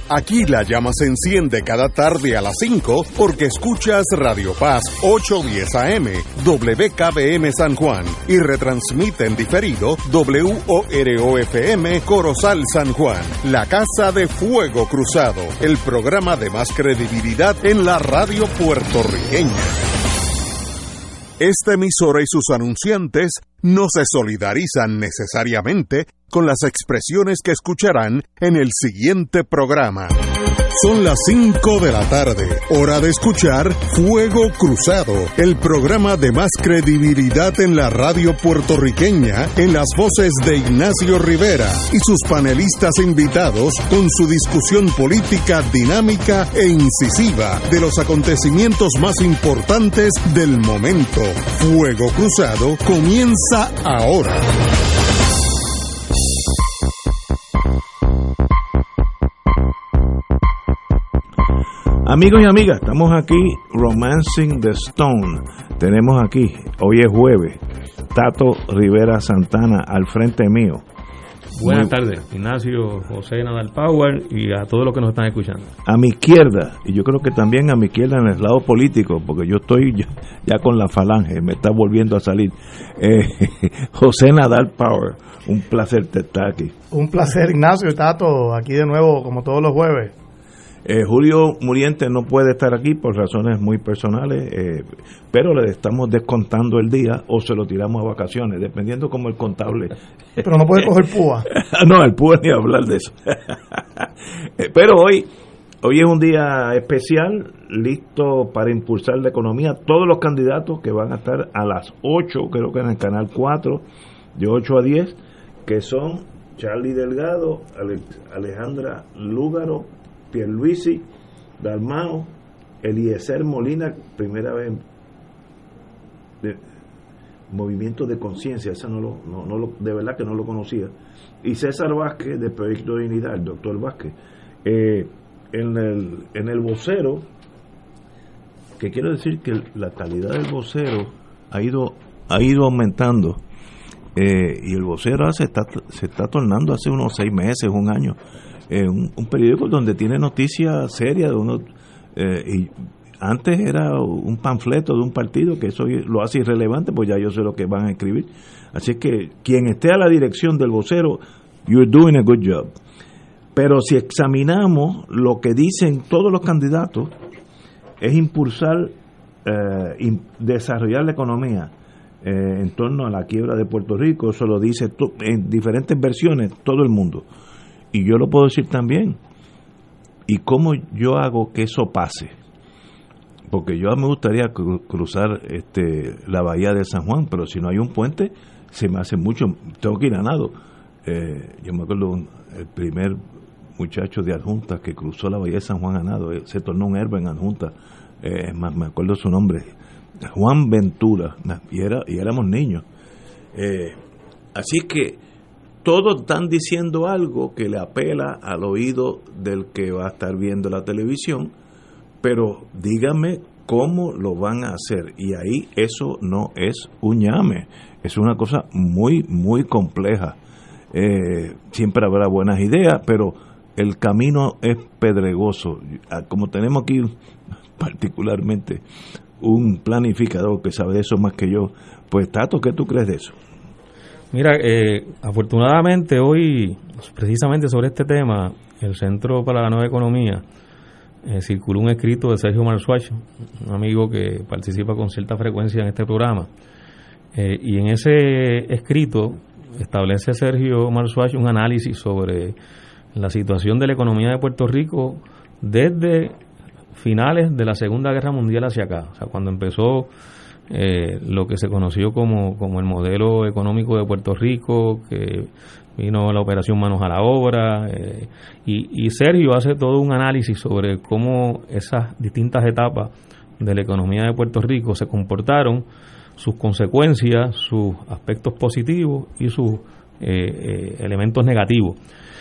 Aquí la llama se enciende cada tarde a las 5 porque escuchas Radio Paz 810 AM, WKBM San Juan y retransmite en diferido WOROFM Corozal San Juan, la Casa de Fuego Cruzado, el programa de más credibilidad en la radio puertorriqueña. Esta emisora y sus anunciantes no se solidarizan necesariamente con las expresiones que escucharán en el siguiente programa. Son las 5 de la tarde, hora de escuchar Fuego Cruzado, el programa de más credibilidad en la radio puertorriqueña, en las voces de Ignacio Rivera y sus panelistas invitados con su discusión política dinámica e incisiva de los acontecimientos más importantes del momento. Fuego Cruzado comienza ahora. Amigos y amigas, estamos aquí, Romancing the Stone. Tenemos aquí, hoy es jueves, Tato Rivera Santana al frente mío. Buenas tardes, Ignacio, José Nadal Power y a todos los que nos están escuchando. A mi izquierda, y yo creo que también a mi izquierda en el lado político, porque yo estoy ya con la falange, me está volviendo a salir. José Nadal Power, un placer estar aquí. Un placer, Ignacio y Tato, aquí de nuevo como todos los jueves. Julio Muriente no puede estar aquí por razones muy personales, pero le estamos descontando el día o se lo tiramos a vacaciones, dependiendo como el contable. Pero no puede coger púa. No, el púa ni hablar de eso. Pero hoy es un día especial, listo para impulsar la economía. Todos los candidatos que van a estar a las 8, creo que en el canal 4, de 8 a 10, que son Charlie Delgado, Alejandra Lúgaro, Pierluisi, Dalmao, Eliezer Molina, primera vez de Movimiento de Conciencia, esa de verdad que no lo conocía, y César Vázquez de Proyecto Dignidad, el doctor Vázquez. En el vocero, que quiero decir que la calidad del vocero ha ido aumentando, y el vocero se está tornando hace unos 6 meses, un año, un periódico donde tiene noticias serias de uno, y antes era un panfleto de un partido, que eso lo hace irrelevante, pues ya yo sé lo que van a escribir. Así que quien esté a la dirección del vocero, you're doing a good job. Pero si examinamos lo que dicen todos los candidatos, es impulsar, desarrollar la economía en torno a la quiebra de Puerto Rico. Eso lo dice en diferentes versiones todo el mundo. Y yo lo puedo decir también. ¿Y cómo yo hago que eso pase? Porque yo me gustaría cruzar la bahía de San Juan, pero si no hay un puente, se me hace mucho. Tengo que ir a nado. Yo me acuerdo el primer muchacho de Adjunta que cruzó la bahía de San Juan a nado, se tornó un héroe en Adjunta. Más me acuerdo su nombre, Juan Ventura, y éramos niños. Así que todos están diciendo algo que le apela al oído del que va a estar viendo la televisión, pero dígame cómo lo van a hacer. Y ahí eso no es un ñame, es una cosa muy, muy compleja. Siempre habrá buenas ideas, pero el camino es pedregoso. Como tenemos aquí particularmente un planificador que sabe de eso más que yo, pues Tato, ¿qué tú crees de eso? Mira, afortunadamente hoy, precisamente sobre este tema, el Centro para la Nueva Economía circuló un escrito de Sergio Marzuach, un amigo que participa con cierta frecuencia en este programa, y en ese escrito establece Sergio Marzuach un análisis sobre la situación de la economía de Puerto Rico desde finales de la Segunda Guerra Mundial hacia acá, o sea, cuando empezó lo que se conoció como el modelo económico de Puerto Rico, que vino la operación Manos a la Obra, y Sergio hace todo un análisis sobre cómo esas distintas etapas de la economía de Puerto Rico se comportaron, sus consecuencias, sus aspectos positivos y sus elementos negativos.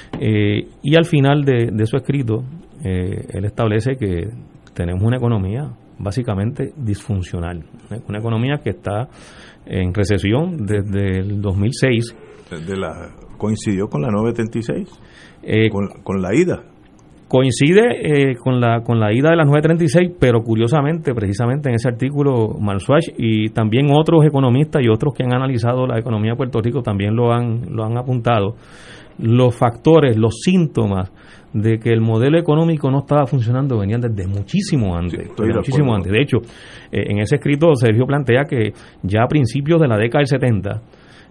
Y al final de su escrito, él establece que tenemos una economía básicamente disfuncional, una economía que está en recesión desde el 2006. Coincidió con la 976, con la ida. Coincide con la ida de las 9.36, pero curiosamente, precisamente en ese artículo, Marswatch y también otros economistas y otros que han analizado la economía de Puerto Rico también lo han apuntado, los factores, los síntomas de que el modelo económico no estaba funcionando venían desde muchísimo antes. De hecho, en ese escrito Sergio plantea que ya a principios de la década del 70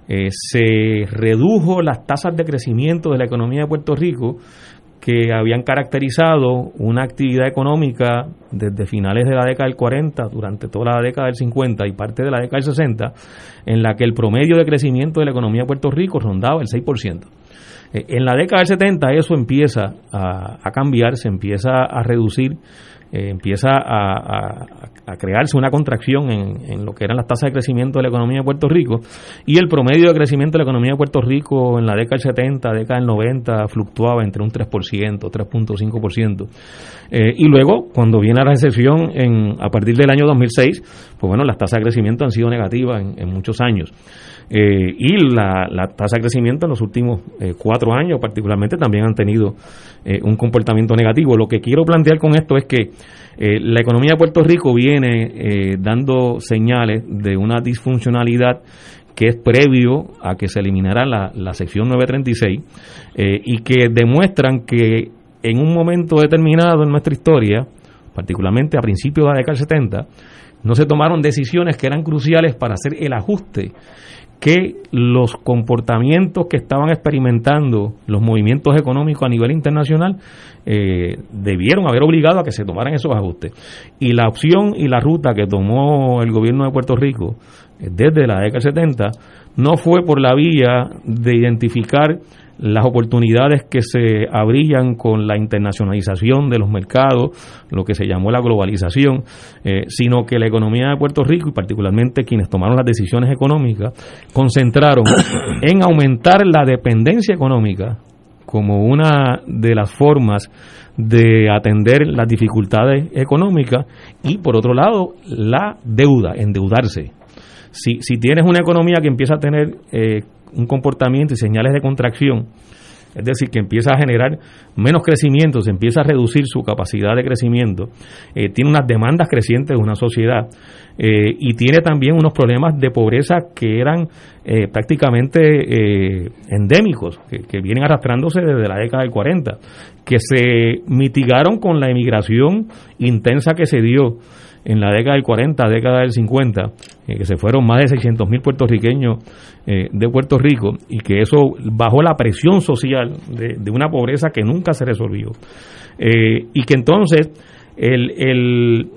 se redujo las tasas de crecimiento de la economía de Puerto Rico que habían caracterizado una actividad económica desde finales de la década del 40, durante toda la década del 50 y parte de la década del 60, en la que el promedio de crecimiento de la economía de Puerto Rico rondaba el 6%. En la década del 70 eso empieza a cambiar, se empieza a reducir, empieza a crearse una contracción en lo que eran las tasas de crecimiento de la economía de Puerto Rico, y el promedio de crecimiento de la economía de Puerto Rico en la década del 70, década del 90 fluctuaba entre un 3%, 3.5%. Y luego, cuando viene la recesión a partir del año 2006, pues bueno, las tasas de crecimiento han sido negativas en muchos años. Y la tasa de crecimiento en los últimos 4 años particularmente también han tenido un comportamiento negativo. Lo que quiero plantear con esto es que la economía de Puerto Rico viene dando señales de una disfuncionalidad que es previo a que se eliminara la sección 936 y que demuestran que en un momento determinado en nuestra historia, particularmente a principios de la década del 70, no se tomaron decisiones que eran cruciales para hacer el ajuste que los comportamientos que estaban experimentando los movimientos económicos a nivel internacional debieron haber obligado a que se tomaran esos ajustes. Y la opción y la ruta que tomó el gobierno de Puerto Rico desde la década del 70 no fue por la vía de identificar las oportunidades que se abrían con la internacionalización de los mercados, lo que se llamó la globalización, sino que la economía de Puerto Rico y particularmente quienes tomaron las decisiones económicas concentraron en aumentar la dependencia económica como una de las formas de atender las dificultades económicas y por otro lado la deuda, endeudarse. Si tienes una economía que empieza a tener un comportamiento y señales de contracción, es decir, que empieza a generar menos crecimiento, se empieza a reducir su capacidad de crecimiento, tiene unas demandas crecientes de una sociedad y tiene también unos problemas de pobreza que eran prácticamente endémicos, que vienen arrastrándose desde la década del 40, que se mitigaron con la emigración intensa que se dio en la década del 40, década del 50, que se fueron más de 600,000 puertorriqueños de Puerto Rico y que eso bajó la presión social de una pobreza que nunca se resolvió. Y que entonces el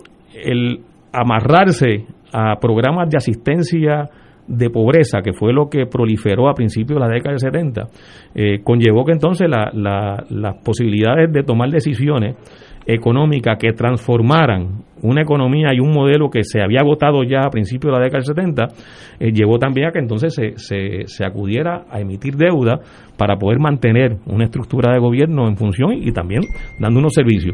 amarrarse a programas de asistencia de pobreza, que fue lo que proliferó a principios de la década del 70, conllevó que entonces las posibilidades de tomar decisiones económicas que transformaran una economía y un modelo que se había agotado ya a principios de la década del 70, llevó también a que entonces se acudiera a emitir deuda para poder mantener una estructura de gobierno en función y también dando unos servicios.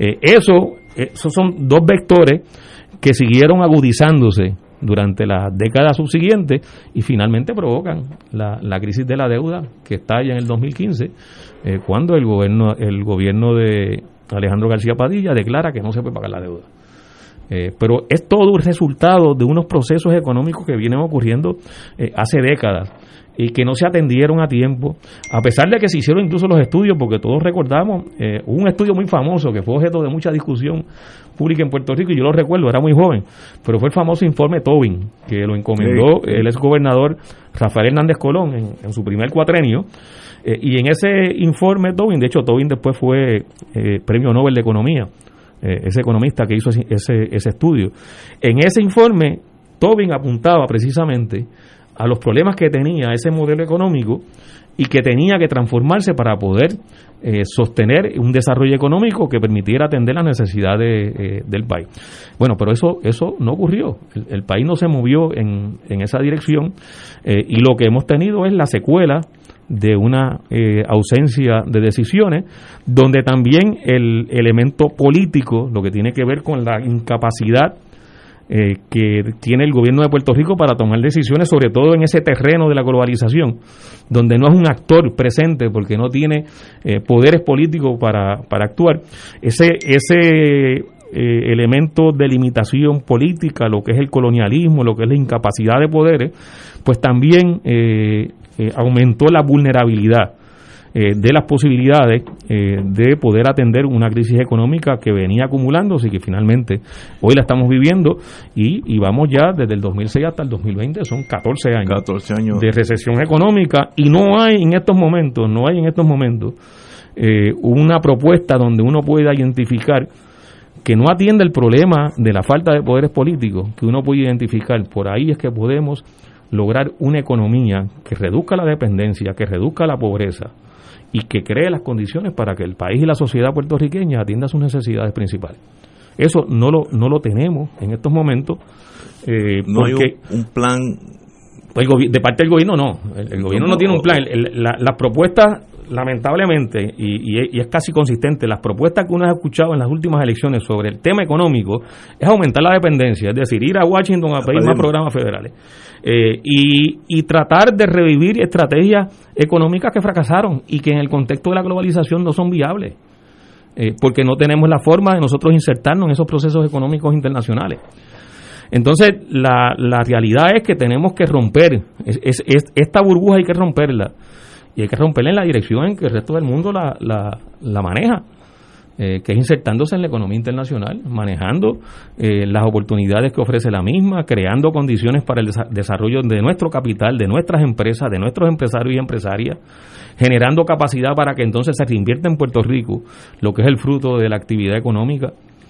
Esos son dos vectores que siguieron agudizándose durante las décadas subsiguientes y finalmente provocan la crisis de la deuda que estalla en el 2015, cuando el gobierno de Alejandro García Padilla declara que no se puede pagar la deuda. Pero es todo un resultado de unos procesos económicos que vienen ocurriendo hace décadas y que no se atendieron a tiempo, a pesar de que se hicieron incluso los estudios, porque todos recordamos, hubo un estudio muy famoso que fue objeto de mucha discusión pública en Puerto Rico, y yo lo recuerdo, era muy joven, pero fue el famoso informe Tobin, que lo encomendó el exgobernador Rafael Hernández Colón en su primer cuatrenio, y en ese informe Tobin, de hecho Tobin después fue premio Nobel de Economía, ese economista que hizo ese estudio. En ese informe Tobin apuntaba precisamente a los problemas que tenía ese modelo económico y que tenía que transformarse para poder sostener un desarrollo económico que permitiera atender las necesidades del país. Bueno, pero eso no ocurrió. El país no se movió en esa dirección y lo que hemos tenido es la secuela de una ausencia de decisiones, donde también el elemento político, lo que tiene que ver con la incapacidad que tiene el gobierno de Puerto Rico para tomar decisiones, sobre todo en ese terreno de la globalización, donde no es un actor presente porque no tiene poderes políticos para actuar. Ese elemento de limitación política, lo que es el colonialismo, lo que es la incapacidad de poderes, pues también aumentó la vulnerabilidad de las posibilidades de poder atender una crisis económica que venía acumulándose y que finalmente hoy la estamos viviendo y vamos ya desde el 2006 hasta el 2020, son 14 años de recesión económica, y no hay en estos momentos una propuesta donde uno pueda identificar que no atiende el problema de la falta de poderes políticos, que uno puede identificar. Por ahí es que podemos lograr una economía que reduzca la dependencia, que reduzca la pobreza y que cree las condiciones para que el país y la sociedad puertorriqueña atienda sus necesidades principales. Eso no lo tenemos en estos momentos. No hay un plan. Pues de parte del gobierno no. El gobierno no tiene un plan. Las propuestas, lamentablemente, y es casi consistente, las propuestas que uno ha escuchado en las últimas elecciones sobre el tema económico es aumentar la dependencia, es decir, ir a Washington a pedir más programas federales. Y tratar de revivir estrategias económicas que fracasaron y que en el contexto de la globalización no son viables, porque no tenemos la forma de nosotros insertarnos en esos procesos económicos internacionales. Entonces, la realidad es que tenemos que romper esta burbuja, hay que romperla, y hay que romperla en la dirección en que el resto del mundo la maneja, que es insertándose en la economía internacional, manejando las oportunidades que ofrece la misma, creando condiciones para el desarrollo de nuestro capital, de nuestras empresas, de nuestros empresarios y empresarias, generando capacidad para que entonces se reinvierta en Puerto Rico lo que es el fruto de la actividad económica,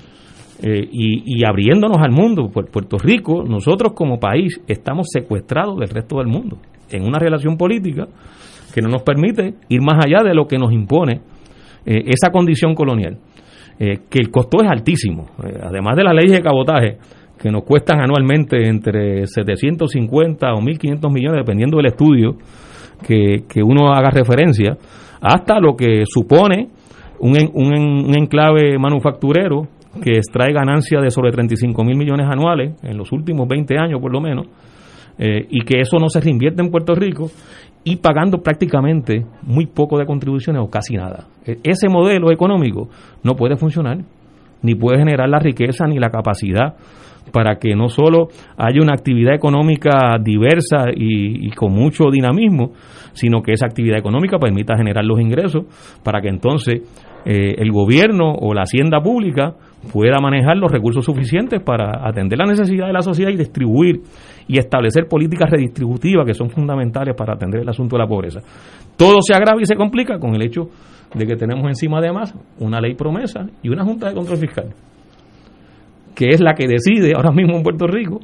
y abriéndonos al mundo. Puerto Rico, nosotros como país, estamos secuestrados del resto del mundo en una relación política que no nos permite ir más allá de lo que nos impone esa condición colonial, que el costo es altísimo, además de las leyes de cabotaje que nos cuestan anualmente entre 750 o 1.500 millones, dependiendo del estudio que uno haga referencia, hasta lo que supone un enclave manufacturero que extrae ganancias de sobre 35.000 millones anuales en los últimos 20 años por lo menos, y que eso no se reinvierte en Puerto Rico, y pagando prácticamente muy poco de contribuciones o casi nada. Ese modelo económico no puede funcionar, ni puede generar la riqueza ni la capacidad para que no solo haya una actividad económica diversa y con mucho dinamismo, sino que esa actividad económica permita generar los ingresos para que entonces el gobierno o la hacienda pública pueda manejar los recursos suficientes para atender la necesidad de la sociedad y distribuir y establecer políticas redistributivas que son fundamentales para atender el asunto de la pobreza. Todo se agrava y se complica con el hecho de que tenemos encima además una ley promesa y una Junta de Control Fiscal, que es la que decide ahora mismo en Puerto Rico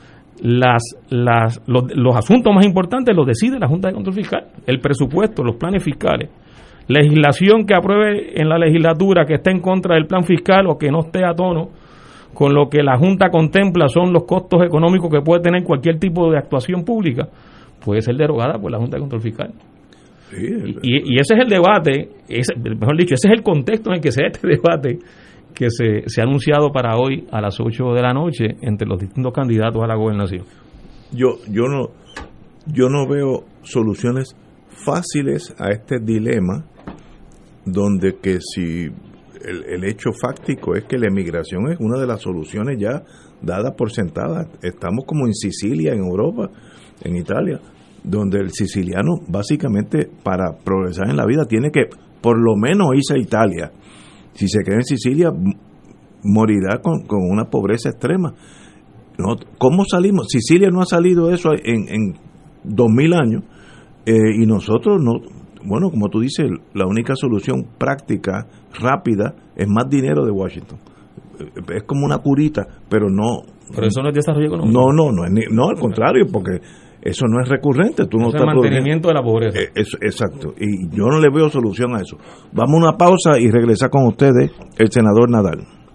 los asuntos más importantes los decide la Junta de Control Fiscal, el presupuesto, los planes fiscales, legislación que apruebe en la legislatura que esté en contra del plan fiscal o que no esté a tono con lo que la Junta contempla son los costos económicos que puede tener cualquier tipo de actuación pública, puede ser derogada por la Junta de Control Fiscal. Sí, y ese es el debate, mejor dicho, ese es el contexto en el que se da este debate que se ha anunciado para hoy a las 8 de la noche entre los distintos candidatos a la gobernación. Yo no veo soluciones fáciles a este dilema, donde que si el hecho fáctico es que la emigración es una de las soluciones ya dadas por sentadas. Estamos como en Sicilia, en Europa, en Italia, donde el siciliano básicamente para progresar en la vida tiene que por lo menos irse a Italia. Si se queda en Sicilia morirá con una pobreza extrema. No, ¿cómo salimos? Sicilia no ha salido de eso en 2000 años, y nosotros no. Bueno, como tú dices, la única solución práctica, rápida, es más dinero de Washington. Es como una curita, pero no. Pero eso no es desarrollo económico. No, al contrario, porque eso no es recurrente. Tú no es el mantenimiento de la pobreza. Exacto, y yo no le veo solución a eso. Vamos a una pausa y regresa con ustedes el senador Nadal.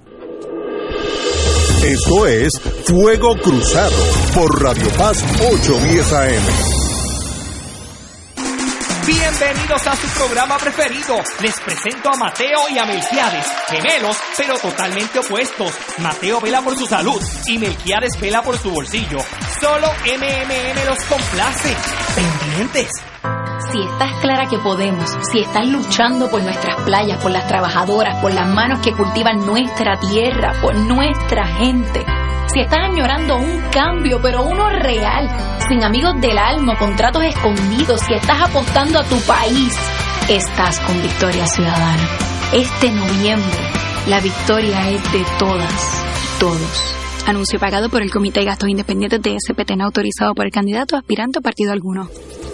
Esto es Fuego Cruzado por Radio Paz 810 AM. Bienvenidos a su programa preferido. Les presento a Mateo y a Melquiades, gemelos pero totalmente opuestos. Mateo vela por su salud y Melquiades vela por su bolsillo. Solo MMM los complace. Pendientes. Si estás clara que podemos, si estás luchando por nuestras playas, por las trabajadoras, por las manos que cultivan nuestra tierra, por nuestra gente, si estás añorando un cambio, pero uno real, sin amigos del alma, contratos escondidos, si estás apostando a tu país, estás con Victoria Ciudadana. Este noviembre, la victoria es de todas y todos. Anuncio pagado por el Comité de Gastos Independientes de SPT, no autorizado por el candidato aspirante a partido alguno.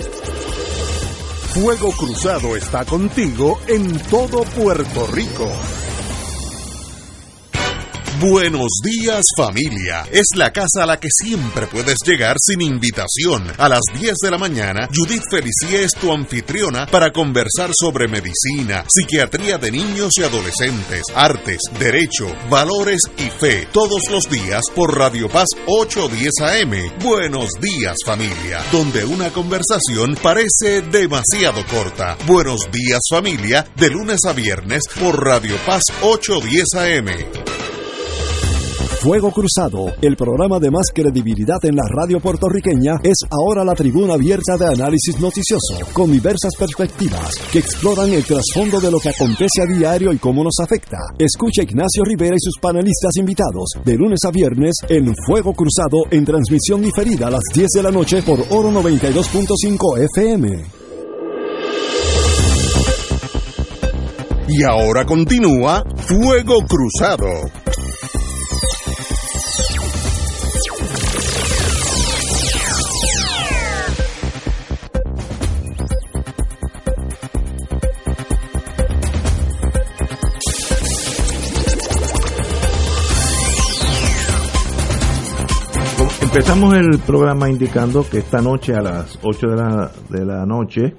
Fuego Cruzado está contigo en todo Puerto Rico. Buenos días, familia. Es la casa a la que siempre puedes llegar sin invitación. A las 10 de la mañana, Judith Felicie es tu anfitriona para conversar sobre medicina, psiquiatría de niños y adolescentes, artes, derecho, valores y fe. Todos los días por Radio Paz 810 AM. Buenos días, familia. Donde una conversación parece demasiado corta. Buenos días, familia. De lunes a viernes por Radio Paz 810 AM. Fuego Cruzado, el programa de más credibilidad en la radio puertorriqueña, es ahora la tribuna abierta de análisis noticioso, con diversas perspectivas que exploran el trasfondo de lo que acontece a diario y cómo nos afecta. Escucha a Ignacio Rivera y sus panelistas invitados de lunes a viernes en Fuego Cruzado, en transmisión diferida a las 10 de la noche por Oro 92.5 FM. Y ahora continúa Fuego Cruzado. Empezamos el programa indicando que esta noche a las 8 de la noche,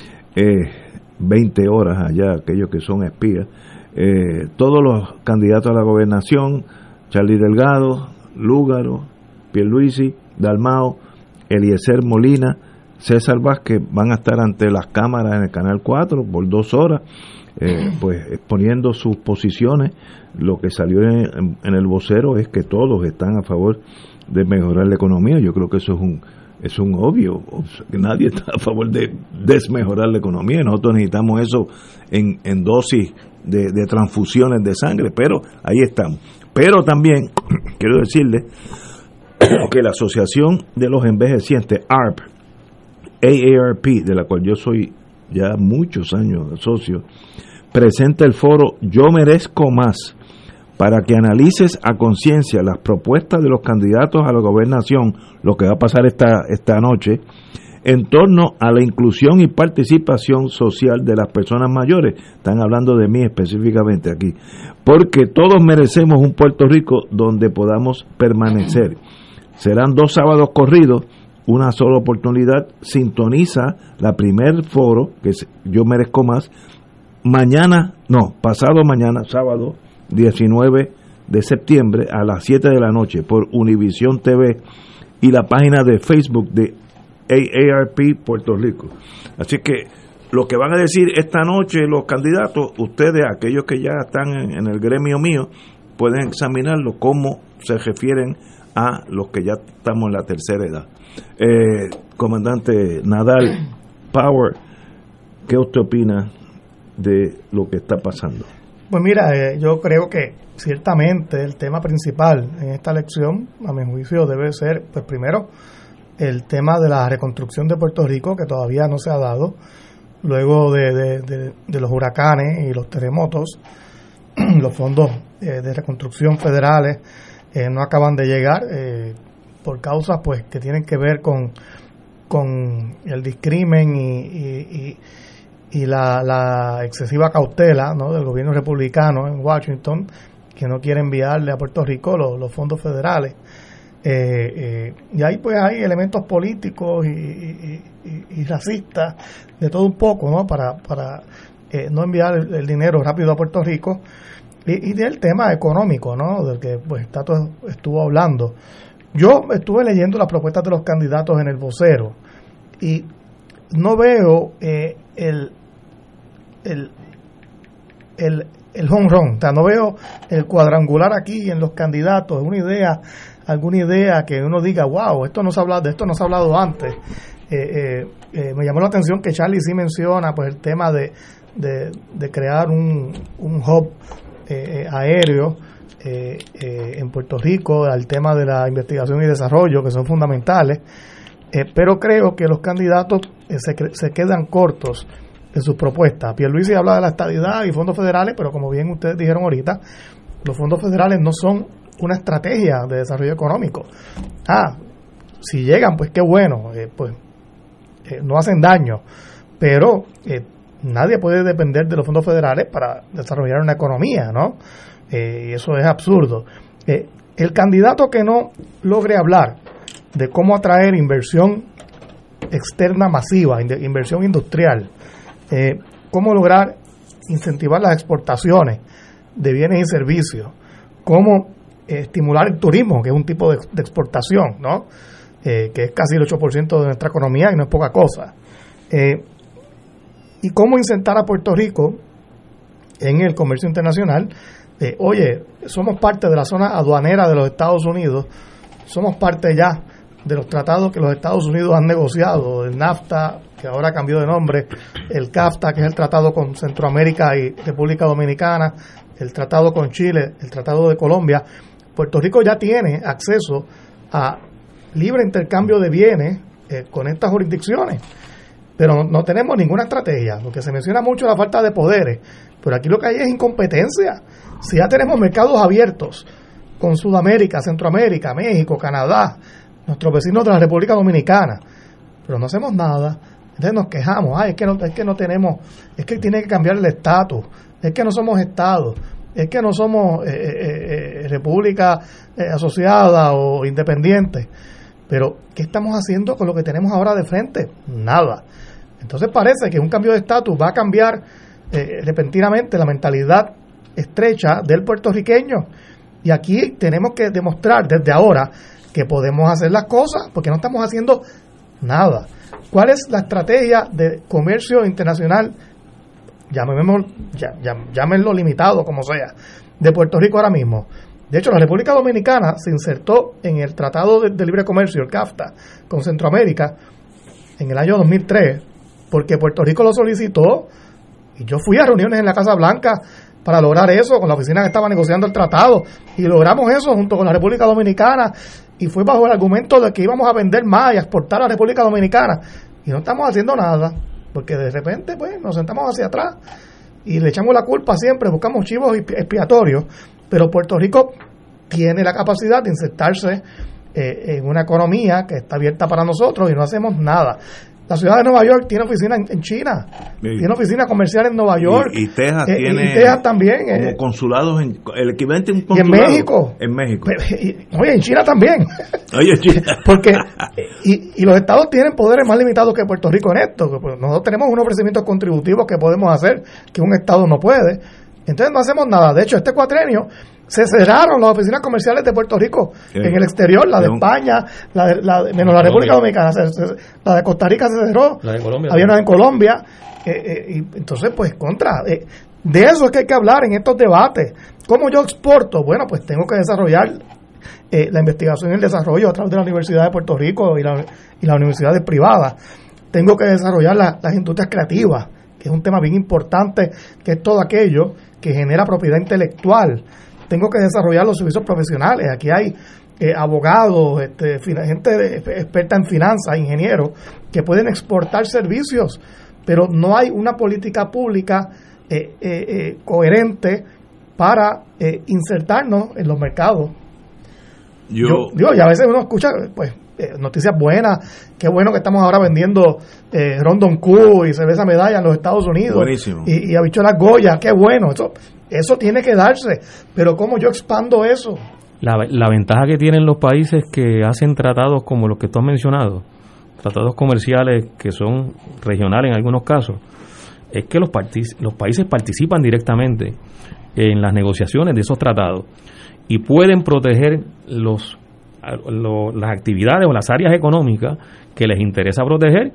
20 horas allá, aquellos que son espías, todos los candidatos a la gobernación, Charlie Delgado, Lúgaro, Pierluisi, Dalmao, Eliezer Molina, César Vázquez, van a estar ante las cámaras en el Canal 4 por 2 horas, pues exponiendo sus posiciones. Lo que salió en el vocero es que todos están a favor de mejorar la economía. Yo creo que eso es un obvio, que nadie está a favor de desmejorar la economía. Nosotros necesitamos eso en dosis de transfusiones de sangre, pero ahí estamos. Pero también quiero decirle que la Asociación de los Envejecientes, AARP, de la cual yo soy ya muchos años socio, presenta el foro Yo Merezco Más, para que analices a conciencia las propuestas de los candidatos a la gobernación, lo que va a pasar esta noche, en torno a la inclusión y participación social de las personas mayores. Están hablando de mí específicamente aquí, porque todos merecemos un Puerto Rico donde podamos permanecer. Serán 2 sábados corridos, una sola oportunidad. Sintoniza la primer foro, que es Yo Merezco Más, pasado mañana, sábado 19 de septiembre a las 7 de la noche por Univisión TV y la página de Facebook de AARP Puerto Rico. Así que lo que van a decir esta noche los candidatos, ustedes, aquellos que ya están en el gremio mío, pueden examinarlo, cómo se refieren a los que ya estamos en la tercera edad. Comandante Nadal Power, ¿qué usted opina de lo que está pasando? Pues mira, yo creo que ciertamente el tema principal en esta elección, a mi juicio, debe ser, pues primero, el tema de la reconstrucción de Puerto Rico, que todavía no se ha dado, luego de los huracanes y los terremotos. Los fondos de reconstrucción federales no acaban de llegar por causas pues que tienen que ver con el discrimen y la excesiva cautela, ¿no?, del gobierno republicano en Washington, que no quiere enviarle a Puerto Rico los fondos federales. Y ahí pues hay elementos políticos y racistas de todo un poco, ¿no?, para no enviar el dinero rápido a Puerto Rico, y del tema económico, ¿no?, del que pues Tato estuvo hablando. Yo estuve leyendo las propuestas de los candidatos en el vocero, y no veo el home run, o sea, no veo el cuadrangular aquí en los candidatos, alguna idea que uno diga, wow, de esto no se ha hablado antes. Me llamó la atención que Charlie sí menciona pues el tema de crear un hub aéreo en Puerto Rico, al tema de la investigación y desarrollo, que son fundamentales, pero creo que los candidatos se quedan cortos en sus propuestas. Pierluisi habla de la estadidad y fondos federales, pero como bien ustedes dijeron ahorita, los fondos federales no son una estrategia de desarrollo económico. Si llegan, pues qué bueno, no hacen daño, pero nadie puede depender de los fondos federales para desarrollar una economía, ¿no? Y eso es absurdo. El candidato que no logre hablar de cómo atraer inversión externa masiva, inversión industrial, cómo lograr incentivar las exportaciones de bienes y servicios, cómo estimular el turismo, que es un tipo de exportación, ¿no? Que es casi el 8% de nuestra economía y no es poca cosa. Y cómo insertar a Puerto Rico en el comercio internacional. Somos parte de la zona aduanera de los Estados Unidos, somos parte ya de los tratados que los Estados Unidos han negociado, el NAFTA, que ahora cambió de nombre, el CAFTA, que es el tratado con Centroamérica y República Dominicana, el tratado con Chile, el tratado de Colombia. Puerto Rico ya tiene acceso a libre intercambio de bienes con estas jurisdicciones, pero no tenemos ninguna estrategia, porque se menciona mucho la falta de poderes, pero aquí lo que hay es incompetencia. Si ya tenemos mercados abiertos con Sudamérica, Centroamérica, México, Canadá, nuestros vecinos de la República Dominicana, pero no hacemos nada, entonces nos quejamos, es que no tenemos, es que tiene que cambiar el estatus, es que no somos estados, es que no somos república asociada o independiente. Pero ¿qué estamos haciendo con lo que tenemos ahora de frente? Nada. Entonces parece que un cambio de estatus va a cambiar repentinamente la mentalidad estrecha del puertorriqueño, y aquí tenemos que demostrar desde ahora que podemos hacer las cosas, porque no estamos haciendo nada. ¿Cuál es la estrategia de comercio internacional, llámenlo limitado como sea, de Puerto Rico ahora mismo? De hecho, la República Dominicana se insertó en el Tratado de Libre Comercio, el CAFTA, con Centroamérica en el año 2003, porque Puerto Rico lo solicitó, y yo fui a reuniones en la Casa Blanca para lograr eso, con la oficina que estaba negociando el tratado, y logramos eso junto con la República Dominicana, y fue bajo el argumento de que íbamos a vender más y a exportar a la República Dominicana, y no estamos haciendo nada, porque de repente pues nos sentamos hacia atrás y le echamos la culpa siempre, buscamos chivos expiatorios, pero Puerto Rico tiene la capacidad de insertarse en una economía que está abierta para nosotros y no hacemos nada. La ciudad de Nueva York tiene oficina en China, tiene oficina comercial en Nueva York, y Texas tiene, y Texas también, como consulados, el equivalente a un consulado. Y en México. Oye, en China también. Oye, China. Porque y los estados tienen poderes más limitados que Puerto Rico en esto. Nosotros tenemos unos ofrecimientos contributivos que podemos hacer que un estado no puede. Entonces no hacemos nada. De hecho, este cuatrenio se cerraron las oficinas comerciales de Puerto Rico en el exterior, la de España, menos la República Dominicana, la de Costa Rica se cerró, la de Colombia, había una en Colombia, y entonces pues de eso es que hay que hablar en estos debates. ¿Cómo yo exporto? Bueno, pues tengo que desarrollar la investigación y el desarrollo a través de la Universidad de Puerto Rico y las universidades privadas. Tengo que desarrollar las industrias creativas, que es un tema bien importante, que es todo aquello que genera propiedad intelectual. Tengo que desarrollar los servicios profesionales. Aquí hay abogados, gente experta en finanzas, ingenieros, que pueden exportar servicios, pero no hay una política pública coherente para insertarnos en los mercados. Y a veces uno escucha pues noticias buenas, qué bueno que estamos ahora vendiendo Rondon Q y cerveza Medalla en los Estados Unidos. Buenísimo. y habichuelas Goya, qué bueno, eso tiene que darse, pero ¿cómo yo expando eso? La ventaja que tienen los países que hacen tratados como los que tú has mencionado, tratados comerciales que son regionales en algunos casos, es que los países participan directamente en las negociaciones de esos tratados y pueden proteger las actividades o las áreas económicas que les interesa proteger,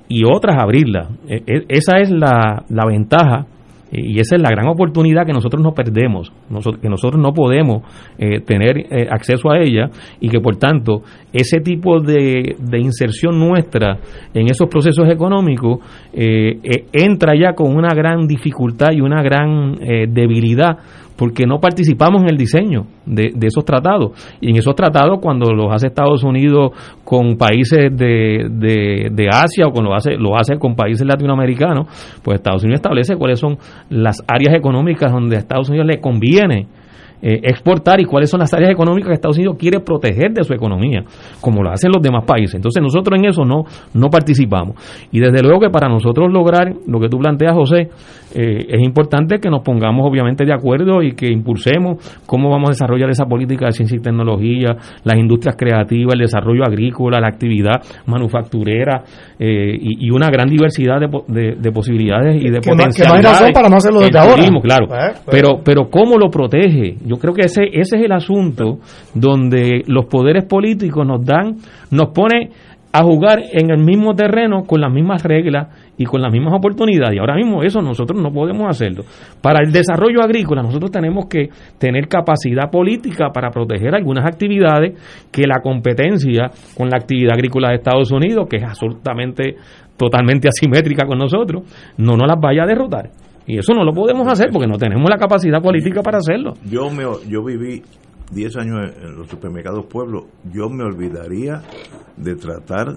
y otras abrirlas. Esa es la ventaja. Y esa es la gran oportunidad que nosotros no perdemos, que nosotros no podemos tener acceso a ella, y que por tanto ese tipo de inserción nuestra en esos procesos económicos entra ya con una gran dificultad y una gran debilidad, porque no participamos en el diseño de esos tratados. Y en esos tratados, cuando los hace Estados Unidos con países de Asia, o cuando lo hace con países latinoamericanos, pues Estados Unidos establece cuáles son las áreas económicas donde a Estados Unidos le conviene exportar, y cuáles son las áreas económicas que Estados Unidos quiere proteger de su economía, como lo hacen los demás países. Entonces nosotros en eso no participamos, y desde luego que para nosotros lograr lo que tú planteas, José, es importante que nos pongamos obviamente de acuerdo y que impulsemos cómo vamos a desarrollar esa política de ciencia y tecnología, las industrias creativas, el desarrollo agrícola, la actividad manufacturera, y una gran diversidad de posibilidades y de potencialidades. Que no hay razón para no hacerlo desde ahora. Turismo, claro. Pero ¿cómo lo protege? Yo creo que ese es el asunto donde los poderes políticos nos pone a jugar en el mismo terreno con las mismas reglas y con las mismas oportunidades. Y ahora mismo eso nosotros no podemos hacerlo. Para el desarrollo agrícola nosotros tenemos que tener capacidad política para proteger algunas actividades que la competencia con la actividad agrícola de Estados Unidos, que es absolutamente, totalmente asimétrica con nosotros, no nos las vaya a derrotar. Y eso no lo podemos hacer porque no tenemos la capacidad política para hacerlo. Yo viví 10 años en los supermercados Pueblo. Yo me olvidaría de tratar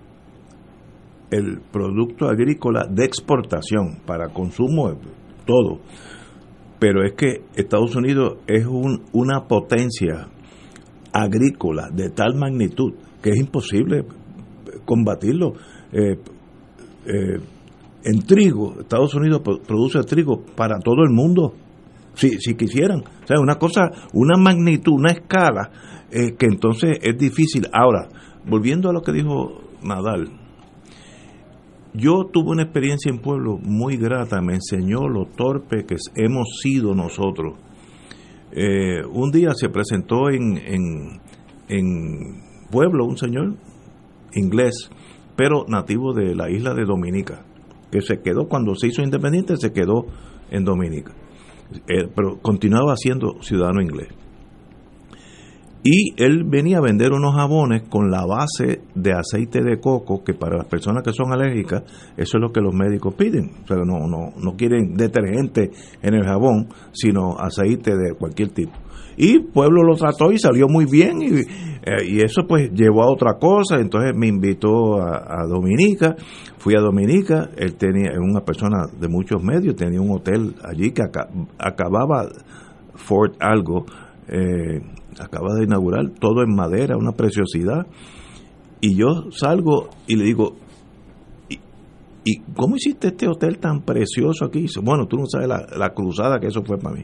el producto agrícola de exportación para consumo, todo. Pero es que Estados Unidos es una potencia agrícola de tal magnitud que es imposible combatirlo. En trigo, Estados Unidos produce trigo para todo el mundo, si quisieran. O sea, una magnitud, una escala que entonces es difícil. Ahora, volviendo a lo que dijo Nadal, yo tuve una experiencia en Pueblo muy grata, me enseñó lo torpe que hemos sido nosotros. Un día se presentó en Pueblo un señor inglés, pero nativo de la isla de Dominica, que se quedó, cuando se hizo independiente, se quedó en Dominica, pero continuaba siendo ciudadano inglés. Y él venía a vender unos jabones con la base de aceite de coco, que para las personas que son alérgicas, eso es lo que los médicos piden. O sea, no quieren detergente en el jabón, sino aceite de cualquier tipo. Y Pueblo lo trató y salió muy bien, y eso pues llevó a otra cosa. Entonces me invitó a Dominica, fui a Dominica. Él tenía, una persona de muchos medios, tenía un hotel allí que acababa Fort algo, acaba de inaugurar, todo en madera, una preciosidad. Y yo salgo y le digo, ¿y cómo hiciste este hotel tan precioso aquí? Dice, bueno, tú no sabes la cruzada que eso fue para mí.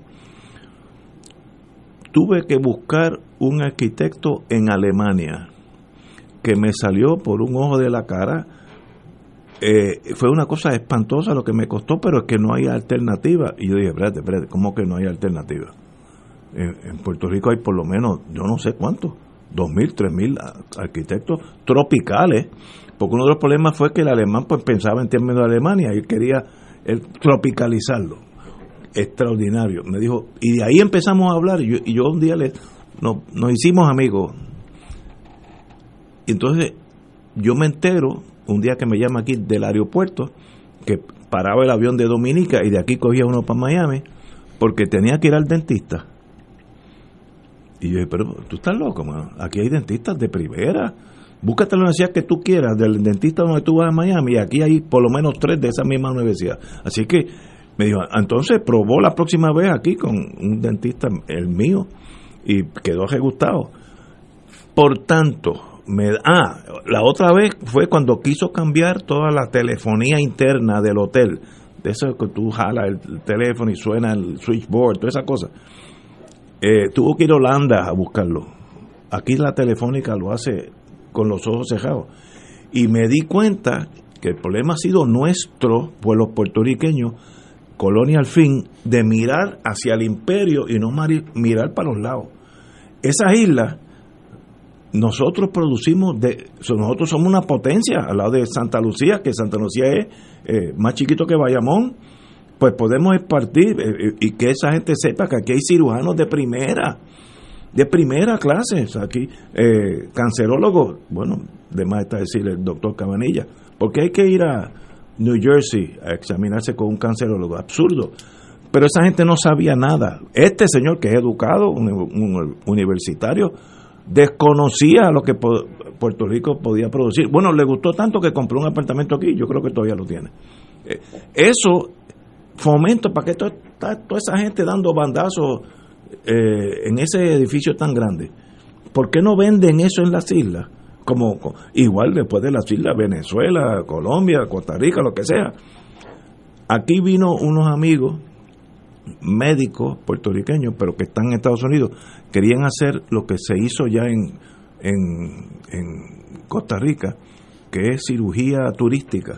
Tuve que buscar un arquitecto en Alemania que me salió por un ojo de la cara. Fue una cosa espantosa lo que me costó, pero es que no hay alternativa. Y yo dije, espérate, ¿cómo que no hay alternativa? En Puerto Rico hay por lo menos, yo no sé cuántos, 2.000, 3.000 arquitectos tropicales, porque uno de los problemas fue que el alemán pues pensaba en términos de Alemania y quería tropicalizarlo. Extraordinario. Me dijo, y de ahí empezamos a hablar, y yo un día nos hicimos amigos. Y entonces yo me entero, un día que me llama aquí del aeropuerto, que paraba el avión de Dominica y de aquí cogía uno para Miami, porque tenía que ir al dentista. Y yo dije, pero tú estás loco, man. Aquí hay dentistas de primera. Búscate la universidad que tú quieras, del dentista donde tú vas a Miami, y aquí hay por lo menos 3 de esa misma universidad. Así que me dijo, entonces probó la próxima vez aquí con un dentista, el mío, y quedó regustado. Por tanto, la otra vez fue cuando quiso cambiar toda la telefonía interna del hotel, de eso que tú jalas el teléfono y suena el switchboard, toda esa cosa. Tuvo que ir a Holanda a buscarlo. Aquí la telefónica lo hace con los ojos cerrados. Y me di cuenta que el problema ha sido nuestro, pues los puertorriqueños, colonia al fin, de mirar hacia el imperio y no mirar para los lados. Esas islas nosotros producimos, nosotros somos una potencia al lado de Santa Lucía, que Santa Lucía es más chiquito que Bayamón. Pues podemos partir y que esa gente sepa que aquí hay cirujanos de primera clase. O sea, aquí cancerólogos, bueno, de más está decir el doctor Cabanilla, porque hay que ir a New Jersey a examinarse con un cancerólogo, absurdo. Pero esa gente no sabía nada. Este señor, que es educado, un universitario, desconocía lo que Puerto Rico podía producir. Bueno, le gustó tanto que compró un apartamento aquí, yo creo que todavía lo tiene. Eso fomento para que toda esa gente dando bandazos en ese edificio tan grande. ¿Por qué no venden eso en las islas? Como igual después de las islas, Venezuela, Colombia, Costa Rica, lo que sea. Aquí vino unos amigos médicos puertorriqueños, pero que están en Estados Unidos, querían hacer lo que se hizo ya en Costa Rica, que es cirugía turística.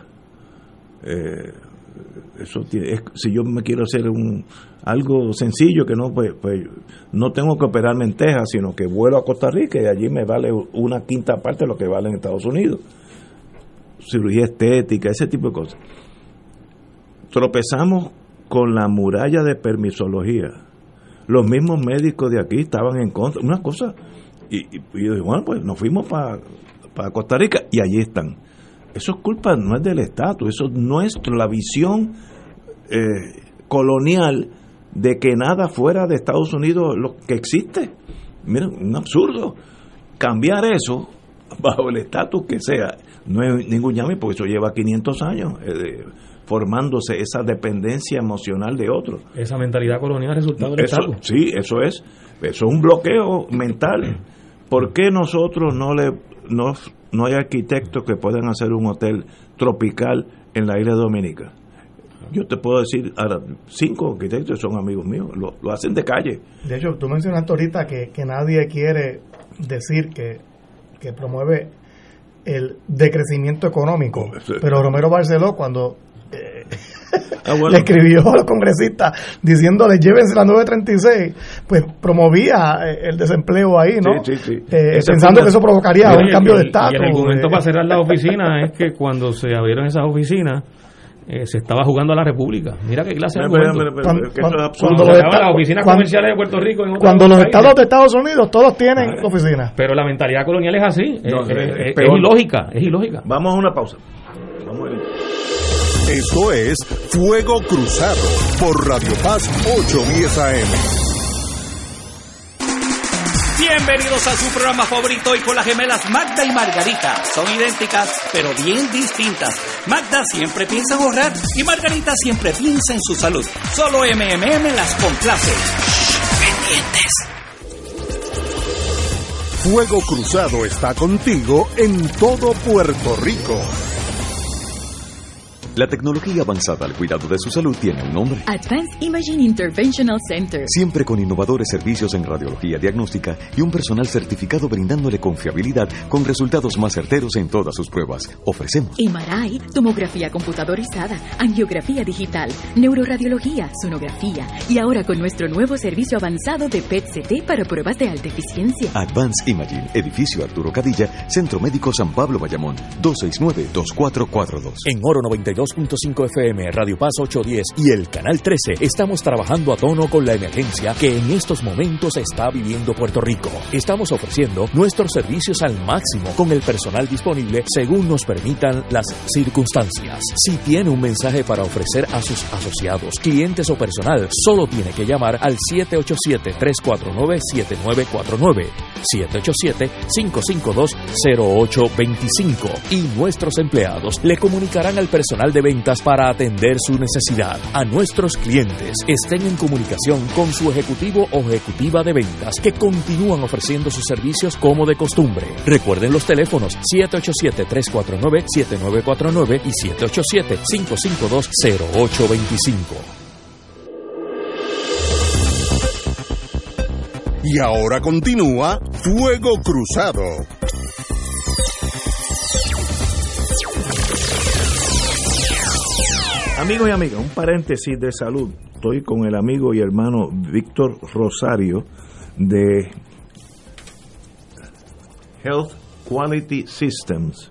Eso si yo me quiero hacer algo sencillo, que no pues no tengo que operarme en Texas, sino que vuelo a Costa Rica y allí me vale una quinta parte de lo que vale en Estados Unidos. Cirugía estética, ese tipo de cosas. Tropezamos con la muralla de permisología. Los mismos médicos de aquí estaban en contra, una cosa, y yo dije, bueno, pues nos fuimos para Costa Rica y allí están. Eso es culpa, no es del estatus, eso es nuestro, la visión colonial de que nada fuera de Estados Unidos lo que existe. Miren, un absurdo. Cambiar eso bajo el estatus que sea, no es ningún llame, porque eso lleva 500 años formándose esa dependencia emocional de otros. Esa mentalidad colonial resultado del estatus. Sí, eso es un bloqueo mental. ¿Por qué nosotros no hay arquitectos que puedan hacer un hotel tropical en la isla dominica? Yo te puedo decir, ahora 5 arquitectos son amigos míos, lo hacen de calle. De hecho, tú mencionaste ahorita que nadie quiere decir que promueve el decrecimiento económico, pero Romero Barceló, cuando le escribió a los congresistas diciéndoles llévense la 936, pues promovía el desempleo ahí, ¿no? Sí. Pensando que eso provocaría un cambio de estatus. Y el argumento para cerrar las oficinas es que cuando se abrieron esas oficinas se estaba jugando a la República. Mira qué clase de argumento. Cuando las oficinas comerciales de Puerto Rico cuando los estados de Estados Unidos todos tienen oficinas. Pero la mentalidad colonial es así, es ilógica. Vamos a una pausa. Esto es Fuego Cruzado por Radio Paz 810 AM. Bienvenidos a su programa favorito y con las gemelas Magda y Margarita. Son idénticas, pero bien distintas. Magda siempre piensa en ahorrar y Margarita siempre piensa en su salud. Solo MMM las complace. Pendientes. Fuego Cruzado está contigo en todo Puerto Rico. La tecnología avanzada al cuidado de su salud tiene un nombre. Advanced Imaging Interventional Center. Siempre con innovadores servicios en radiología diagnóstica y un personal certificado brindándole confiabilidad con resultados más certeros en todas sus pruebas. Ofrecemos MRI, tomografía computadorizada, angiografía digital, neuroradiología, sonografía y ahora con nuestro nuevo servicio avanzado de PET-CT para pruebas de alta eficiencia. Advanced Imaging, edificio Arturo Cadilla, Centro Médico San Pablo Bayamón, 269-2442. En Oro 92.5 FM, Radio Paz 810 y el Canal 13 estamos trabajando a tono con la emergencia que en estos momentos está viviendo Puerto Rico. Estamos ofreciendo nuestros servicios al máximo con el personal disponible según nos permitan las circunstancias. Si tiene un mensaje para ofrecer a sus asociados, clientes o personal, solo tiene que llamar al 787-349-7949, 787-552-0825 y nuestros empleados le comunicarán al personal de ventas para atender su necesidad. A nuestros clientes estén en comunicación con su ejecutivo o ejecutiva de ventas que continúan ofreciendo sus servicios como de costumbre. Recuerden los teléfonos 787-349-7949 y 787-552-0825. Y ahora continúa Fuego Cruzado. Amigos y amigas, un paréntesis de salud. Estoy con el amigo y hermano Víctor Rosario de Health Quality Systems.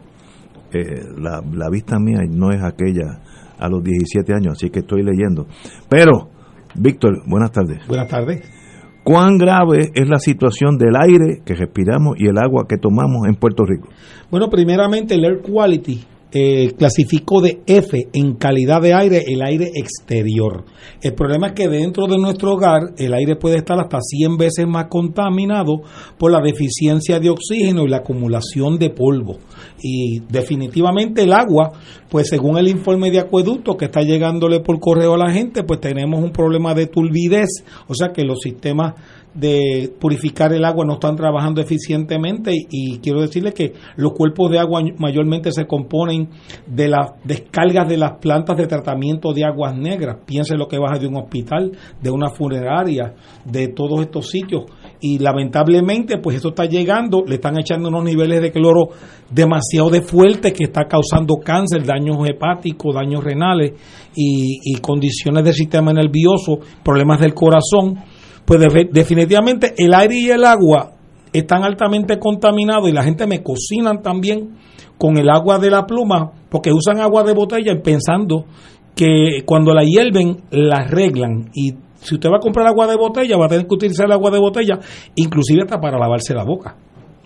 La vista mía no es aquella a los 17 años, así que estoy leyendo. Pero, Víctor, buenas tardes. Buenas tardes. ¿Cuán grave es la situación del aire que respiramos y el agua que tomamos en Puerto Rico? Bueno, primeramente el Air Quality clasificó de F en calidad de aire el aire exterior. El problema es que dentro de nuestro hogar el aire puede estar hasta 100 veces más contaminado por la deficiencia de oxígeno y la acumulación de polvo. Y definitivamente el agua, pues según el informe de acueducto que está llegándole por correo a la gente, pues tenemos un problema de turbidez, o sea que los sistemas de purificar el agua no están trabajando eficientemente, y quiero decirles que los cuerpos de agua mayormente se componen de las descargas de las plantas de tratamiento de aguas negras. Piense lo que baja de un hospital, de una funeraria, de todos estos sitios, y lamentablemente pues eso está llegando, le están echando unos niveles de cloro demasiado de fuertes que está causando cáncer, daños hepáticos, daños renales y condiciones del sistema nervioso, problemas del corazón. Pues definitivamente el aire y el agua están altamente contaminados, y la gente me cocinan también con el agua de la pluma, porque usan agua de botella pensando que cuando la hierven la arreglan, y si usted va a comprar agua de botella va a tener que utilizar el agua de botella inclusive hasta para lavarse la boca.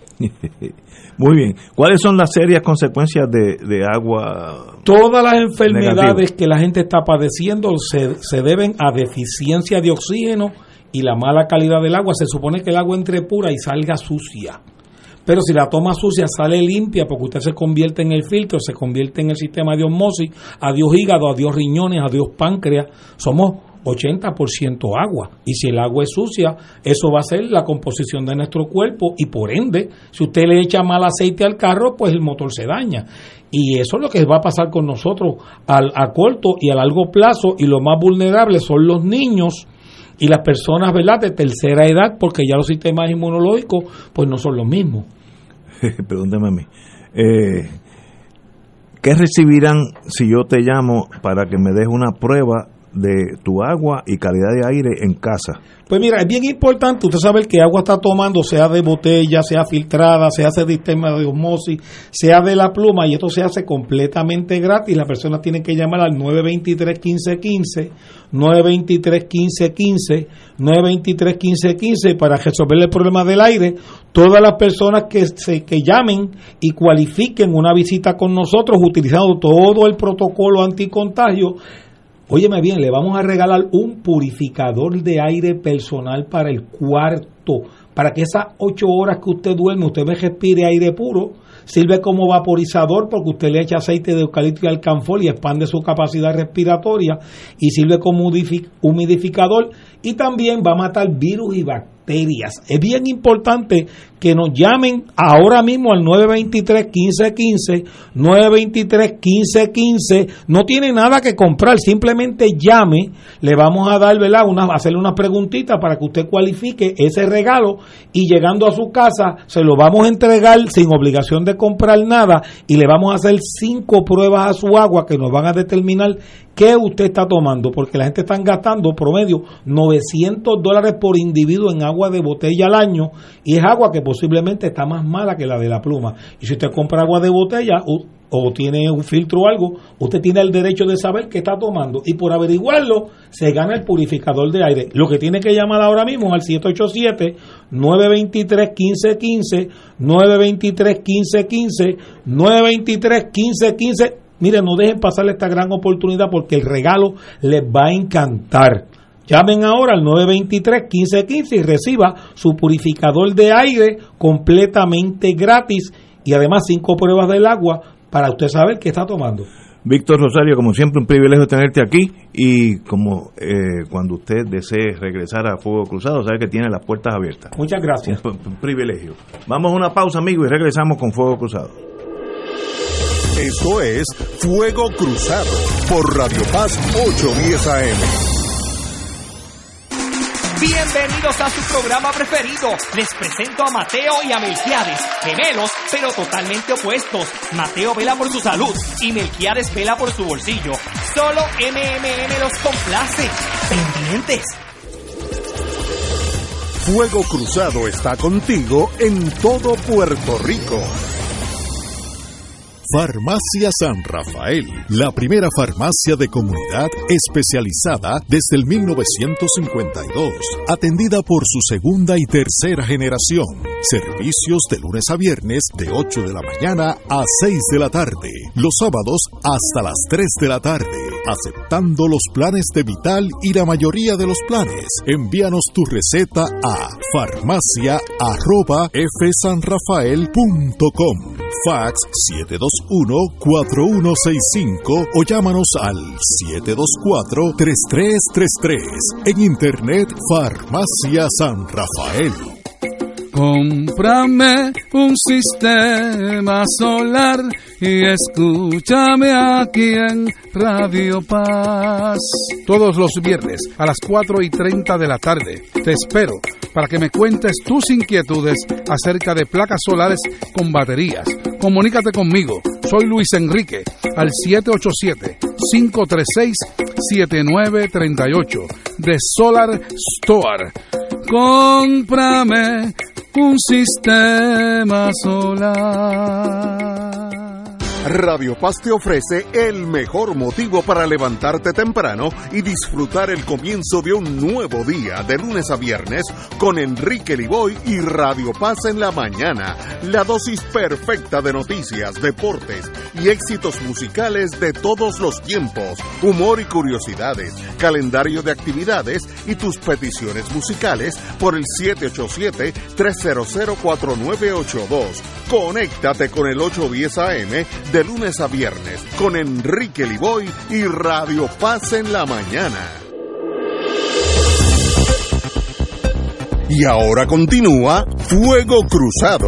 Muy bien. ¿Cuáles son las serias consecuencias de agua? Todas las enfermedades que la gente está padeciendo se deben a deficiencia de oxígeno y la mala calidad del agua. Se supone que el agua entre pura y salga sucia, pero si la toma sucia sale limpia, porque usted se convierte en el filtro, se convierte en el sistema de osmosis. Adiós hígado, adiós riñones, adiós páncreas. Somos 80% agua, y si el agua es sucia, eso va a ser la composición de nuestro cuerpo, y por ende, si usted le echa mal aceite al carro, pues el motor se daña. Y eso es lo que va a pasar con nosotros a corto y a largo plazo, y los más vulnerables son los niños y las personas, ¿verdad?, de tercera edad, porque ya los sistemas inmunológicos pues no son los mismos. Pregúntame a mí. ¿Qué recibirán si yo te llamo para que me des una prueba de tu agua y calidad de aire en casa? Pues mira, es bien importante usted saber qué agua está tomando, sea de botella, sea filtrada, sea de sistema de osmosis, sea de la pluma, y esto se hace completamente gratis. La persona tiene que llamar al 923-1515, 923-1515, 923-1515 para resolver el problema del aire. Todas las personas que llamen y cualifiquen una visita con nosotros utilizando todo el protocolo anticontagio, óyeme bien, le vamos a regalar un purificador de aire personal para el cuarto, para que esas 8 horas que usted duerme, usted respire aire puro. Sirve como vaporizador porque usted le echa aceite de eucalipto y alcanfor y expande su capacidad respiratoria, y sirve como humidificador, y también va a matar virus y bacterias. Es bien importante que nos llamen ahora mismo al 923-1515, 923-1515. No tiene nada que comprar, simplemente llame. Le vamos a dar, ¿verdad?, hacerle unas preguntitas para que usted cualifique ese regalo, y llegando a su casa se lo vamos a entregar sin obligación de comprar nada, y le vamos a hacer 5 pruebas a su agua que nos van a determinar qué usted está tomando, porque la gente está gastando promedio $900 por individuo en agua de botella al año, y es agua que posiblemente está más mala que la de la pluma. Y si usted compra agua de botella o tiene un filtro o algo, usted tiene el derecho de saber qué está tomando, y por averiguarlo se gana el purificador de aire. Lo que tiene que llamar ahora mismo al 787-923-1515, 923-1515, 923-1515. Miren, no dejen pasar esta gran oportunidad porque el regalo les va a encantar. Llamen ahora al 923-1515 y reciba su purificador de aire completamente gratis, y además 5 pruebas del agua para usted saber qué está tomando. Víctor Rosario, como siempre, un privilegio tenerte aquí, y como cuando usted desee regresar a Fuego Cruzado, sabe que tiene las puertas abiertas. Muchas gracias. Un privilegio. Vamos a una pausa, amigos, y regresamos con Fuego Cruzado. Esto es Fuego Cruzado por Radio Paz 810 AM. Bienvenidos a su programa preferido. Les presento a Mateo y a Melquiades, gemelos pero totalmente opuestos. Mateo vela por su salud y Melquiades vela por su bolsillo. Solo MMM los complace. Pendientes. Fuego Cruzado está contigo en todo Puerto Rico. Farmacia San Rafael, la primera farmacia de comunidad especializada desde el 1952, atendida por su segunda y tercera generación. Servicios de lunes a viernes de 8 de la mañana a 6 de la tarde, los sábados hasta las 3 de la tarde, aceptando los planes de Vital y la mayoría de los planes. Envíanos tu receta a farmacia@fsanrafael.com, fax 721-4165 o llámanos al 724-3333. En internet, Farmacia San Rafael. Cómprame un sistema solar y escúchame aquí en Radio Paz. Todos los viernes a las 4:30 de la tarde te espero para que me cuentes tus inquietudes acerca de placas solares con baterías. Comunícate conmigo, soy Luis Enrique, al 787-536-7938 de Solar Store. Cómprame un sistema solar. Radio Paz te ofrece el mejor motivo para levantarte temprano y disfrutar el comienzo de un nuevo día de lunes a viernes con Enrique Liboy y Radio Paz en la mañana. La dosis perfecta de noticias, deportes y éxitos musicales de todos los tiempos, humor y curiosidades, calendario de actividades y tus peticiones musicales por el 787-300-4982. Conéctate con el 810 AM de lunes a viernes con Enrique Liboy y Radio Paz en la mañana. Y ahora continúa Fuego Cruzado.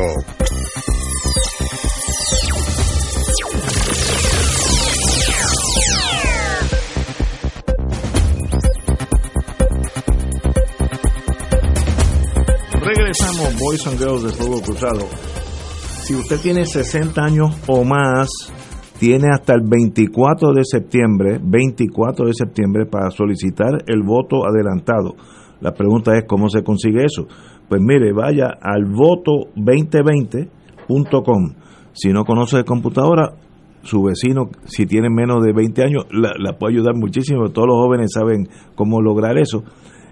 Regresamos, Boys and Girls de Fuego Cruzado. Si usted tiene 60 años o más, tiene hasta el 24 de septiembre para solicitar el voto adelantado. La pregunta es, ¿cómo se consigue eso? Pues mire, vaya al voto2020.com. Si no conoce de computadora, su vecino, si tiene menos de 20 años, la puede ayudar muchísimo. Todos los jóvenes saben cómo lograr eso.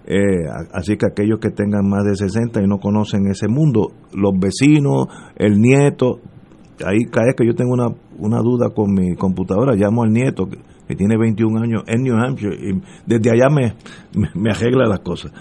Así que aquellos que tengan más de 60 y no conocen ese mundo, los vecinos, el nieto, ahí cada vez que yo tengo una duda con mi computadora, llamo al nieto que tiene 21 años en New Hampshire y desde allá me arregla las cosas.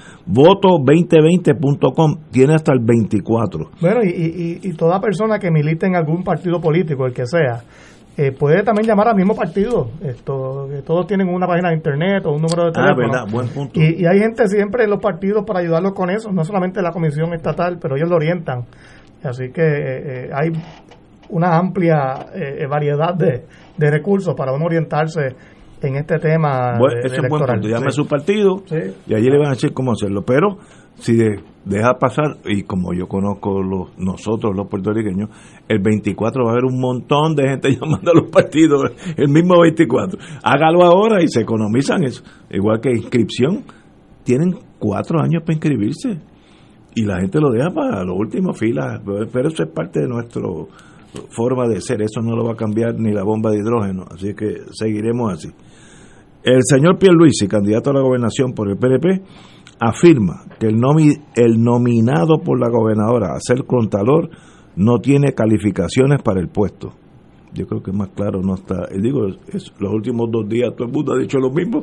Voto2020.com tiene hasta el 24. Bueno, y toda persona que milite en algún partido político, el que sea, puede también llamar al mismo partido. Todos tienen una página de internet o un número de teléfono. Verdad, buen punto. Y hay gente siempre en los partidos para ayudarlos con eso, no solamente la comisión estatal, pero ellos lo orientan. Así que hay una amplia variedad de recursos para uno orientarse en este tema. Ese es buen punto. Llame a su partido y allí le van a decir cómo hacerlo. Pero si deja pasar, y como yo conozco nosotros los puertorriqueños, el 24 va a haber un montón de gente llamando a los partidos el mismo 24. Hágalo ahora y se economizan eso. Igual que inscripción, tienen 4 años para inscribirse y la gente lo deja para los últimos filas, pero eso es parte de nuestra forma de ser. Eso no lo va a cambiar ni la bomba de hidrógeno, así que seguiremos así. El señor Pierluisi, candidato a la gobernación por el PNP, afirma que el nominado por la gobernadora a ser contralor no tiene calificaciones para el puesto. Yo creo que más claro no está. Digo, los últimos 2 días todo el mundo ha dicho lo mismo.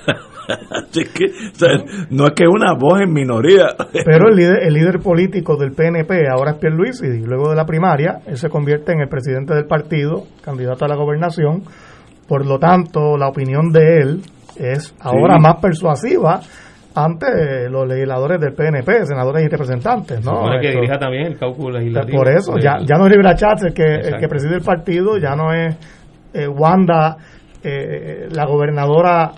Así que, o sea, no es que una voz en minoría. Pero el líder político del PNP ahora es Pierluisi, y luego de la primaria él se convierte en el presidente del partido, candidato a la gobernación. Por lo tanto, la opinión de él es ahora más persuasiva ante los legisladores del PNP, senadores y representantes, ¿no? Supone que dirija también el cálculo legislativo. Por eso, ya no es Rivera Schatz el que preside el partido, ya no es Wanda, la gobernadora,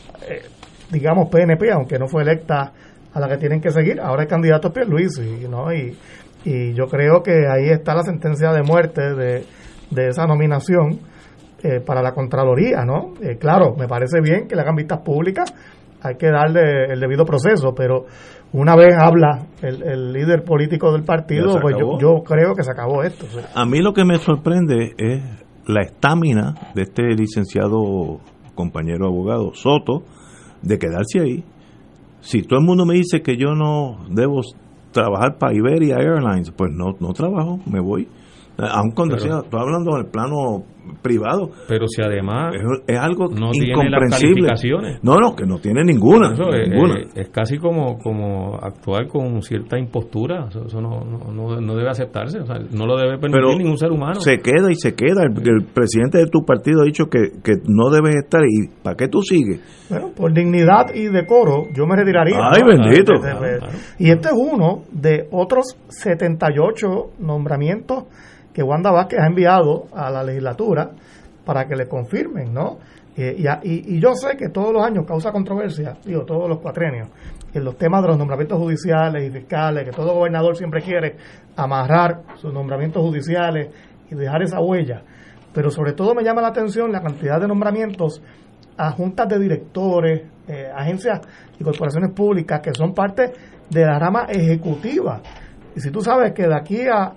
digamos PNP, aunque no fue electa, a la que tienen que seguir. Ahora el candidato es Pierluisi, ¿no? Y yo creo que ahí está la sentencia de muerte de esa nominación para la Contraloría, ¿no? Claro, me parece bien que le hagan vistas públicas hay que darle el debido proceso, pero una vez habla el líder político del partido, pues yo creo que se acabó esto. ¿Sí? A mí lo que me sorprende es la estamina de este licenciado compañero abogado Soto de quedarse ahí. Si todo el mundo me dice que yo no debo trabajar para Iberia Airlines, pues no trabajo, me voy. Aun cuando estoy hablando en el plano privado. Pero si además es algo no incomprensible. Tiene las calificaciones. No, que no tiene ninguna. Eso ninguna. Es casi como actuar con cierta impostura. Eso no debe aceptarse. O sea, no lo debe permitir ningún ser humano. Se queda y se queda. El presidente de tu partido ha dicho que no debes estar. ¿Y para qué tú sigues? Bueno, por dignidad y decoro, yo me retiraría. ¡Ay, bendito! Y este es uno de otros 78 nombramientos que Wanda Vázquez ha enviado a la legislatura para que le confirmen, ¿no? Y yo sé que todos los años causa controversia, todos los cuatrenios, en los temas de los nombramientos judiciales y fiscales, que todo gobernador siempre quiere amarrar sus nombramientos judiciales y dejar esa huella. Pero sobre todo me llama la atención la cantidad de nombramientos a juntas de directores, agencias y corporaciones públicas que son parte de la rama ejecutiva. Y si tú sabes que de aquí a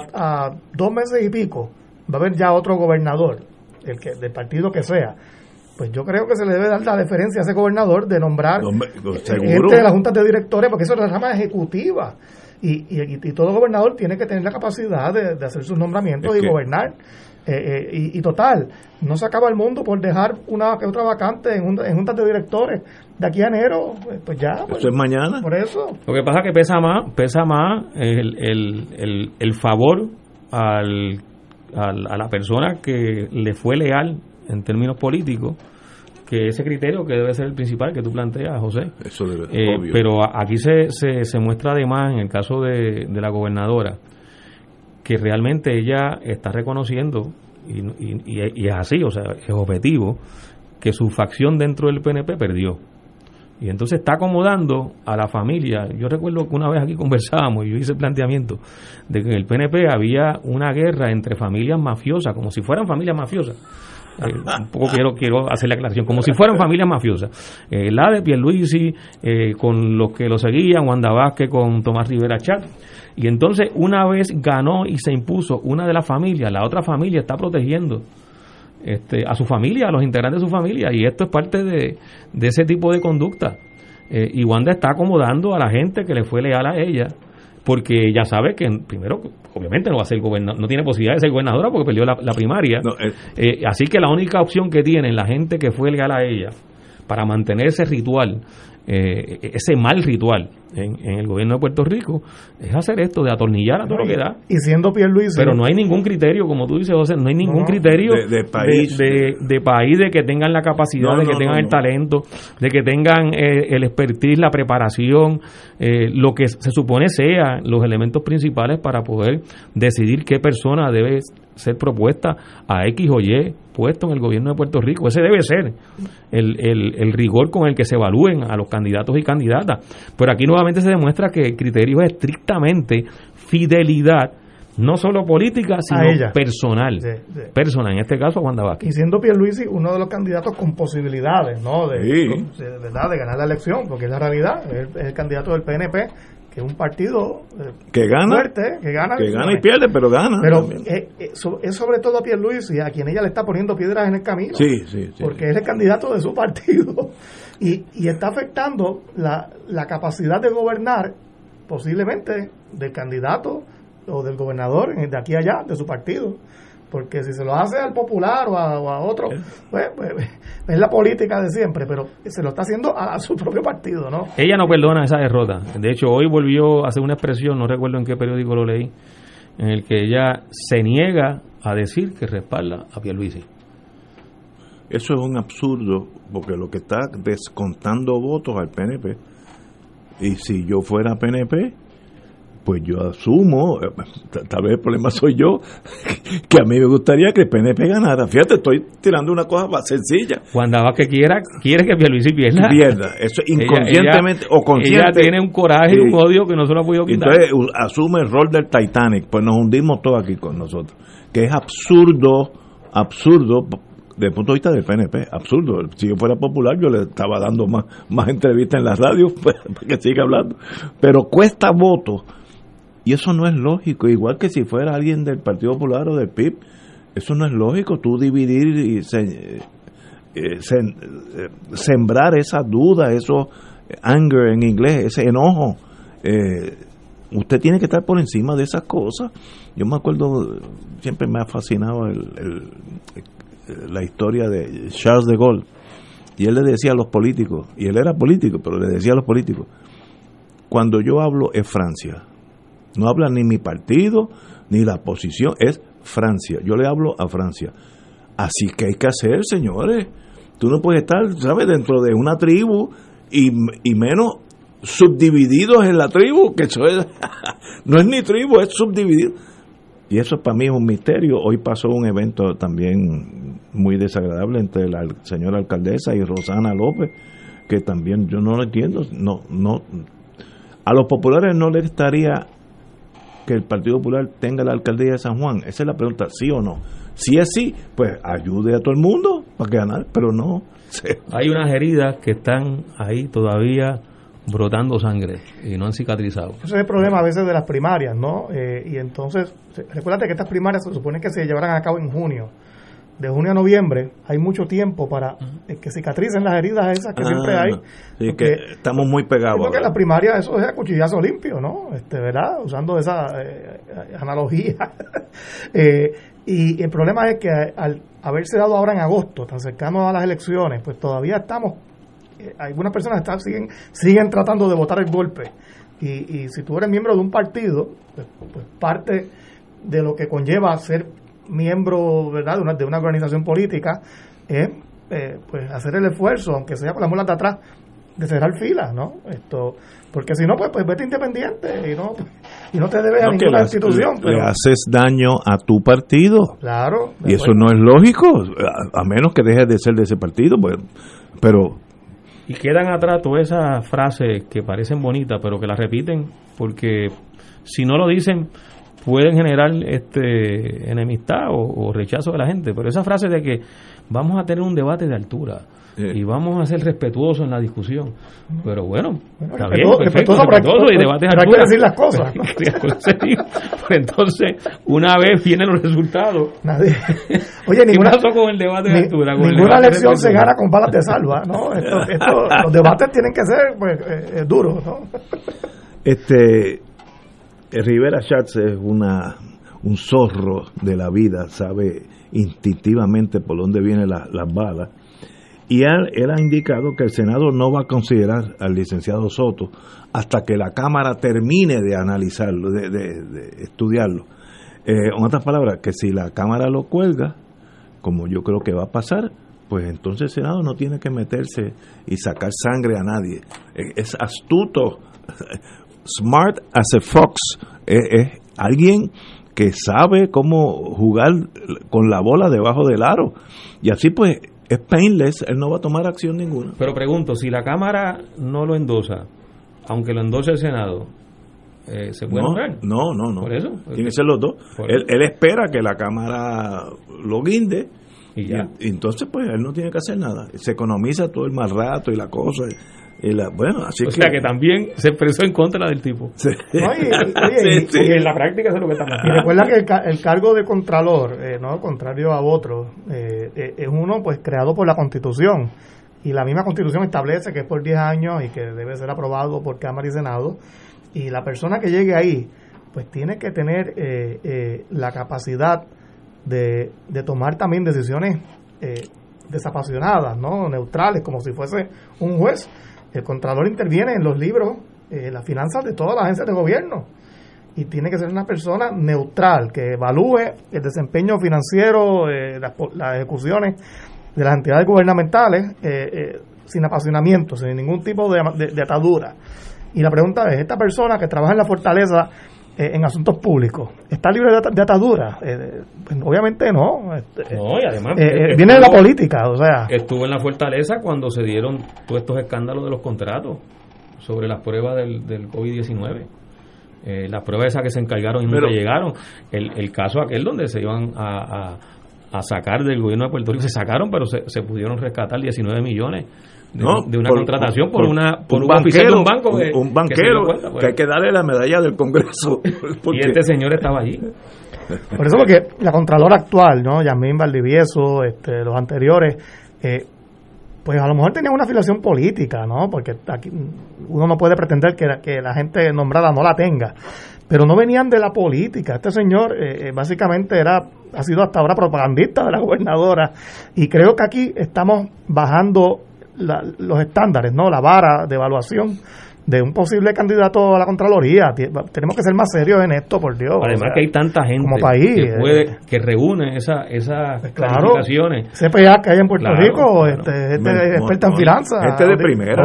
2 meses y pico va a haber ya otro gobernador, del partido que sea, pues yo creo que se le debe dar la deferencia a ese gobernador de nombrar gente de las juntas de directores, porque eso es la rama ejecutiva y todo gobernador tiene que tener la capacidad de hacer sus nombramientos y gobernar. Y total, no se acaba el mundo por dejar una que otra vacante en juntas de directores de aquí a enero, pues ya. Pues, eso es mañana. Por eso. Lo que pasa es que pesa más el favor a la persona que le fue leal en términos políticos, que ese criterio que debe ser el principal que tú planteas, José. Eso debe ser obvio. Pero aquí se muestra además en el caso de la gobernadora que realmente ella está reconociendo y es así, o sea, es objetivo, que su facción dentro del PNP perdió. Y entonces está acomodando a la familia. Yo recuerdo que una vez aquí conversábamos y yo hice el planteamiento de que en el PNP había una guerra entre familias mafiosas, como si fueran familias mafiosas. Un poco quiero hacer la aclaración, como si fueran familias mafiosas. La de Pierluisi con los que lo seguían, Wanda Vázquez con Tomás Rivera Chat. Y entonces una vez ganó y se impuso una de las familias, la otra familia está protegiendo a su familia, a los integrantes de su familia, y esto es parte de ese tipo de conducta. Y Wanda está acomodando a la gente que le fue leal a ella, porque ya sabe que primero, obviamente no va a ser no tiene posibilidad de ser gobernadora porque perdió la primaria. Así que la única opción que tienen la gente que fue leal a ella para mantener ese ritual, ese mal ritual en el gobierno de Puerto Rico, es hacer esto de atornillar a todo lo que da. Y siendo Pierluisi, pero no hay ningún criterio, como tú dices, José, no hay ningún criterio de país, de país, de que tengan la capacidad, de que tengan el talento, de que tengan el expertise, la preparación, lo que se supone sean los elementos principales para poder decidir qué persona debe ser propuesta a X o Y puesto en el gobierno de Puerto Rico. Ese debe ser el rigor con el que se evalúen a los candidatos y candidatas. Pero aquí nuevamente se demuestra que el criterio es estrictamente fidelidad, no solo política, sino personal. Sí. Personal, en este caso, Wanda Vázquez. Y siendo Pierluisi uno de los candidatos con posibilidades, ¿no? De ganar la elección, porque es la realidad, es el candidato del PNP, que es un partido que gana, fuerte, que gana y pierde, pero gana. Pero es sobre todo a Pierluisi, a quien ella le está poniendo piedras en el camino, porque es el candidato de su partido y está afectando la capacidad de gobernar posiblemente del candidato o del gobernador de aquí a allá, de su partido. Porque si se lo hace al popular o a otro, pues es la política de siempre, pero se lo está haciendo a su propio partido, ¿no? Ella no perdona esa derrota. De hecho, hoy volvió a hacer una expresión, no recuerdo en qué periódico lo leí, en el que ella se niega a decir que respalda a Pierluisi. Eso es un absurdo, porque lo que está descontando votos al PNP. Y si yo fuera PNP, pues yo asumo, tal vez el problema soy yo, que a mí me gustaría que el PNP ganara. Fíjate, estoy tirando una cosa más sencilla. Cuando que quiere que Pierluisi pierda. Eso inconscientemente o consciente. Ella tiene un coraje y un odio que no se lo ha podido quitar. Entonces asume el rol del Titanic, pues nos hundimos todos aquí con nosotros. Que es absurdo desde el punto de vista del PNP, absurdo. Si yo fuera popular, yo le estaba dando más entrevistas en la radio para que siga hablando. Pero cuesta votos, y eso no es lógico. Igual que si fuera alguien del Partido Popular o del PIB, eso no es lógico. Tú dividir y sembrar esa duda, eso anger en inglés, ese enojo. Usted tiene que estar por encima de esas cosas. Yo me acuerdo, siempre me ha fascinado la historia de Charles de Gaulle, y él le decía a los políticos, y él era político, pero le decía a los políticos: cuando yo hablo es Francia, no habla ni mi partido ni la oposición, es Francia, yo le hablo a Francia. Así que hay que hacer, señores. Tú no puedes estar, ¿sabes?, dentro de una tribu y menos subdivididos en la tribu, que eso es no es ni tribu, es subdividido. Y eso para mí es un misterio. Hoy pasó un evento también muy desagradable entre la señora alcaldesa y Rosana López, que también yo no lo entiendo. No, a los populares no les estaría que el Partido Popular tenga la alcaldía de San Juan. Esa es la pregunta, ¿sí o no? Si es sí, pues ayude a todo el mundo para ganar, pero no. Hay unas heridas que están ahí todavía brotando sangre y no han cicatrizado. Ese es el problema a veces de las primarias, ¿no? Y entonces, recuérdate que estas primarias se supone que se llevarán a cabo en junio. De junio a noviembre hay mucho tiempo para que cicatricen las heridas esas que siempre hay. Sí, que estamos muy pegados. Porque las primarias eso es a cuchillazo limpio, ¿no? ¿Verdad? Usando esa analogía. Y el problema es que al haberse dado ahora en agosto, tan cercano a las elecciones, pues todavía estamos, algunas personas siguen tratando de votar el golpe. Y si tú eres miembro de un partido, pues parte de lo que conlleva ser miembro, ¿verdad?, de una organización política es pues hacer el esfuerzo, aunque sea con las mulas de atrás, de cerrar filas, ¿no? Porque si no, pues vete independiente y no te debes a ninguna institución. Le haces daño a tu partido. Claro. Y eso no es lógico, a menos que dejes de ser de ese partido, pues, pero... Y quedan atrás todas esas frases que parecen bonitas, pero que las repiten, porque si no lo dicen, pueden generar enemistad o rechazo de la gente. Pero esa frase de que vamos a tener un debate de altura y vamos a ser respetuosos en la discusión, pero bueno, está bien, respetuoso y debate de altura, hay que decir las cosas, ¿no? Pues entonces una vez vienen los resultados. Oye, ¿qué pasó con el debate de altura? Ninguna elección se gana con balas de salva, ¿no? Los debates tienen que ser pues duros, ¿no? Rivera Schatz es un zorro de la vida, sabe instintivamente por dónde vienen las balas, y él ha indicado que el Senado no va a considerar al licenciado Soto hasta que la Cámara termine de analizarlo, de estudiarlo. En otras palabras, que si la Cámara lo cuelga, como yo creo que va a pasar, pues entonces el Senado no tiene que meterse y sacar sangre a nadie. Es astuto, smart as a fox, es alguien que sabe cómo jugar con la bola debajo del aro, y así pues es painless, él no va a tomar acción ninguna. Pero pregunto, si la Cámara no lo endosa, aunque lo endose el Senado, ¿se puede mover? No. ¿Por eso? Tiene que ser los dos. Él espera que la Cámara lo guinde y entonces pues él no tiene que hacer nada. Se economiza todo el mal rato y la cosa. Bueno, así o sea que también se expresó en contra del tipo. Sí. Y en la práctica eso es lo que está pasando. Y recuerda que el cargo de contralor, no contrario a otros, es uno pues creado por la Constitución, y la misma Constitución establece que es por 10 años y que debe ser aprobado por Cámara y Senado, y la persona que llegue ahí pues tiene que tener la capacidad de tomar también decisiones desapasionadas, ¿no?, neutrales, como si fuese un juez. El Contralor interviene en los libros, las finanzas de todas las agencias de gobierno, y tiene que ser una persona neutral, que evalúe el desempeño financiero, las ejecuciones de las entidades gubernamentales, sin apasionamiento, sin ningún tipo de atadura. Y la pregunta es, ¿esta persona que trabaja en la Fortaleza en asuntos públicos está libre de atadura? Pues obviamente no. Y además viene de la política, o sea. Estuvo en la Fortaleza cuando se dieron todos estos escándalos de los contratos sobre las pruebas del COVID-19. Las pruebas esas que se encargaron y nunca llegaron. El caso aquel donde se iban a a sacar del gobierno de Puerto Rico. Se sacaron, pero se pudieron rescatar 19 millones de una contratación por un oficial de un banco. Un banquero que hay que darle la medalla del Congreso. Y este señor estaba allí. Por eso, porque la Contralora actual, ¿no? Yasmín Valdivieso, los anteriores, pues a lo mejor tenían una afiliación política, ¿no? Porque aquí uno no puede pretender que la gente nombrada no la tenga, pero no venían de la política. Este señor básicamente ha sido hasta ahora propagandista de la gobernadora, y creo que aquí estamos bajando los estándares, ¿no? La vara de evaluación de un posible candidato a la Contraloría. Tenemos que ser más serios en esto, por Dios. Además, que hay tanta gente como país, que reúne esas claro, calificaciones. CPA que hay en Puerto Rico, gente experta en finanzas. Gente de primera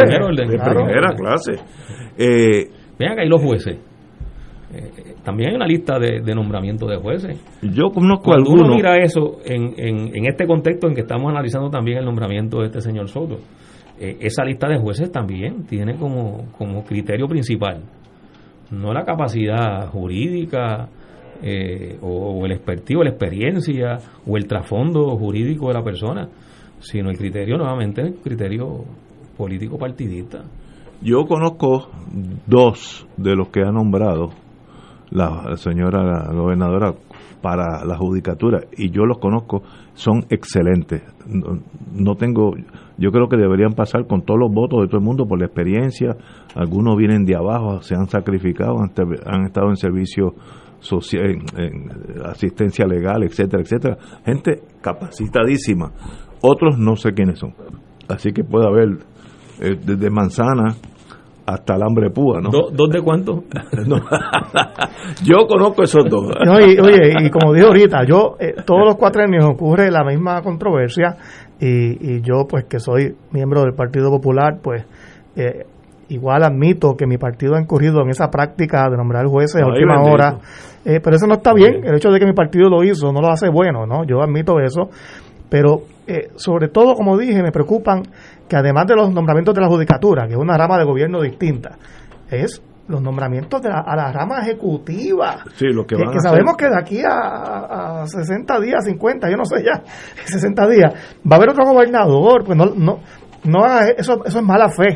clase. Vean que hay los jueces. También hay una lista de nombramientos de jueces. Yo conozco Cuando algunos. uno mira eso en este contexto en que estamos analizando también el nombramiento de este señor Soto, esa lista de jueces también tiene como criterio principal no la capacidad jurídica o el expertise, la experiencia o el trasfondo jurídico de la persona, sino el criterio, nuevamente, el criterio político partidista. Yo conozco dos de los que ha nombrado la señora gobernadora para la judicatura, y yo los conozco, son excelentes. No tengo, yo creo que deberían pasar con todos los votos de todo el mundo por la experiencia. Algunos vienen de abajo, se han sacrificado, han estado en servicio social, en asistencia legal, etcétera, etcétera. Gente capacitadísima. Otros no sé quiénes son. Así que puede haber desde manzana hasta alambre púa, ¿no? ¿Dos de cuánto? No. Yo conozco esos dos. No, y como dije ahorita, todos los cuatrenios ocurre la misma controversia, y yo, pues, que soy miembro del Partido Popular, pues igual admito que mi partido ha incurrido en esa práctica de nombrar jueces a última hora, pero eso no está bien. El hecho de que mi partido lo hizo no lo hace bueno, ¿no? Yo admito eso, pero sobre todo, como dije, me preocupan que además de los nombramientos de la judicatura, que es una rama de gobierno distinta, es los nombramientos a la rama ejecutiva, sí, lo que van que a sabemos hacer. que de aquí a 60 días, 50, yo no sé ya, 60 días, va a haber otro gobernador. Pues no haga eso es mala fe.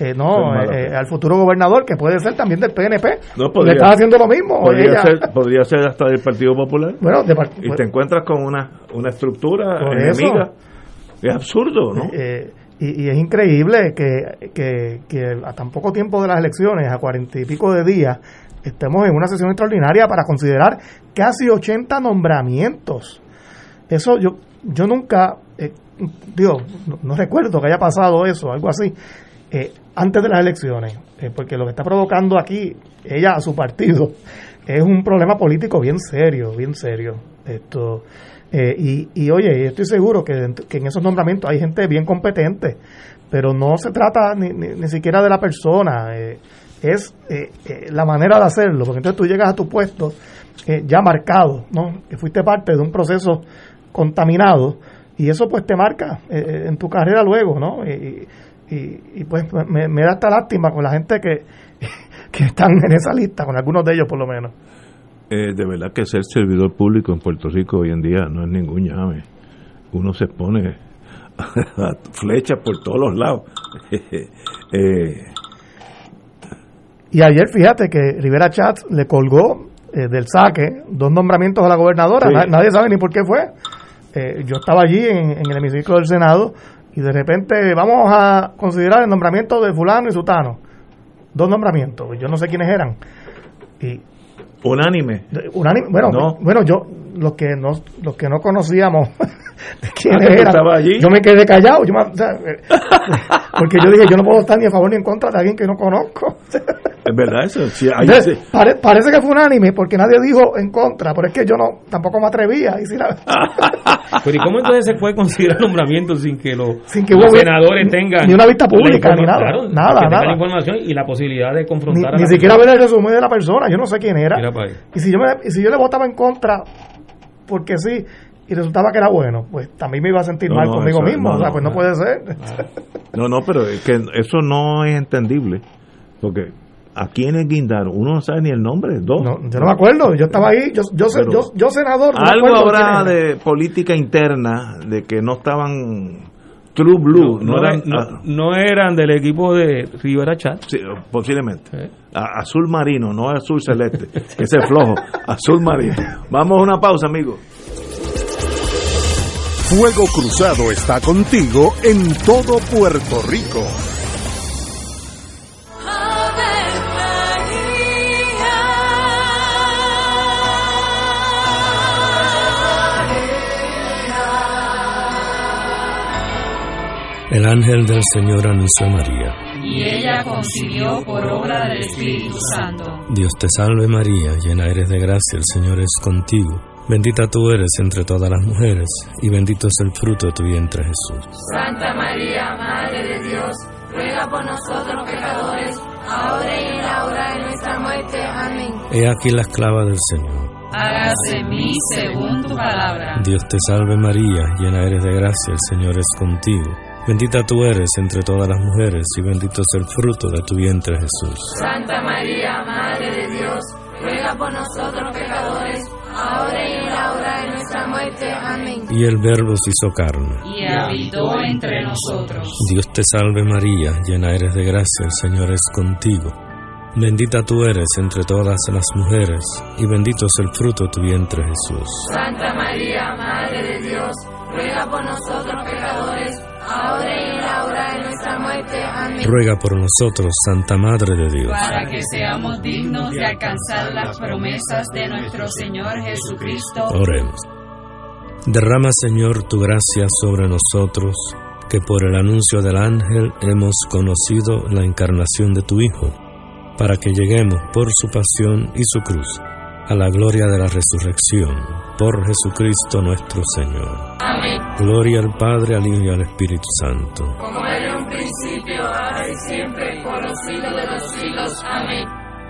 Al futuro gobernador, que puede ser también del PNP, le está haciendo lo mismo. Podría ser hasta del Partido Popular. Bueno, y te encuentras con una estructura enemiga. Es absurdo, ¿no? Y es increíble que a tan poco tiempo de las elecciones, a 40 y pico de días, estemos en una sesión extraordinaria para considerar casi 80 nombramientos. Eso yo nunca, no recuerdo que haya pasado eso, algo así, antes de las elecciones, porque lo que está provocando aquí ella a su partido es un problema político bien serio. Oye, estoy seguro que en esos nombramientos hay gente bien competente, pero no se trata ni siquiera de la persona, es la manera de hacerlo, porque entonces tú llegas a tu puesto ya marcado, ¿no? Que fuiste parte de un proceso contaminado, y eso pues te marca en tu carrera luego, ¿no? Y pues me da hasta lástima con la gente que están en esa lista, con algunos de ellos por lo menos. De verdad que ser servidor público en Puerto Rico hoy en día no es ningún llame. Uno se pone a flechas por todos los lados. Y ayer, fíjate que Rivera Schatz le colgó del saque 2 nombramientos a la gobernadora. Sí. Nadie sabe ni por qué fue. Yo estaba allí en el hemiciclo del Senado, y de repente vamos a considerar el nombramiento de fulano y sutano. 2 nombramientos, yo no sé quiénes eran. Y unánime. Bueno, yo los que no conocíamos de quiénes eran, yo me quedé callado, porque yo dije, yo no puedo estar ni a favor ni en contra de alguien que no conozco. Es verdad eso. Sí, entonces, parece que fue unánime porque nadie dijo en contra, pero es que yo tampoco me atrevía. Pero ¿y cómo entonces se puede considerar nombramiento sin que los senadores tengan ni una vista pública ni nada? Claro, nada. La información y la posibilidad de confrontar ni siquiera ver el resumen de la persona. Yo no sé quién era. Y si yo le votaba en contra porque sí, y resultaba que era bueno, pues también me iba a sentir mal conmigo mismo. Pues no puede ser. No, pero es que eso no es entendible, porque ¿A quiénes guindaron? Uno no sabe ni el nombre. Dos. No, yo no me acuerdo, yo estaba ahí, yo senador. No algo habrá de política interna, de que no estaban True Blue. No eran del equipo de Rivera Chat. Sí, posiblemente. Azul marino, no azul celeste. Ese es flojo. Azul marino. Vamos a una pausa, amigos. Fuego Cruzado está contigo en todo Puerto Rico. El ángel del Señor anunció a María. Y ella concibió por obra del Espíritu Santo. Dios te salve María, llena eres de gracia, el Señor es contigo. Bendita tú eres entre todas las mujeres, y bendito es el fruto de tu vientre Jesús. Santa María, Madre de Dios, ruega por nosotros pecadores, ahora y en la hora de nuestra muerte. Amén. He aquí la esclava del Señor. Hágase en mí según tu palabra. Dios te salve María, llena eres de gracia, el Señor es contigo. Bendita tú eres entre todas las mujeres, y bendito es el fruto de tu vientre Jesús. Santa María, Madre de Dios, ruega por nosotros pecadores, ahora y en la hora de nuestra muerte. Amén. Y el Verbo se hizo carne, y habitó entre nosotros. Dios te salve María, llena eres de gracia, el Señor es contigo. Bendita tú eres entre todas las mujeres, y bendito es el fruto de tu vientre Jesús. Santa María, Madre de Dios, ruega por nosotros pecadores, ahora y en la hora de nuestra muerte. Amén. Ruega por nosotros, Santa Madre de Dios, para que seamos dignos de alcanzar las promesas de nuestro Señor Jesucristo. Oremos. Derrama, Señor, tu gracia sobre nosotros, que por el anuncio del ángel hemos conocido la encarnación de tu Hijo, para que lleguemos por su pasión y su cruz a la gloria de la resurrección, por Jesucristo nuestro Señor. Amén. Gloria al Padre, al Hijo y al Espíritu Santo. Como era en un principio, ahora y siempre, por los siglos de los siglos. Amén.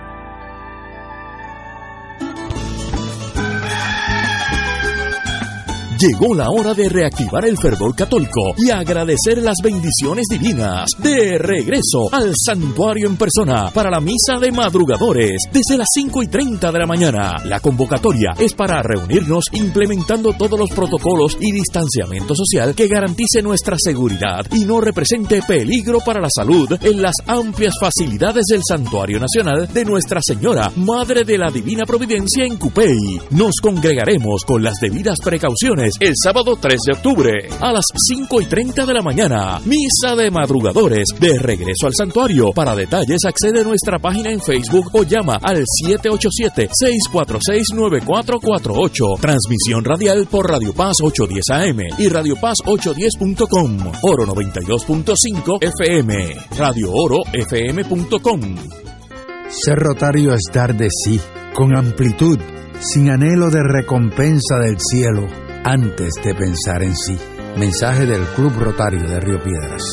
Llegó la hora de reactivar el fervor católico y agradecer las bendiciones divinas. De regreso al santuario en persona para la misa de madrugadores desde las 5:30 de la mañana. La convocatoria es para reunirnos implementando todos los protocolos y distanciamiento social que garantice nuestra seguridad y no represente peligro para la salud en las amplias facilidades del Santuario Nacional de Nuestra Señora, Madre de la Divina Providencia en Cupey. Nos congregaremos con las debidas precauciones el sábado 3 de octubre a las 5:30 de la mañana. Misa de madrugadores de regreso al santuario. Para detalles accede a nuestra página en Facebook o llama al 787-646-9448. Transmisión radial por Radio Paz 810 AM y Radio Paz 810.com. Oro 92.5 FM. Radio Oro FM.com. Ser rotario es dar de sí, con amplitud, sin anhelo de recompensa del cielo, antes de pensar en sí. Mensaje del Club Rotario de Río Piedras.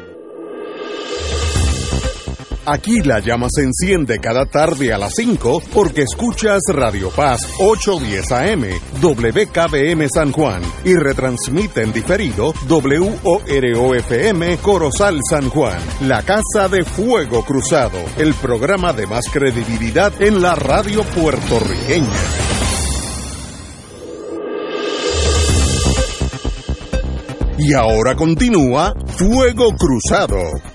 Aquí la llama se enciende cada tarde a las 5 porque escuchas Radio Paz 810 AM, WKBM San Juan, y retransmite en diferido WOROFM Corozal San Juan, la Casa de Fuego Cruzado, el programa de más credibilidad en la radio puertorriqueña. Y ahora continúa Fuego Cruzado.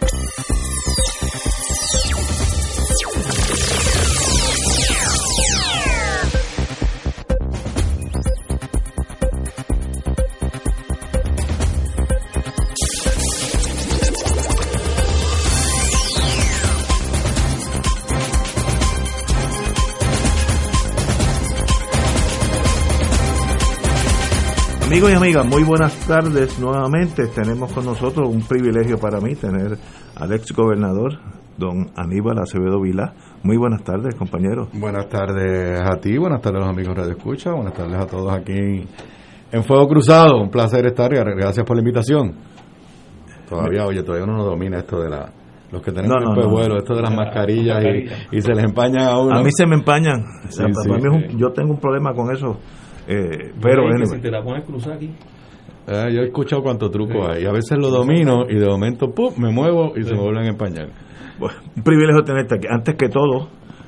Amigos y amigas, muy buenas tardes nuevamente. Tenemos con nosotros un privilegio para mí tener al ex gobernador, don Aníbal Acevedo Vilá. Muy buenas tardes, compañero. Buenas tardes a ti, buenas tardes a los amigos Radio Escucha, buenas tardes a todos aquí en Fuego Cruzado. Un placer estar y gracias por la invitación. Todavía uno no domina esto de los que tenemos vuelo, esto de las mascarillas y se les empañan a uno. A mí se me empañan. Sí, yo tengo un problema con eso. Pero si te la pones cruzada aquí. Yo he escuchado cuántos trucos hay. A veces lo domino y de momento ¡pum! Me muevo y se me vuelven a empañar. Bueno, un privilegio tenerte aquí. Antes que todo,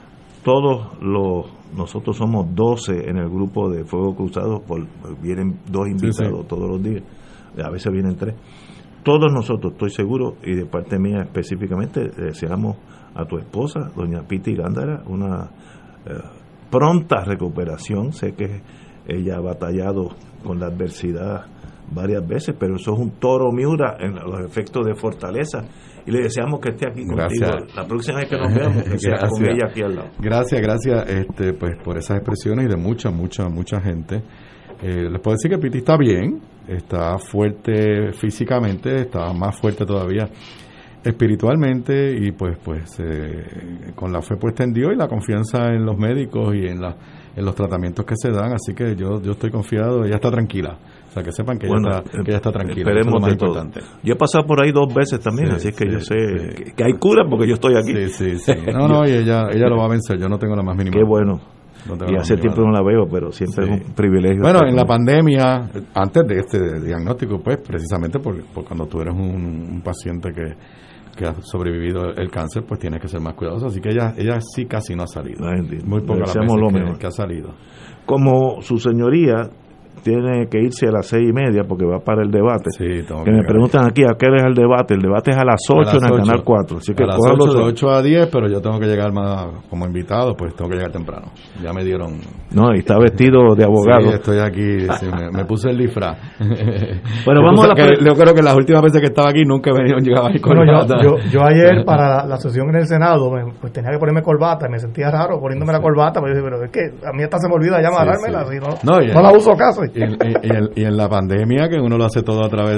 nosotros somos 12 en el grupo de Fuego Cruzado, vienen 2 invitados todos los días, a veces vienen 3. Todos nosotros, estoy seguro, y de parte mía específicamente, deseamos a tu esposa, doña Piti Gándara, una pronta recuperación. Sé que ella ha batallado con la adversidad varias veces, pero eso es un toro Miura en los efectos de fortaleza, y le deseamos que esté aquí contigo la próxima vez que nos veamos, que sea con ella aquí al lado. Gracias pues por esas expresiones y de mucha gente. Les puedo decir que Piti está bien, está fuerte físicamente, está más fuerte todavía espiritualmente, y pues con la fe puesta en Dios y la confianza en los médicos y en los tratamientos que se dan, así que yo estoy confiado. Ella está tranquila, o sea, que sepan que ella está tranquila. Esperemos, eso es lo más de todo. importante. Yo he pasado por ahí 2 veces también, así que yo sé que hay cura porque yo estoy aquí. Sí. No, y ella lo va a vencer, yo no tengo la más mínima. Qué bueno. Y hace tiempo no la veo, pero siempre es un privilegio. Bueno, en la pandemia, antes de este diagnóstico, pues precisamente por cuando tú eres un paciente que ha sobrevivido el cáncer, pues tienes que ser más cuidadoso. Así que ella sí casi no ha salido. Muy pocas las veces que ha salido. Como su señoría tiene que irse a las 6:30 porque va para el debate. Que me preguntan aquí a qué es el debate. El debate es a las 8 en el Canal 4. Así que a las 8, de 8 a 10, pero yo tengo que llegar más como invitado, pues tengo que llegar temprano. Ya me dieron... No, y está vestido de abogado. Sí, estoy aquí, me puse el disfraz. Bueno, vamos yo creo que las últimas veces que estaba aquí nunca llegaba ahí con corbata. Yo ayer para la sesión en el Senado pues tenía que ponerme corbata y me sentía raro poniéndome la corbata, pero es que a mí hasta se me olvida ya amarrármela, así no la uso caso. Y en la pandemia, que uno lo hace todo a través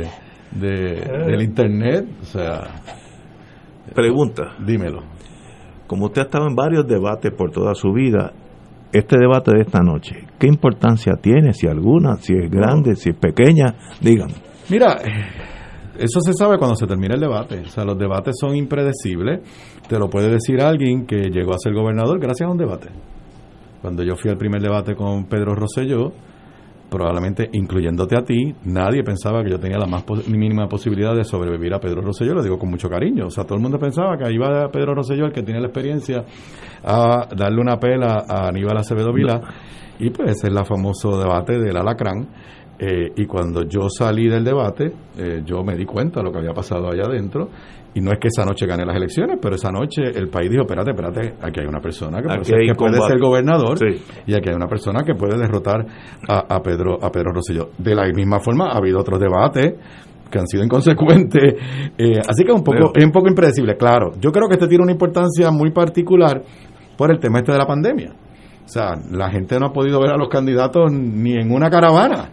del internet, o sea... Pregunta. Dímelo. Como usted ha estado en varios debates por toda su vida, este debate de esta noche, ¿qué importancia tiene? Si alguna, si es grande, si es pequeña, dígame. Mira, eso se sabe cuando se termina el debate. O sea, los debates son impredecibles. Te lo puede decir alguien que llegó a ser gobernador gracias a un debate. Cuando yo fui al primer debate con Pedro Rosselló, probablemente incluyéndote a ti, nadie pensaba que yo tenía la más mínima posibilidad de sobrevivir a Pedro Rosselló. Lo digo con mucho cariño. O sea, todo el mundo pensaba que iba a Pedro Rosselló, el que tiene la experiencia, a darle una pela a Aníbal Acevedo Vilá. Y pues ese es el famoso debate del alacrán. Y cuando yo salí del debate, yo me di cuenta de lo que había pasado allá adentro. Y no es que esa noche gané las elecciones, pero esa noche el país dijo, espérate, aquí hay una persona que puede ser gobernador, y aquí hay una persona que puede derrotar a Pedro Rosselló. De la misma forma, ha habido otros debates que han sido inconsecuentes, así que es un poco impredecible. Claro, yo creo que este tiene una importancia muy particular por el tema de la pandemia. O sea, la gente no ha podido ver a los candidatos ni en una caravana.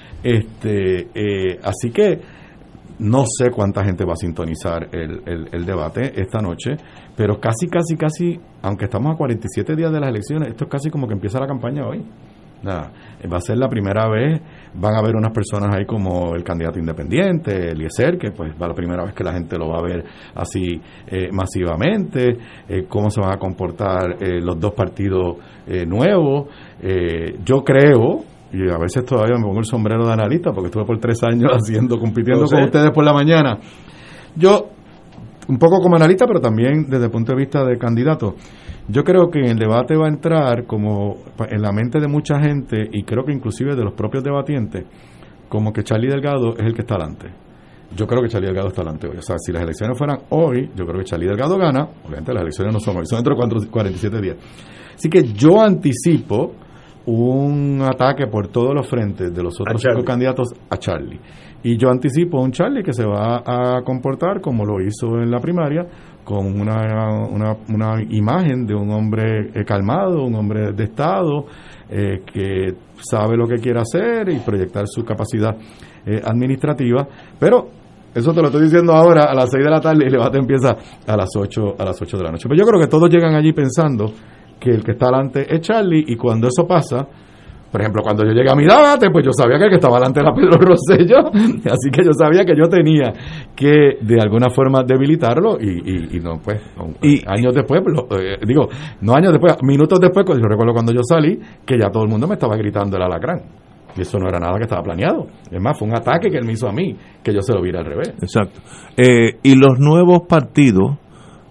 Así que no sé cuánta gente va a sintonizar el debate esta noche, pero casi, aunque estamos a 47 días de las elecciones, esto es casi como que empieza la campaña hoy. Va a ser la primera vez, van a haber unas personas ahí como el candidato independiente, Eliezer, que pues va la primera vez que la gente lo va a ver así masivamente, cómo se van a comportar los dos partidos nuevos. Yo creo, y a veces todavía me pongo el sombrero de analista porque estuve por 3 años compitiendo con ustedes por la mañana. Yo, un poco como analista, pero también desde el punto de vista de candidato, yo creo que el debate va a entrar como en la mente de mucha gente, y creo que inclusive de los propios debatientes, como que Charlie Delgado es el que está adelante. Yo creo que Charlie Delgado está adelante hoy. O sea, si las elecciones fueran hoy, yo creo que Charlie Delgado gana. Obviamente las elecciones no son hoy, son dentro de 47 días. Así que yo anticipo un ataque por todos los frentes de los otros 5 candidatos a Charlie. Y yo anticipo a un Charlie que se va a comportar como lo hizo en la primaria, con una imagen de un hombre calmado, un hombre de Estado, que sabe lo que quiere hacer y proyectar su capacidad administrativa. Pero eso te lo estoy diciendo ahora a las 6 de la tarde y el debate empieza a las 8 de la noche. Pero yo creo que todos llegan allí pensando que el que está adelante es Charlie, y cuando eso pasa, por ejemplo, cuando yo llegué a mi debate, pues yo sabía que el que estaba adelante era Pedro Rosselló, así que yo sabía que yo tenía que de alguna forma debilitarlo, y no, pues, años después, minutos después, yo recuerdo cuando yo salí, que ya todo el mundo me estaba gritando el alacrán. Y eso no era nada que estaba planeado. Es más, fue un ataque que él me hizo a mí, que yo se lo viera al revés. Exacto. Y los nuevos partidos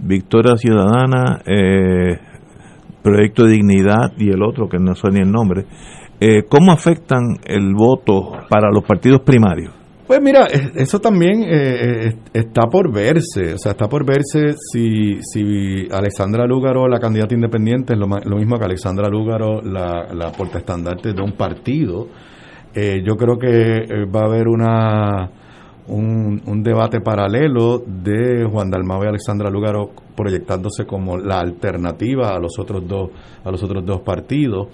Victoria Ciudadana, Proyecto de Dignidad y el otro que no sé ni el nombre, ¿cómo afectan el voto para los partidos primarios? Pues mira, eso también está por verse, o sea, está por verse si Alexandra Lúgaro, la candidata independiente, es lo mismo que Alexandra Lúgaro, la portaestandarte de un partido. Yo creo que va a haber un debate paralelo de Juan Dalmau y Alexandra Lúgaro proyectándose como la alternativa a los otros dos partidos.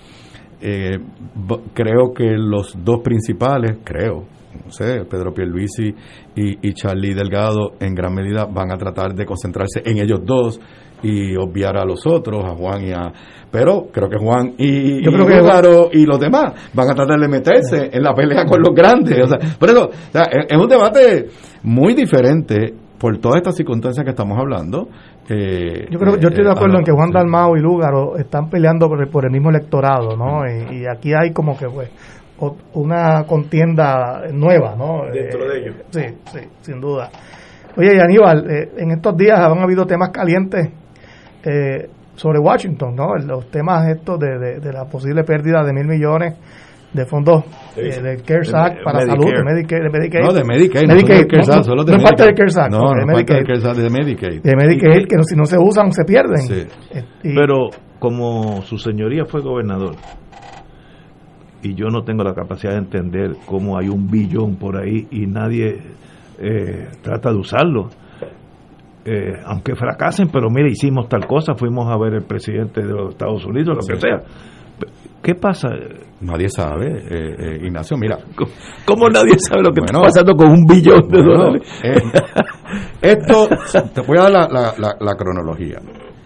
Creo que los dos principales, no sé, Pedro Pierluisi y Charlie Delgado en gran medida van a tratar de concentrarse en ellos dos y obviar a los otros, a Juan pero creo que Juan y Lúgaro y los demás van a tratar de meterse en la pelea con los grandes. O sea, por eso, o sea, es un debate muy diferente por todas estas circunstancias que estamos hablando. Yo estoy de acuerdo en que Juan Dalmau y Lúgaro están peleando por el mismo electorado, ¿no? Y aquí hay como que pues una contienda nueva, ¿no? Dentro de ellos. Sí, sin duda. Oye, y Aníbal, en estos días han habido temas calientes sobre Washington, ¿no? Los temas estos de la posible pérdida de $1,000 millones de fondos del CARES Act para salud, de Medicaid. No, de Medicaid. No es parte del CARES Act. No es parte del CARES Act, de Medicaid. De Medicaid, que si no se usan, se pierden. Sí. Pero como su señoría fue gobernador, y yo no tengo la capacidad de entender cómo hay $1 billón por ahí y nadie trata de usarlo, aunque fracasen, pero mire, hicimos tal cosa, fuimos a ver el presidente de los Estados Unidos, lo que sea. ¿Qué pasa? Nadie sabe, Ignacio, mira. ¿Cómo nadie sabe lo que está pasando con $1 billón de dólares? Esto, te voy a dar la cronología.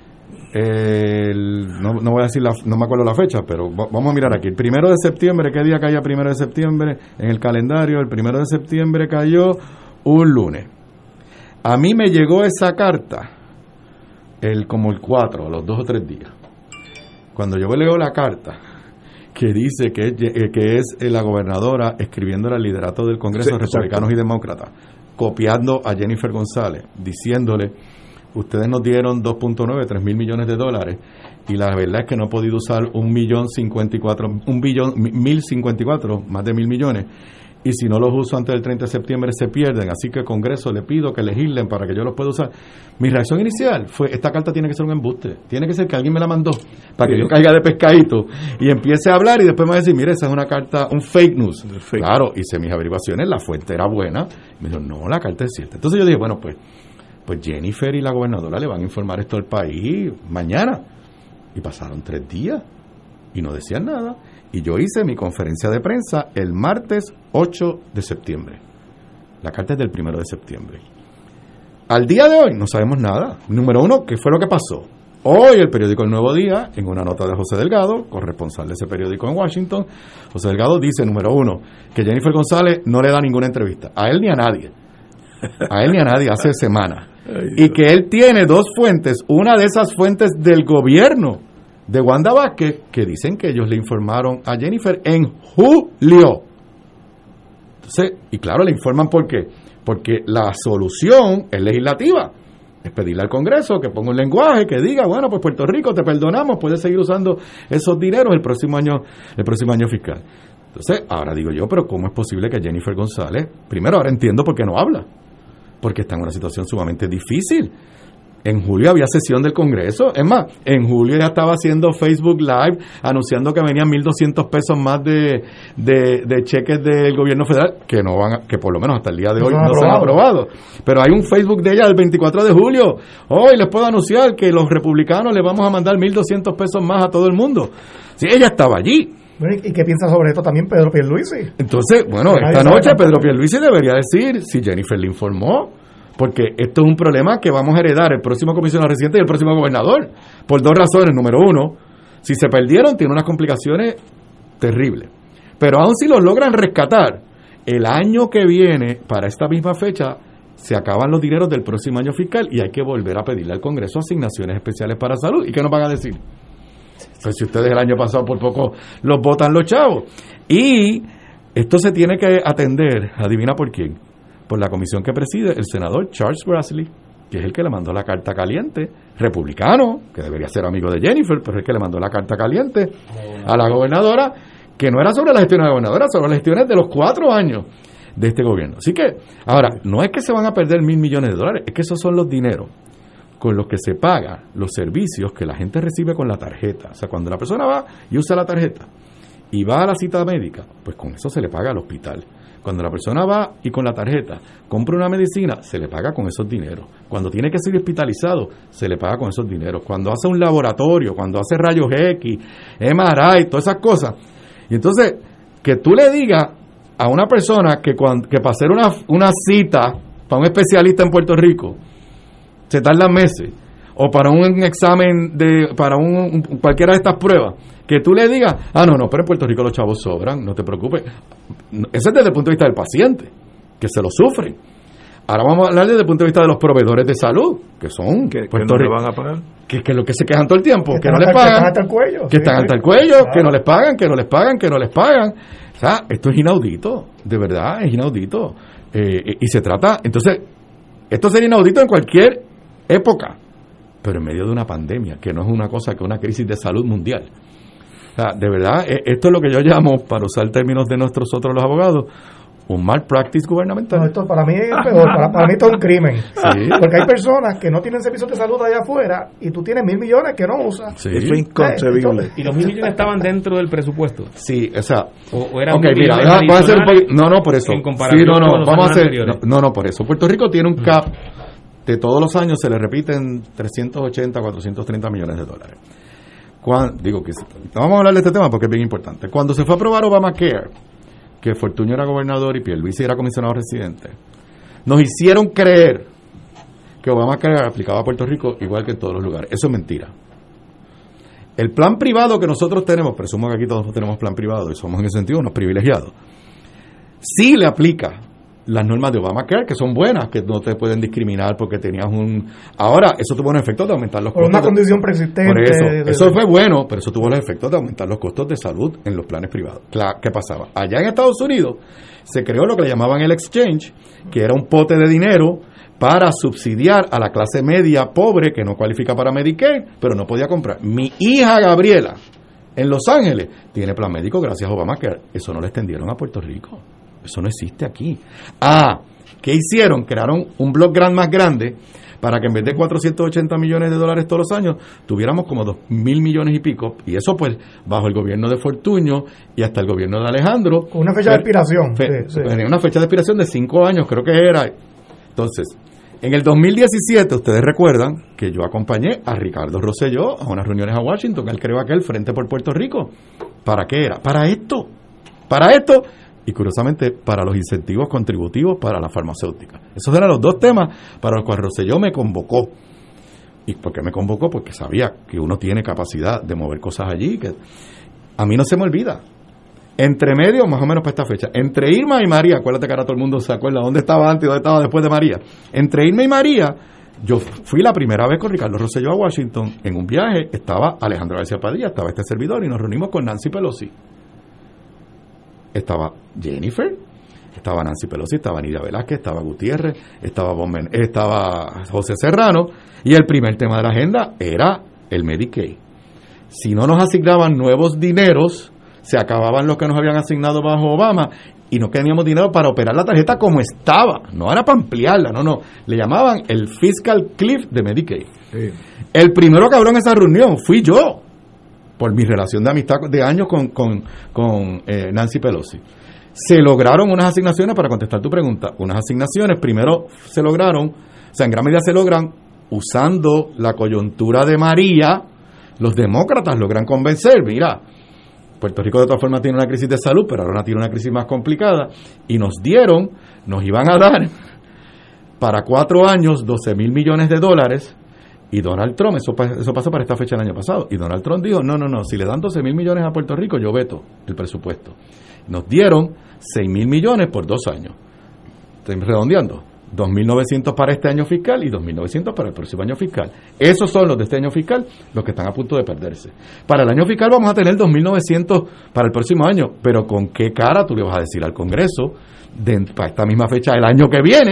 No voy a decir no me acuerdo la fecha, pero vamos a mirar aquí. El 1 de septiembre, ¿qué día caía 1 de septiembre en el calendario? El 1 de septiembre cayó un lunes. A mí me llegó esa carta como el 4, a los 2 o 3 días. Cuando yo leo la carta que dice que es la gobernadora escribiendo al liderato del Congreso, republicanos y demócratas, copiando a Jennifer González, diciéndole: ustedes nos dieron 3 mil millones de dólares y la verdad es que no he podido usar 1.054, más de 1.000 millones, y si no los uso antes del 30 de septiembre se pierden, así que el Congreso le pido que legislen para que yo los pueda usar. Mi reacción inicial fue: esta carta tiene que ser un embuste, tiene que ser que alguien me la mandó para que yo caiga de pescadito y empiece a hablar y después me va a decir: mire, esa es una carta, un fake news. Claro, hice mis averiguaciones, la fuente era buena, me dijo: no, la carta es cierta. Entonces yo dije: bueno, pues Jennifer y la gobernadora le van a informar esto al país mañana. Y pasaron 3 días y no decían nada. Y yo hice mi conferencia de prensa el martes 8 de septiembre. La carta es del 1 de septiembre. Al día de hoy no sabemos nada. Número 1, ¿qué fue lo que pasó? Hoy el periódico El Nuevo Día, en una nota de José Delgado, corresponsal de ese periódico en Washington, José Delgado dice, número 1, que Jennifer González no le da ninguna entrevista. A él ni a nadie. Hace semanas. Y que él tiene 2 fuentes, una de esas fuentes del gobierno de Wanda Vázquez, que dicen que ellos le informaron a Jennifer en julio. Entonces, y claro, le informan ¿por qué? Porque la solución es legislativa, es pedirle al Congreso que ponga un lenguaje que diga: bueno, pues Puerto Rico, te perdonamos, puedes seguir usando esos dineros el próximo año fiscal. Entonces, ahora digo yo, pero ¿cómo es posible que Jennifer González, primero ahora entiendo por qué no habla? Porque está en una situación sumamente difícil. En julio había sesión del Congreso. Es más, en julio ya estaba haciendo Facebook Live anunciando que venían $1,200 más de cheques del gobierno federal que por lo menos hasta el día de hoy no se han aprobado. Pero hay un Facebook de ella del 24 de julio. Hoy les puedo anunciar que los republicanos les vamos a mandar $1,200 más a todo el mundo. Sí, ella estaba allí. ¿Y qué piensa sobre esto también Pedro Pierluisi? Entonces, bueno, esta noche Pedro Pierluisi debería decir si Jennifer le informó, porque esto es un problema que vamos a heredar el próximo comisionado residente y el próximo gobernador, por 2 razones. Número 1, si se perdieron, tiene unas complicaciones terribles. Pero aún si los logran rescatar, el año que viene, para esta misma fecha, se acaban los dineros del próximo año fiscal y hay que volver a pedirle al Congreso asignaciones especiales para salud. ¿Y qué nos van a decir? Pues si ustedes el año pasado por poco los votan los chavos. Y esto se tiene que atender, adivina por quién, por la comisión que preside el senador Charles Grassley. que es el que le mandó la carta caliente, republicano, que debería ser amigo de Jennifer, pero es el que le mandó la carta caliente a la gobernadora, que no era sobre la gestión de la gobernadora, sobre las gestiones de los 4 años de este gobierno. Así que, ahora, no es que se van a perder $1,000 millones, es que esos son los dineros con los que se pagan los servicios que la gente recibe con la tarjeta. O sea, cuando la persona va y usa la tarjeta y va a la cita médica, pues con eso se le paga al hospital. Cuando la persona va y con la tarjeta compra una medicina, se le paga con esos dineros. Cuando tiene que ser hospitalizado, se le paga con esos dineros. Cuando hace un laboratorio, cuando hace rayos X, MRI, todas esas cosas. Y entonces, que tú le digas a una persona que para hacer una cita para un especialista en Puerto Rico se tardan meses, o para un examen para cualquiera de estas pruebas, que tú le digas, no, pero en Puerto Rico los chavos sobran, no te preocupes. Ese es desde el punto de vista del paciente, que se lo sufren. Ahora vamos a hablar desde el punto de vista de los proveedores de salud, que son Puerto Rico, van a pagar, que lo que se quejan todo el tiempo, que no les pagan, que están hasta el cuello, que no les pagan, que no les pagan. O sea, esto es inaudito, de verdad, es inaudito. Y se trata, entonces, esto sería inaudito en cualquier época, pero en medio de una pandemia, que no es una cosa que una crisis de salud mundial. O sea, de verdad, esto es lo que yo llamo, para usar términos de nosotros los abogados, un malpractice gubernamental. No, esto para mí es peor, para mí esto es un crimen. Sí. Porque hay personas que no tienen servicios de salud allá afuera y tú tienes $1,000 millones que no usas. Sí. Eso es inconcebible. ¿Y los $1,000 millones estaban dentro del presupuesto? Sí, o sea, o eran mira, voy a hacer no, por eso. Por eso. Puerto Rico tiene un cap de todos los años, se le repiten 380, 430 millones de dólares. Vamos a hablar de este tema porque es bien importante. Cuando se fue a aprobar Obamacare, que Fortuño era gobernador y Pierluisi era comisionado residente, nos hicieron creer que Obamacare aplicaba a Puerto Rico igual que en todos los lugares. Eso es mentira. El plan privado que nosotros tenemos, presumo que aquí todos tenemos plan privado y somos en ese sentido unos privilegiados, sí le aplica las normas de Obamacare, que son buenas, que no te pueden discriminar porque tenías Ahora, eso tuvo un efecto de aumentar los costos. Por una condición preexistente. Por eso fue bueno, pero eso tuvo los efectos de aumentar los costos de salud en los planes privados. ¿Qué pasaba? Allá en Estados Unidos se creó lo que le llamaban el exchange, que era un pote de dinero para subsidiar a la clase media pobre que no cualifica para Medicaid, pero no podía comprar. Mi hija Gabriela, en Los Ángeles, tiene plan médico gracias a Obamacare. Eso no lo extendieron a Puerto Rico. Eso no existe aquí. ¿Qué hicieron? Crearon un block grant más grande para que en vez de 480 millones de dólares todos los años, tuviéramos como 2,000 millones y pico. Y eso pues bajo el gobierno de Fortuño y hasta el gobierno de Alejandro. Con una fecha de expiración. Tenía una fecha de expiración de 5 años, creo que era. Entonces, en el 2017, ustedes recuerdan que yo acompañé a Ricardo Rosselló a unas reuniones a Washington. Él creó aquel Frente por Puerto Rico. ¿Para qué era? Para esto. Y curiosamente para los incentivos contributivos para la farmacéutica. Esos eran los 2 temas para los cuales Rosselló me convocó. ¿Y por qué me convocó? Porque sabía que uno tiene capacidad de mover cosas allí, que a mí no se me olvida. Entre medio, más o menos para esta fecha, entre Irma y María, acuérdate que ahora todo el mundo se acuerda dónde estaba antes y dónde estaba después de María. Entre Irma y María, yo fui la primera vez con Ricardo Rosselló a Washington en un viaje, estaba Alejandro García Padilla, estaba este servidor y nos reunimos con Nancy Pelosi. Estaba Jennifer, estaba Nancy Pelosi, estaba Nidia Velázquez, estaba Gutiérrez, estaba José Serrano, y el primer tema de la agenda era el Medicaid. Si no nos asignaban nuevos dineros, se acababan los que nos habían asignado bajo Obama, y no teníamos dinero para operar la tarjeta como estaba, no era para ampliarla, no, le llamaban el fiscal cliff de Medicaid. Sí. El primero que habló en esa reunión fui yo, por mi relación de amistad de años con Nancy Pelosi. Se lograron unas asignaciones, para contestar tu pregunta, unas asignaciones, primero se lograron, o sea, en gran medida se logran usando la coyuntura de María. Los demócratas logran convencer, mira, Puerto Rico de todas formas tiene una crisis de salud, pero ahora tiene una crisis más complicada, y nos iban a dar para 4 años $12,000 millones de dólares. Y Donald Trump, eso pasó para esta fecha el año pasado, y Donald Trump dijo, no, si le dan $12,000 millones a Puerto Rico, yo veto el presupuesto. Nos dieron $6,000 millones por 2 años. Estoy redondeando, 2.900 para este año fiscal y 2.900 para el próximo año fiscal. Esos son los de este año fiscal, los que están a punto de perderse. Para el año fiscal vamos a tener 2.900 para el próximo año, pero ¿con qué cara tú le vas a decir al Congreso, para esta misma fecha del año que viene,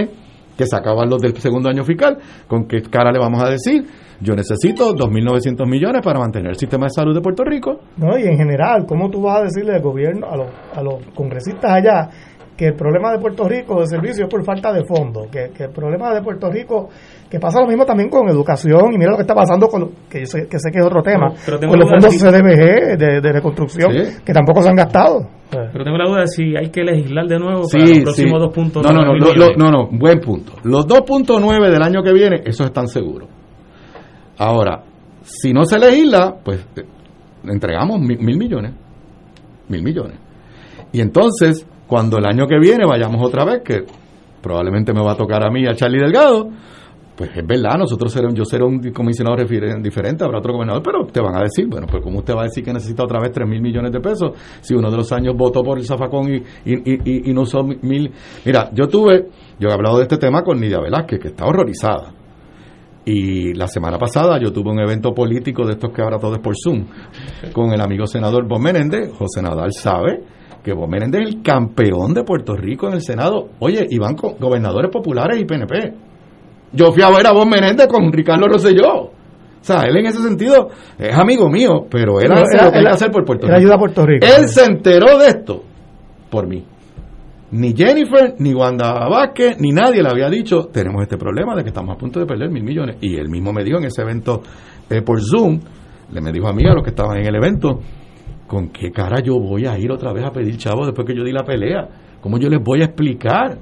que se acaban los del segundo año fiscal, ¿con qué cara le vamos a decir? Yo necesito 2.900 millones para mantener el sistema de salud de Puerto Rico. No, y en general, ¿cómo tú vas a decirle al gobierno, a los congresistas allá, que el problema de Puerto Rico de servicio es por falta de fondos, que el problema de Puerto Rico, que pasa lo mismo también con educación, y mira lo que está pasando con que sé que es otro tema, con los fondos CDBG de reconstrucción, que tampoco se han gastado. Pero tengo la duda de si hay que legislar de nuevo para los próximos 2.9. No, buen punto. Los 2.9 del año que viene, esos están seguros. Ahora, si no se legisla, pues entregamos $1,000 millones. $1,000 millones. Y entonces, cuando el año que viene vayamos otra vez, que probablemente me va a tocar a mí, a Charlie Delgado, pues es verdad, yo seré un comisionado diferente, habrá otro gobernador, pero te van a decir, bueno, pues ¿cómo usted va a decir que necesita otra vez $3,000 millones de pesos si uno de los años votó por el zafacón y no usó 1,000? Mira, yo he hablado de este tema con Nidia Velázquez, que está horrorizada. Y la semana pasada yo tuve un evento político de estos que ahora todo es por Zoom, con el amigo senador Bob Menéndez. José Nadal sabe que Bob Menéndez es el campeón de Puerto Rico en el Senado. Oye, y van con gobernadores populares y PNP. Yo fui a ver a Bob Menéndez con Ricardo Rosselló. O sea, él en ese sentido es amigo mío, pero él hace lo que hay que hacer por Puerto Rico. Él ayuda a Puerto Rico. Él se enteró de esto por mí. Ni Jennifer, ni Wanda Vázquez, ni nadie le había dicho, tenemos este problema de que estamos a punto de perder $1,000 millones. Y él mismo me dijo en ese evento por Zoom, me dijo a mí, a los que estaban en el evento, ¿con qué cara yo voy a ir otra vez a pedir chavos después que yo di la pelea? ¿Cómo yo les voy a explicar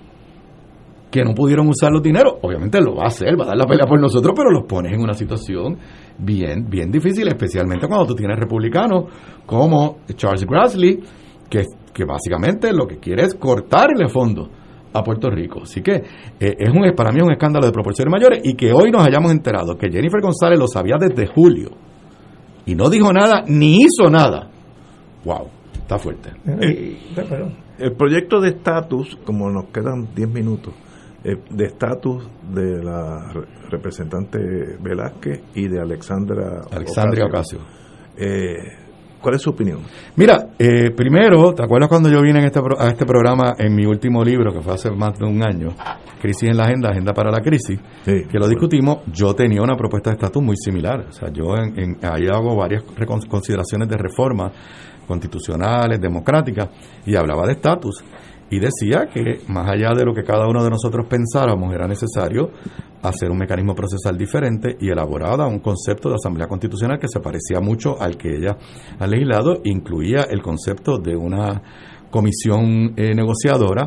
que no pudieron usar los dineros? Obviamente lo va a hacer, va a dar la pelea por nosotros, pero los pones en una situación bien difícil, especialmente cuando tú tienes republicanos como Charles Grassley, que básicamente lo que quiere es cortarle fondos a Puerto Rico. Así que para mí es un escándalo de proporciones mayores, y que hoy nos hayamos enterado que Jennifer González lo sabía desde julio y no dijo nada ni hizo nada. Wow, está fuerte. El proyecto de estatus, como nos quedan 10 minutos, de estatus de la representante Velázquez y de Alexandria Ocasio. ¿Cuál es su opinión? Mira, primero, ¿te acuerdas cuando yo vine a este programa en mi último libro, que fue hace más de un año, Crisis en la Agenda para la Crisis, que lo discutimos? Yo tenía una propuesta de estatus muy similar. O sea, yo ahí hago varias consideraciones de reformas constitucionales, democráticas, y hablaba de estatus. Y decía que más allá de lo que cada uno de nosotros pensáramos, era necesario hacer un mecanismo procesal diferente, y elaboraba un concepto de asamblea constitucional que se parecía mucho al que ella ha legislado. Incluía el concepto de una comisión negociadora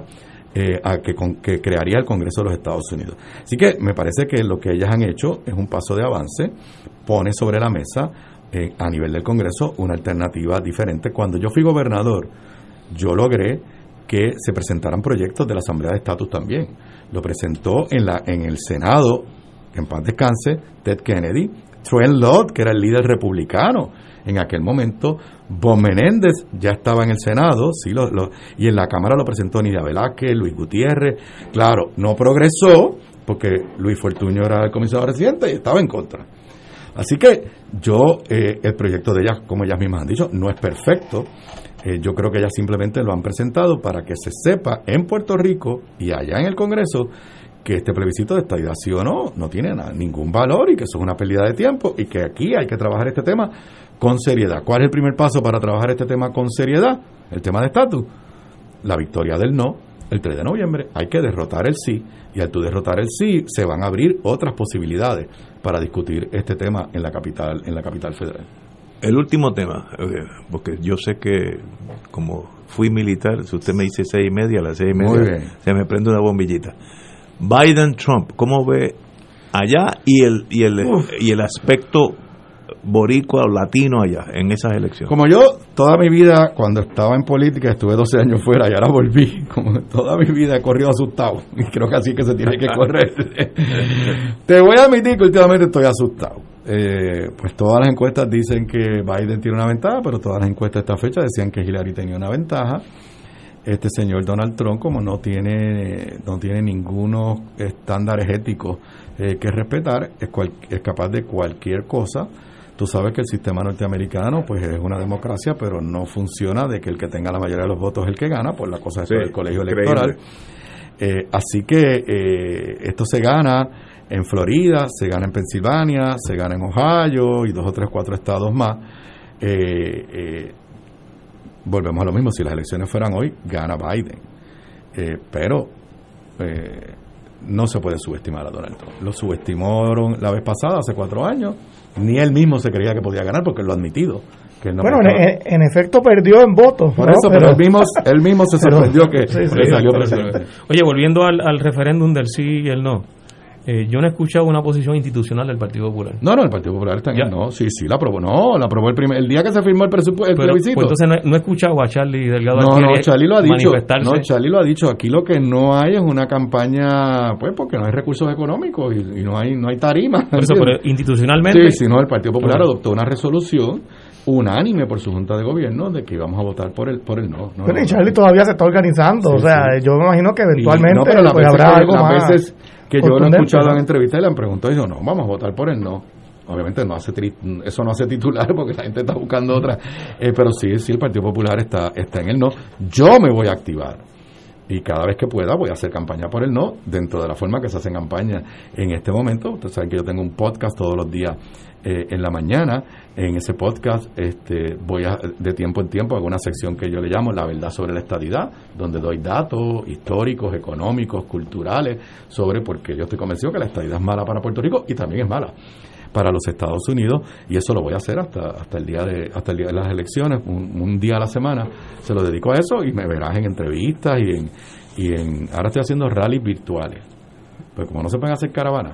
que crearía el Congreso de los Estados Unidos. Así que me parece que lo que ellas han hecho es un paso de avance, pone sobre la mesa a nivel del Congreso una alternativa diferente. Cuando yo fui gobernador, yo logré que se presentaran proyectos de la Asamblea de Estatus también. Lo presentó en el Senado, que en paz descanse, Ted Kennedy, Trent Lott, que era el líder republicano en aquel momento. Bob Menéndez ya estaba en el Senado, y en la Cámara lo presentó Nidia Velázquez, Luis Gutiérrez. Claro, no progresó porque Luis Fortuño era el comisionado residente y estaba en contra. Así que el proyecto de ellas, como ellas mismas han dicho, no es perfecto. Yo creo que ellas simplemente lo han presentado para que se sepa en Puerto Rico y allá en el Congreso que este plebiscito de estadidad, sí o no tiene ningún valor, y que eso es una pérdida de tiempo, y que aquí hay que trabajar este tema con seriedad. ¿Cuál es el primer paso para trabajar este tema con seriedad? El tema de estatus. La victoria del no, el 3 de noviembre. Hay que derrotar el sí, y al tú derrotar el sí, se van a abrir otras posibilidades para discutir este tema en la capital federal. El último tema, porque yo sé que como fui militar, si usted me dice 6:30, a las 6:30 se me prende una bombillita. Biden-Trump, ¿cómo ve allá y el aspecto boricua o latino allá en esas elecciones? Como yo toda mi vida, cuando estaba en política, estuve 12 años fuera y ahora volví, como toda mi vida he corrido asustado, y creo que así que se tiene que correr. Te voy a admitir que últimamente estoy asustado. Pues todas las encuestas dicen que Biden tiene una ventaja, pero todas las encuestas de esta fecha decían que Hillary tenía una ventaja. Este señor Donald Trump, como no tiene ningunos estándares éticos que respetar, es capaz de cualquier cosa. Tú sabes que el sistema norteamericano pues es una democracia, pero no funciona de que el que tenga la mayoría de los votos es el que gana, por la cosa del colegio electoral. Así que esto se gana en Florida, se gana en Pensilvania, se gana en Ohio y 2 o 3, 4 estados más. Volvemos a lo mismo, si las elecciones fueran hoy, gana Biden. Pero no se puede subestimar a Donald Trump. Lo subestimaron la vez pasada, hace 4 años. Ni él mismo se creía que podía ganar porque él lo ha admitido. Que él no en efecto perdió en votos. Por eso, pero él mismo se sorprendió que salió presidente. Oye, volviendo al referéndum del sí y el no. Yo no he escuchado una posición institucional del Partido Popular. No, el Partido Popular está en el no. Sí, la aprobó. No, la aprobó el día que se firmó el presupuesto, el plebiscito. Pues entonces no he escuchado a Charlie Delgado Charlie lo ha dicho. Manifestarse. No, Charlie lo ha dicho. Aquí lo que no hay es una campaña, pues porque no hay recursos económicos y no hay tarima. Por eso, pero institucionalmente. Sí, el Partido Popular adoptó una resolución unánime por su junta de gobierno de que íbamos a votar por el no. Pero Charlie todavía se está organizando. Yo me imagino que eventualmente habrá algo más. Veces que yo lo he escuchado en entrevistas y le han preguntado y digo, no, vamos a votar por el no. Obviamente eso no hace titular porque la gente está buscando otra. Pero sí, el Partido Popular está en el no. Yo me voy a activar. Y cada vez que pueda voy a hacer campaña por el no, dentro de la forma que se hacen campaña en este momento. Ustedes saben que yo tengo un podcast todos los días en la mañana. En ese podcast voy de tiempo en tiempo a una sección que yo le llamo La Verdad sobre la Estadidad, donde doy datos históricos, económicos, culturales, sobre por qué yo estoy convencido que la estadidad es mala para Puerto Rico y también es mala para los Estados Unidos, y eso lo voy a hacer hasta el día de las elecciones, un día a la semana se lo dedico a eso, y me verás en entrevistas y en ahora estoy haciendo rallies virtuales, pero como no se pueden hacer caravanas,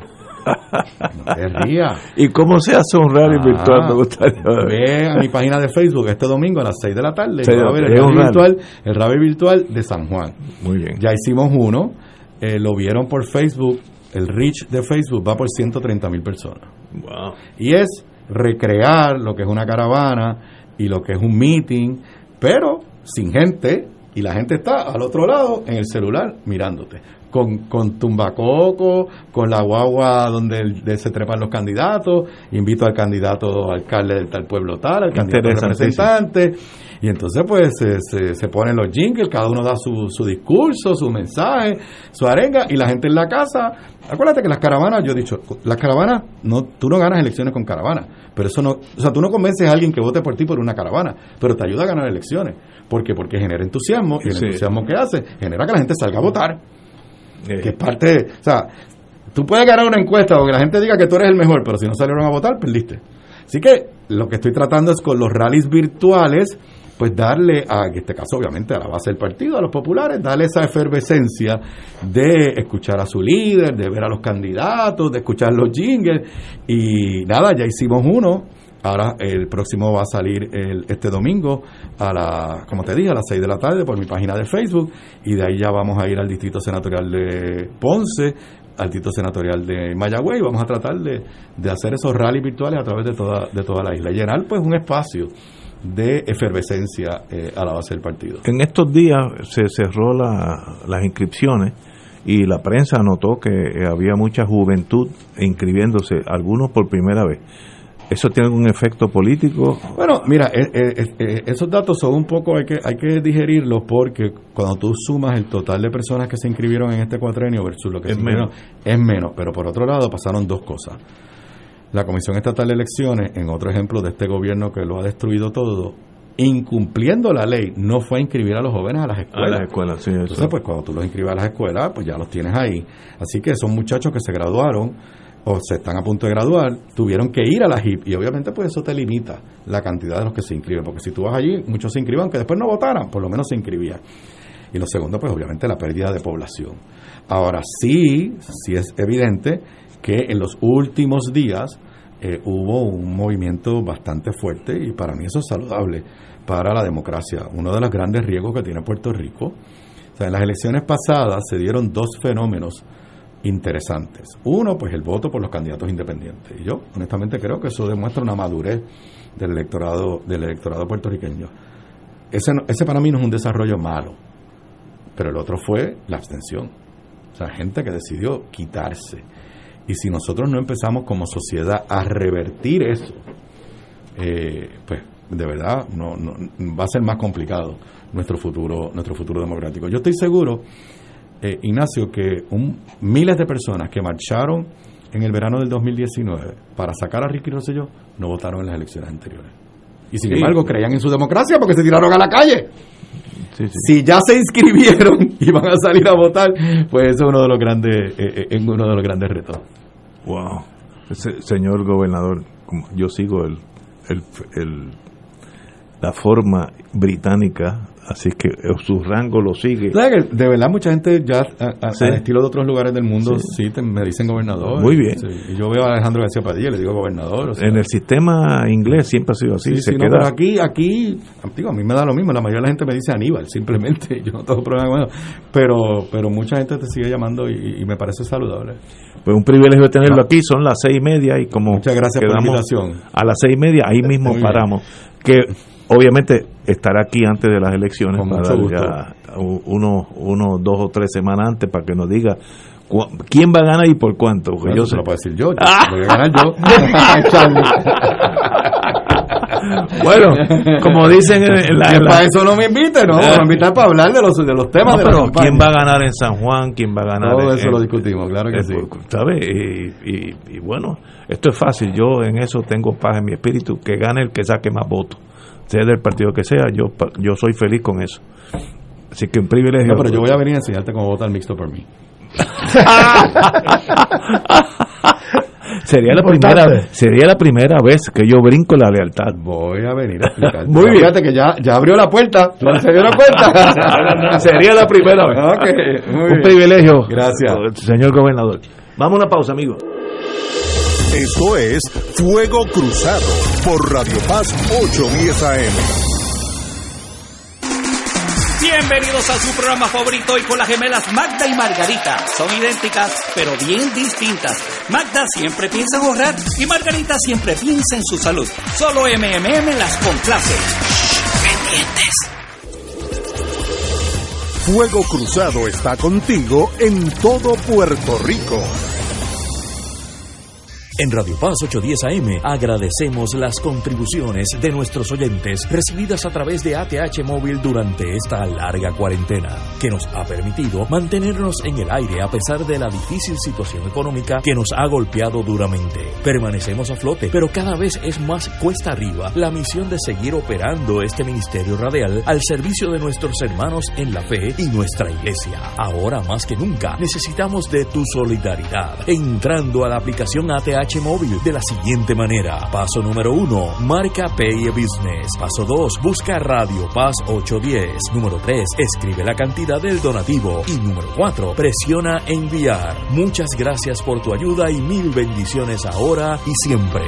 no te rías. ¿Y cómo se hace un rally virtual? Me gustaría ver. Ve a mi página de Facebook este domingo a las 6 de la tarde, va a ver el rally virtual de San Juan. Muy bien. Ya hicimos uno, lo vieron por Facebook. El reach de Facebook va por 130,000 personas. Wow. Y es recrear lo que es una caravana y lo que es un meeting, pero sin gente, y la gente está al otro lado en el celular mirándote. Con tumbacoco, con la guagua donde se trepan los candidatos, invito al candidato alcalde del tal pueblo tal, al candidato representante, y entonces pues se ponen los jingles, cada uno da su discurso, su mensaje, su arenga, y la gente en la casa. Acuérdate que las caravanas, yo he dicho, las caravanas, tú no ganas elecciones con caravanas, pero eso no, o sea, tú no convences a alguien que vote por ti por una caravana, pero te ayuda a ganar elecciones. ¿Por qué? Porque genera entusiasmo, y el entusiasmo que hace genera que la gente salga a votar. Que es parte o sea, tú puedes ganar una encuesta donde la gente diga que tú eres el mejor, pero si no salieron a votar, perdiste. Así que lo que estoy tratando es con los rallies virtuales, pues darle en este caso obviamente a la base del partido, a los populares, darle esa efervescencia de escuchar a su líder, de ver a los candidatos, de escuchar los jingles, y nada, ya hicimos uno. Ahora el próximo va a salir este domingo como te dije, a las 6 de la tarde por mi página de Facebook, y de ahí ya vamos a ir al Distrito Senatorial de Ponce, al Distrito Senatorial de Mayagüez, y vamos a tratar de hacer esos rallies virtuales a través de toda la isla, y llenar pues un espacio de efervescencia a la base del partido. En estos días se cerró las inscripciones y la prensa notó que había mucha juventud inscribiéndose, algunos por primera vez. ¿Eso tiene algún efecto político? Bueno, mira, esos datos son un poco, hay que digerirlos, porque cuando tú sumas el total de personas que se inscribieron en este cuatrenio versus lo que es menos. Pero por otro lado pasaron dos cosas. La Comisión Estatal de Elecciones, en otro ejemplo de este gobierno que lo ha destruido todo, incumpliendo la ley, no fue a inscribir a los jóvenes a las escuelas. A las escuelas, sí. Entonces, pues cuando tú los inscribes a las escuelas, pues ya los tienes ahí. Así que son muchachos que se graduaron o se están a punto de graduar, tuvieron que ir a la HIP, y obviamente pues eso te limita la cantidad de los que se inscriben, porque si tú vas allí, muchos se inscriban que después no votaran, por lo menos se inscribían. Y lo segundo, pues obviamente la pérdida de población. Ahora sí es evidente que en los últimos días hubo un movimiento bastante fuerte, y para mí eso es saludable para la democracia. Uno de los grandes riesgos que tiene Puerto Rico, o sea, en las elecciones pasadas se dieron dos fenómenos interesantes. Uno, pues el voto por los candidatos independientes. Y yo, honestamente, creo que eso demuestra una madurez del electorado puertorriqueño. Ese para mí no es un desarrollo malo, pero el otro fue la abstención. O sea, gente que decidió quitarse. Y si nosotros no empezamos como sociedad a revertir eso, pues de verdad no va a ser más complicado nuestro futuro democrático. Yo estoy seguro Ignacio, que miles de personas que marcharon en el verano del 2019 para sacar a Ricky Rosselló no votaron en las elecciones anteriores. Y sin embargo creían en su democracia porque se tiraron a la calle. Sí. Si ya se inscribieron y van a salir a votar, pues eso es uno de los grandes retos. Wow. Señor gobernador, yo sigo la forma británica, así que su rango lo sigue. De verdad, mucha gente ya, al estilo de otros lugares del mundo, me dicen gobernador. Muy bien. Y yo veo a Alejandro García Padilla, le digo gobernador. O sea, en el sistema inglés siempre ha sido así. No, pero aquí, digo, a mí me da lo mismo. La mayoría de la gente me dice Aníbal, simplemente. Yo no tengo problema con eso. Pero mucha gente te sigue llamando y me parece saludable. Pues un privilegio tenerlo aquí. Son las 6:30 y como muchas gracias por la invitación. A las 6:30 ahí mismo paramos. Que obviamente estará aquí antes de las elecciones con para dar ya uno, 2 o 3 semanas antes para que nos diga quién va a ganar y por cuánto. Bueno, yo sé. Lo puedo decir yo voy a ganar yo. Bueno, como dicen para eso no me invite, no, me invitar para hablar de los temas de la pero quién va a ganar en San Juan, quién va a ganar todo eso lo discutimos, claro que sí. ¿Sabes? Y bueno, esto es fácil, yo en eso tengo paz en mi espíritu, que gane el que saque más votos, sea del partido que sea, yo soy feliz con eso. Así que un privilegio. No, pero yo voy a venir a enseñarte cómo votar mixto por mí. Sería la primera vez que yo brinco la lealtad. Voy a venir a explicar. Muy bien. Fíjate que ya abrió la puerta. ¿Se dio la puerta? Sería la primera vez. Okay, un privilegio. Gracias, señor gobernador. Vamos a una pausa, amigos. Esto es Fuego Cruzado por Radio Paz 810 AM. Bienvenidos a su programa favorito y con las gemelas Magda y Margarita. Son idénticas, pero bien distintas. Magda siempre piensa en ahorrar y Margarita siempre piensa en su salud. Solo MMM las complace. Pendientes. Fuego Cruzado está contigo en todo Puerto Rico. En Radio Paz 810 AM agradecemos las contribuciones de nuestros oyentes recibidas a través de ATH Móvil durante esta larga cuarentena, que nos ha permitido mantenernos en el aire a pesar de la difícil situación económica que nos ha golpeado duramente. Permanecemos a flote, pero cada vez es más cuesta arriba la misión de seguir operando este ministerio radial al servicio de nuestros hermanos en la fe y nuestra iglesia. Ahora más que nunca necesitamos de tu solidaridad. Entrando a la aplicación ATH Móvil de la siguiente manera: paso número 1, marca Pay a Business. Paso 2, busca Radio Paz 810. Número 3, escribe la cantidad del donativo. Y número 4, presiona enviar. Muchas gracias por tu ayuda y mil bendiciones ahora y siempre.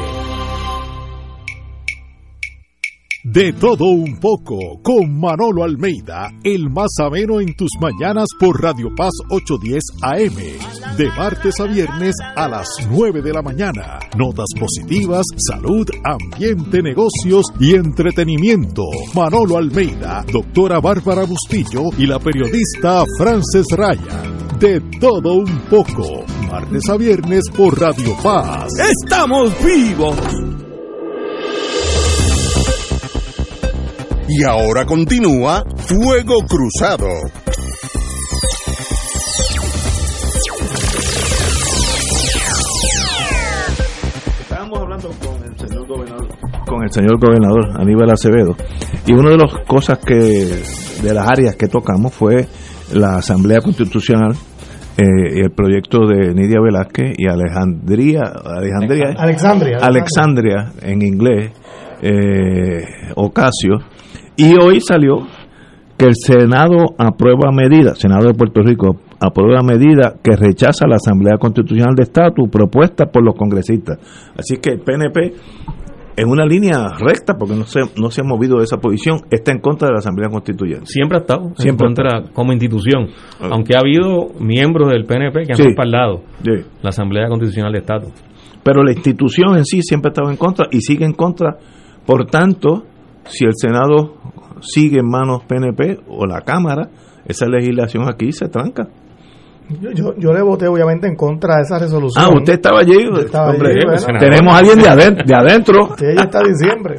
De todo un poco, con Manolo Almeida, el más ameno en tus mañanas por Radio Paz 810 AM, de martes a viernes a las 9 de la mañana. Notas positivas, salud, ambiente, negocios y entretenimiento. Manolo Almeida, doctora Bárbara Bustillo y la periodista Frances Ryan. De todo un poco, martes a viernes por Radio Paz. ¡Estamos vivos! Y ahora continúa Fuego Cruzado. Estábamos hablando con el señor gobernador Aníbal Acevedo, y una de las cosas de las áreas que tocamos fue la Asamblea Constitucional, el proyecto de Nidia Velázquez y Alexandria en inglés, Ocasio. Y hoy salió que el Senado Senado de Puerto Rico aprueba medida que rechaza la Asamblea Constitucional de Estatus propuesta por los congresistas. Así que el PNP, en una línea recta, porque no se ha movido de esa posición, está en contra de la Asamblea Constituyente. Siempre ha estado en contra como institución, aunque ha habido miembros del PNP que han respaldado la Asamblea Constitucional de Estatus. Pero la institución en sí siempre ha estado en contra y sigue en contra. Por tanto, si el Senado sigue en manos PNP o la Cámara, esa legislación aquí se tranca. Yo le voté obviamente en contra de esa resolución. Usted estaba allí. Hombre, allí, bueno. Tenemos a alguien de adentro. Usted ya está diciembre.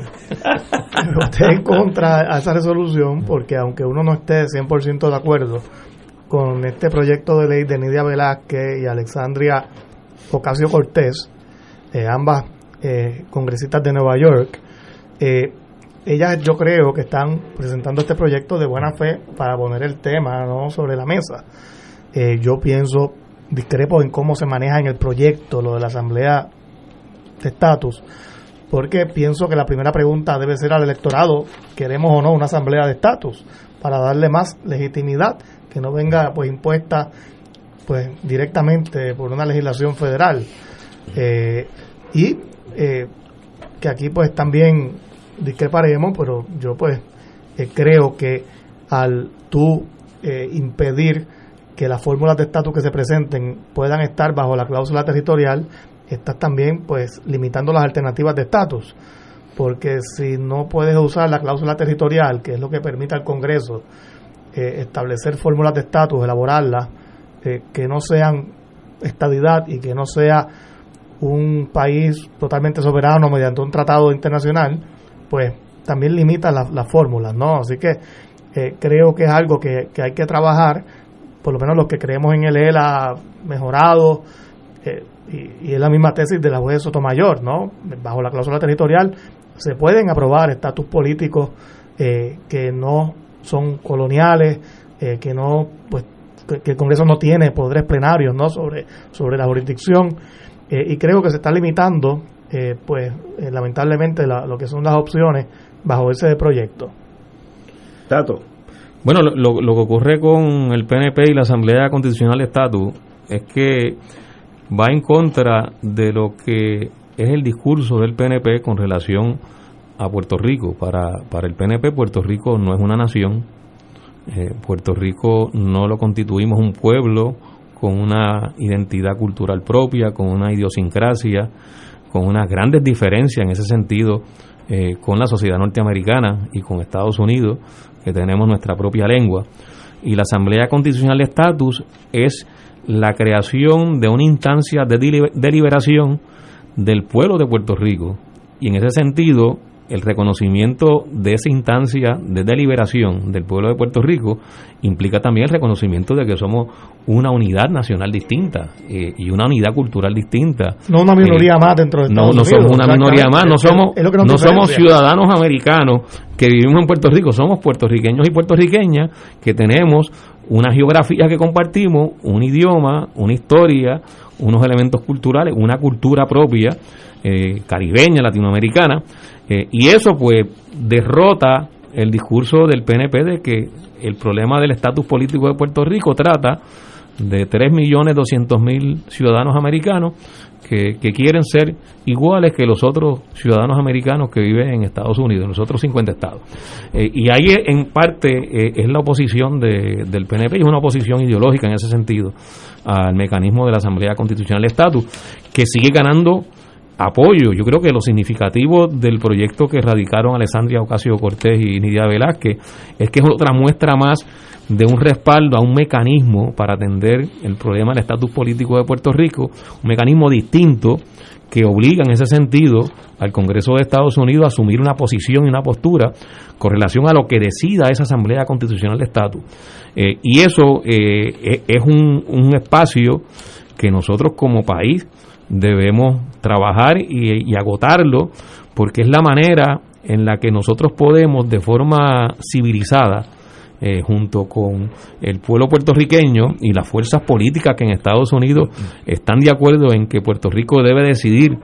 Voté en contra de esa resolución porque aunque uno no esté 100% de acuerdo con este proyecto de ley de Nidia Velázquez y Alexandria Ocasio-Cortez, ambas congresistas de Nueva York. Ellas, yo creo que están presentando este proyecto de buena fe para poner el tema, ¿no?, sobre la mesa. Yo discrepo en cómo se maneja en el proyecto lo de la Asamblea de Estatus, porque pienso que la primera pregunta debe ser al electorado: ¿queremos o no una Asamblea de Estatus? Para darle más legitimidad, que no venga pues impuesta pues directamente por una legislación federal. Que aquí pues también discreparemos, pero yo pues creo que al tú impedir que las fórmulas de estatus que se presenten puedan estar bajo la cláusula territorial, estás también pues limitando las alternativas de estatus, porque si no puedes usar la cláusula territorial, que es lo que permite al Congreso establecer fórmulas de estatus, elaborarlas, que no sean estadidad y que no sea un país totalmente soberano mediante un tratado internacional, pues también limita las fórmulas, ¿no? Así que creo que es algo que hay que trabajar, por lo menos los que creemos en el ELA mejorado, y es la misma tesis de la juez Sotomayor, ¿no? Bajo la cláusula territorial se pueden aprobar estatus políticos que no son coloniales, que no, pues, que el Congreso no tiene poderes plenarios, ¿no?, sobre la jurisdicción, y creo que se está limitando lamentablemente lo que son las opciones bajo ese proyecto. Tato. Bueno, lo que ocurre con el PNP y la Asamblea Constitucional de Estatus es que va en contra de lo que es el discurso del PNP con relación a Puerto Rico. Para el PNP, Puerto Rico no es una nación. Puerto Rico no lo constituimos un pueblo con una identidad cultural propia, con una idiosincrasia, con unas grandes diferencias en ese sentido con la sociedad norteamericana y con Estados Unidos, que tenemos nuestra propia lengua. Y la Asamblea Constitucional de Estatus es la creación de una instancia de deliberación del pueblo de Puerto Rico, y en ese sentido el reconocimiento de esa instancia de deliberación del pueblo de Puerto Rico implica también el reconocimiento de que somos una unidad nacional distinta y una unidad cultural distinta. No una minoría más dentro de Estados Unidos. No somos una minoría más, no somos ciudadanos americanos que vivimos en Puerto Rico, somos puertorriqueños y puertorriqueñas que tenemos una geografía que compartimos, un idioma, una historia, unos elementos culturales, una cultura propia, caribeña, latinoamericana, y eso pues derrota el discurso del PNP de que el problema del estatus político de Puerto Rico trata de 3.200.000 ciudadanos americanos que quieren ser iguales que los otros ciudadanos americanos que viven en Estados Unidos, los otros 50 estados. Y ahí en parte es la oposición del PNP, y es una oposición ideológica en ese sentido al mecanismo de la Asamblea Constitucional de Estatus, que sigue ganando apoyo. Yo creo que lo significativo del proyecto que radicaron Alexandria Ocasio-Cortez y Nidia Velázquez es que es otra muestra más de un respaldo a un mecanismo para atender el problema del estatus político de Puerto Rico, un mecanismo distinto que obliga en ese sentido al Congreso de Estados Unidos a asumir una posición y una postura con relación a lo que decida esa Asamblea Constitucional de Estatus. Y eso es un espacio que nosotros como país debemos trabajar y agotarlo, porque es la manera en la que nosotros podemos de forma civilizada, junto con el pueblo puertorriqueño y las fuerzas políticas que en Estados Unidos están de acuerdo en que Puerto Rico debe decidir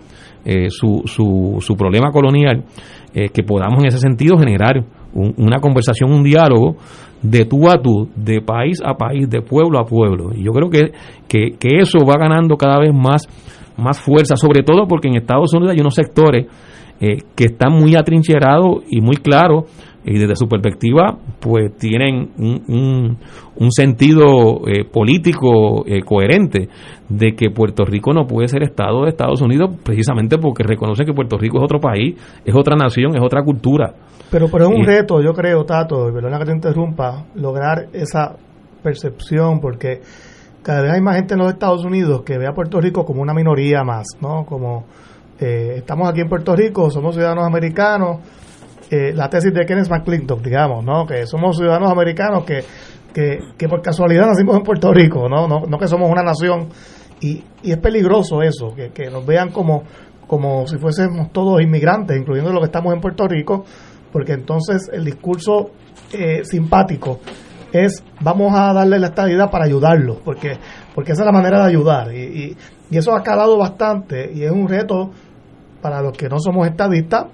su problema colonial, que podamos en ese sentido generar una conversación, un diálogo de tú a tú, de país a país, de pueblo a pueblo. Y yo creo que eso va ganando cada vez más fuerza, sobre todo porque en Estados Unidos hay unos sectores que están muy atrincherados y muy claros, y desde su perspectiva pues tienen un sentido político coherente de que Puerto Rico no puede ser Estado de Estados Unidos, precisamente porque reconocen que Puerto Rico es otro país, es otra nación, es otra cultura. Pero es un reto, yo creo, Tato, y perdona que te interrumpa, lograr esa percepción, porque cada vez hay más gente en los Estados Unidos que ve a Puerto Rico como una minoría más, ¿no? Como estamos aquí en Puerto Rico, somos ciudadanos americanos, la tesis de Kenneth McClintock, digamos, ¿no? Que somos ciudadanos americanos que que por casualidad nacimos en Puerto Rico, no que somos una nación, y es peligroso eso, que nos vean como si fuésemos todos inmigrantes, incluyendo los que estamos en Puerto Rico, porque entonces el discurso simpático es vamos a darle la estadidad para ayudarlos, porque esa es la manera de ayudar, y eso ha calado bastante, y es un reto para los que no somos estadistas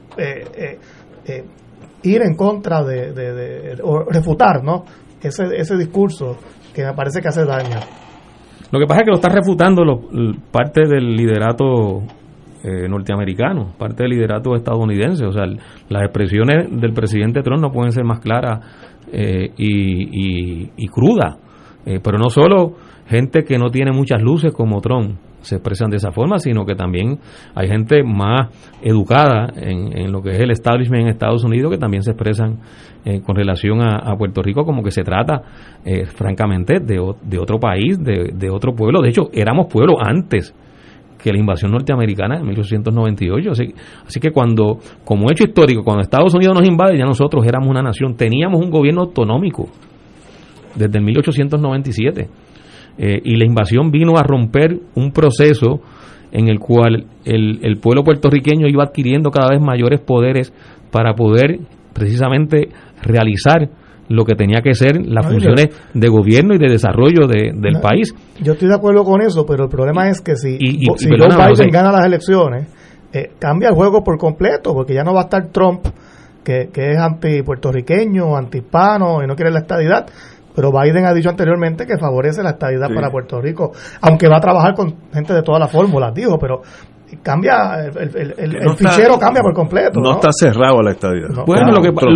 ir en contra o refutar, ¿no?, ese discurso que me parece que hace daño. Lo que pasa es que lo está refutando parte del liderato norteamericano, parte del liderato estadounidense. O sea, las expresiones del presidente Trump no pueden ser más claras y crudas, pero no solo gente que no tiene muchas luces como Trump se expresan de esa forma, sino que también hay gente más educada en lo que es el establishment en Estados Unidos que también se expresan con relación a Puerto Rico como que se trata francamente de otro país, de otro pueblo. De hecho, éramos pueblo antes que la invasión norteamericana en 1898. Así que como hecho histórico, cuando Estados Unidos nos invade, ya nosotros éramos una nación, teníamos un gobierno autonómico desde el 1897. Y la invasión vino a romper un proceso en el cual el pueblo puertorriqueño iba adquiriendo cada vez mayores poderes para poder precisamente realizar lo que tenía que ser las funciones de gobierno y de desarrollo del país. Yo estoy de acuerdo con eso, pero el problema es que si Joe Biden gana las elecciones, cambia el juego por completo, porque ya no va a estar Trump, que es anti-puertorriqueño, anti-hispano y no quiere la estadidad. Pero Biden ha dicho anteriormente que favorece la estadidad para Puerto Rico, aunque va a trabajar con gente de todas las fórmulas, dijo, pero cambia el fichero cambia por completo. No está cerrado a la estadidad. No, bueno,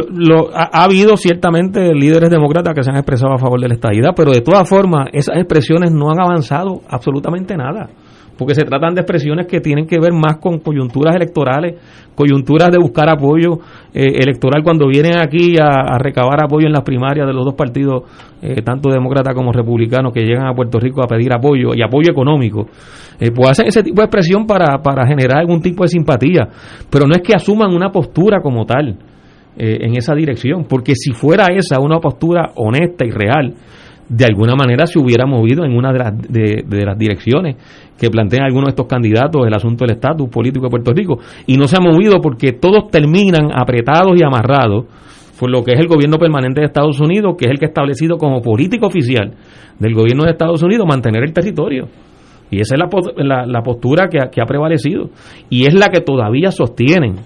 ha habido ciertamente líderes demócratas que se han expresado a favor de la estadidad, pero de todas formas esas expresiones no han avanzado absolutamente nada, porque se tratan de expresiones que tienen que ver más con coyunturas electorales, coyunturas de buscar apoyo electoral cuando vienen aquí a recabar apoyo en las primarias de los dos partidos, tanto demócratas como republicanos, que llegan a Puerto Rico a pedir apoyo y apoyo económico. Pues hacen ese tipo de expresión para generar algún tipo de simpatía, pero no es que asuman una postura como tal en esa dirección, porque si fuera esa una postura honesta y real, de alguna manera se hubiera movido en una de las direcciones que plantean algunos de estos candidatos, el asunto del estatus político de Puerto Rico, y no se ha movido porque todos terminan apretados y amarrados por lo que es el gobierno permanente de Estados Unidos, que es el que ha establecido como política oficial del gobierno de Estados Unidos mantener el territorio. Y esa es la postura que ha prevalecido, y es la que todavía sostienen.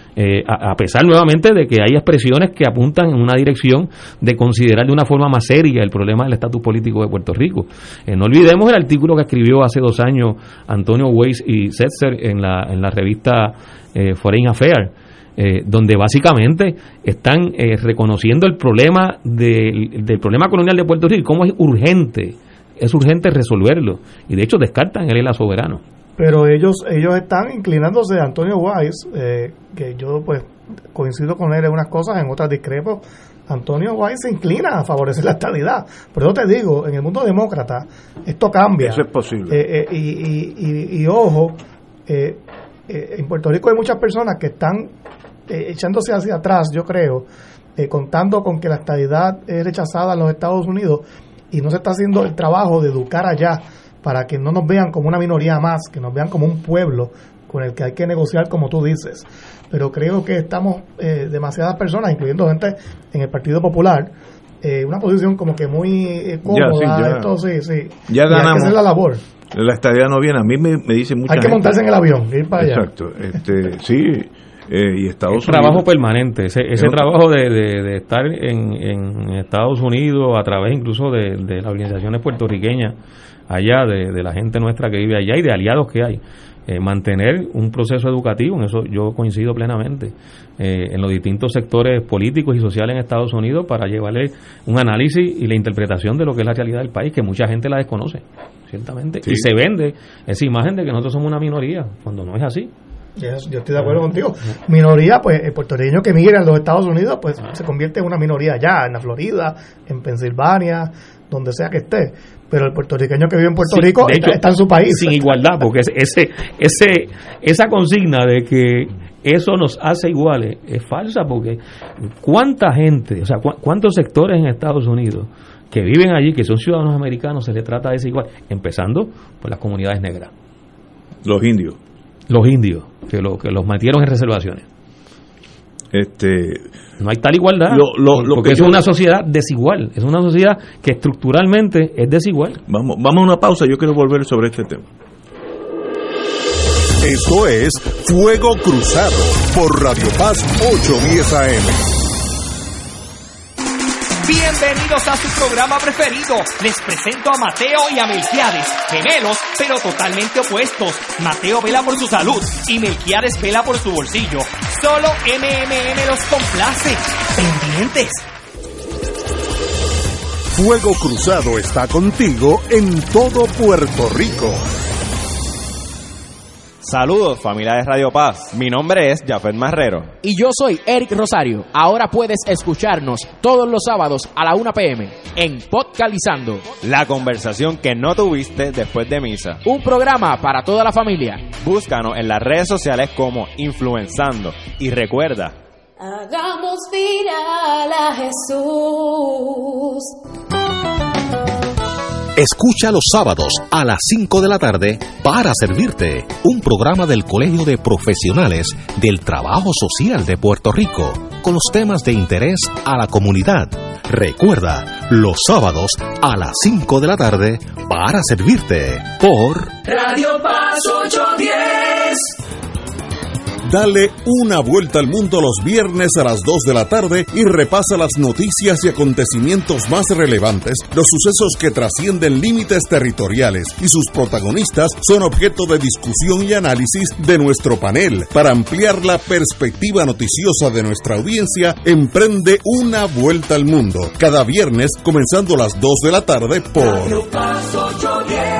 A pesar nuevamente de que hay expresiones que apuntan en una dirección de considerar de una forma más seria el problema del estatus político de Puerto Rico. No olvidemos el artículo que escribió hace 2 años Antonio Weiss y Setzer en la revista Foreign Affairs, donde básicamente están reconociendo el problema del problema colonial de Puerto Rico, cómo es urgente resolverlo, y de hecho descartan el ELA soberano. Pero ellos están inclinándose a Antonio Weiss, que yo pues coincido con él en unas cosas, en otras discrepo. Antonio Weiss se inclina a favorecer la estadidad. Pero yo te digo, en el mundo demócrata esto cambia. Eso es posible. Y ojo, en Puerto Rico hay muchas personas que están echándose hacia atrás, yo creo, contando con que la estadidad es rechazada en los Estados Unidos y no se está haciendo el trabajo de educar allá para que no nos vean como una minoría más, que nos vean como un pueblo con el que hay que negociar, como tú dices. Pero creo que estamos demasiadas personas, incluyendo gente en el Partido Popular, una posición como que muy cómoda. Ya ganamos. Hay que hacer la labor. La estadidad no viene. A mí me dice mucha gente. Hay que montarse en el avión, ir para allá. Exacto. Sí. Y Estados Unidos. Trabajo permanente, ese trabajo de estar en Estados Unidos a través incluso de las organizaciones puertorriqueñas allá, de la gente nuestra que vive allá y de aliados que hay, mantener un proceso educativo, en eso yo coincido plenamente, en los distintos sectores políticos y sociales en Estados Unidos, para llevarle un análisis y la interpretación de lo que es la realidad del país, que mucha gente la desconoce, ciertamente, y se vende esa imagen de que nosotros somos una minoría, cuando no es así. Yo estoy de acuerdo contigo. Minoría, pues el puertorriqueño que migra a los Estados Unidos, pues se convierte en una minoría allá, en la Florida, en Pensilvania, donde sea que esté. Pero el puertorriqueño que vive en Puerto Rico, de hecho, está en su país. Sin igualdad, porque esa consigna de que eso nos hace iguales es falsa, porque cuánta gente, o sea, cuántos sectores en Estados Unidos que viven allí, que son ciudadanos americanos, se les trata de desigual, empezando por las comunidades negras. Los indios, que los metieron en reservaciones. No hay tal igualdad, porque es una sociedad desigual, es una sociedad que estructuralmente es desigual. Vamos a una pausa, yo quiero volver sobre este tema. Esto es Fuego Cruzado por Radio Paz 810 AM. Bienvenidos a su programa preferido. Les presento a Mateo y a Melquiades, gemelos pero totalmente opuestos. Mateo vela por su salud y Melquiades vela por su bolsillo. Solo MMM los complace. Pendientes. Fuego Cruzado está contigo en todo Puerto Rico. Saludos, familia de Radio Paz. Mi nombre es Jafet Marrero. Y yo soy Eric Rosario. Ahora puedes escucharnos todos los sábados a la 1 p.m. en Podcalizando. La conversación que no tuviste después de misa. Un programa para toda la familia. Búscanos en las redes sociales como Influenzando. Y recuerda, hagamos viral a Jesús. Escucha los sábados a las 5 de la tarde Para Servirte, un programa del Colegio de Profesionales del Trabajo Social de Puerto Rico, con los temas de interés a la comunidad. Recuerda, los sábados a las 5 de la tarde Para Servirte, por Radio Paz 810. Dale una vuelta al mundo los viernes a las 2 de la tarde y repasa las noticias y acontecimientos más relevantes, los sucesos que trascienden límites territoriales y sus protagonistas son objeto de discusión y análisis de nuestro panel. Para ampliar la perspectiva noticiosa de nuestra audiencia, emprende una vuelta al mundo, cada viernes comenzando a las 2 de la tarde por Radio Paz 810.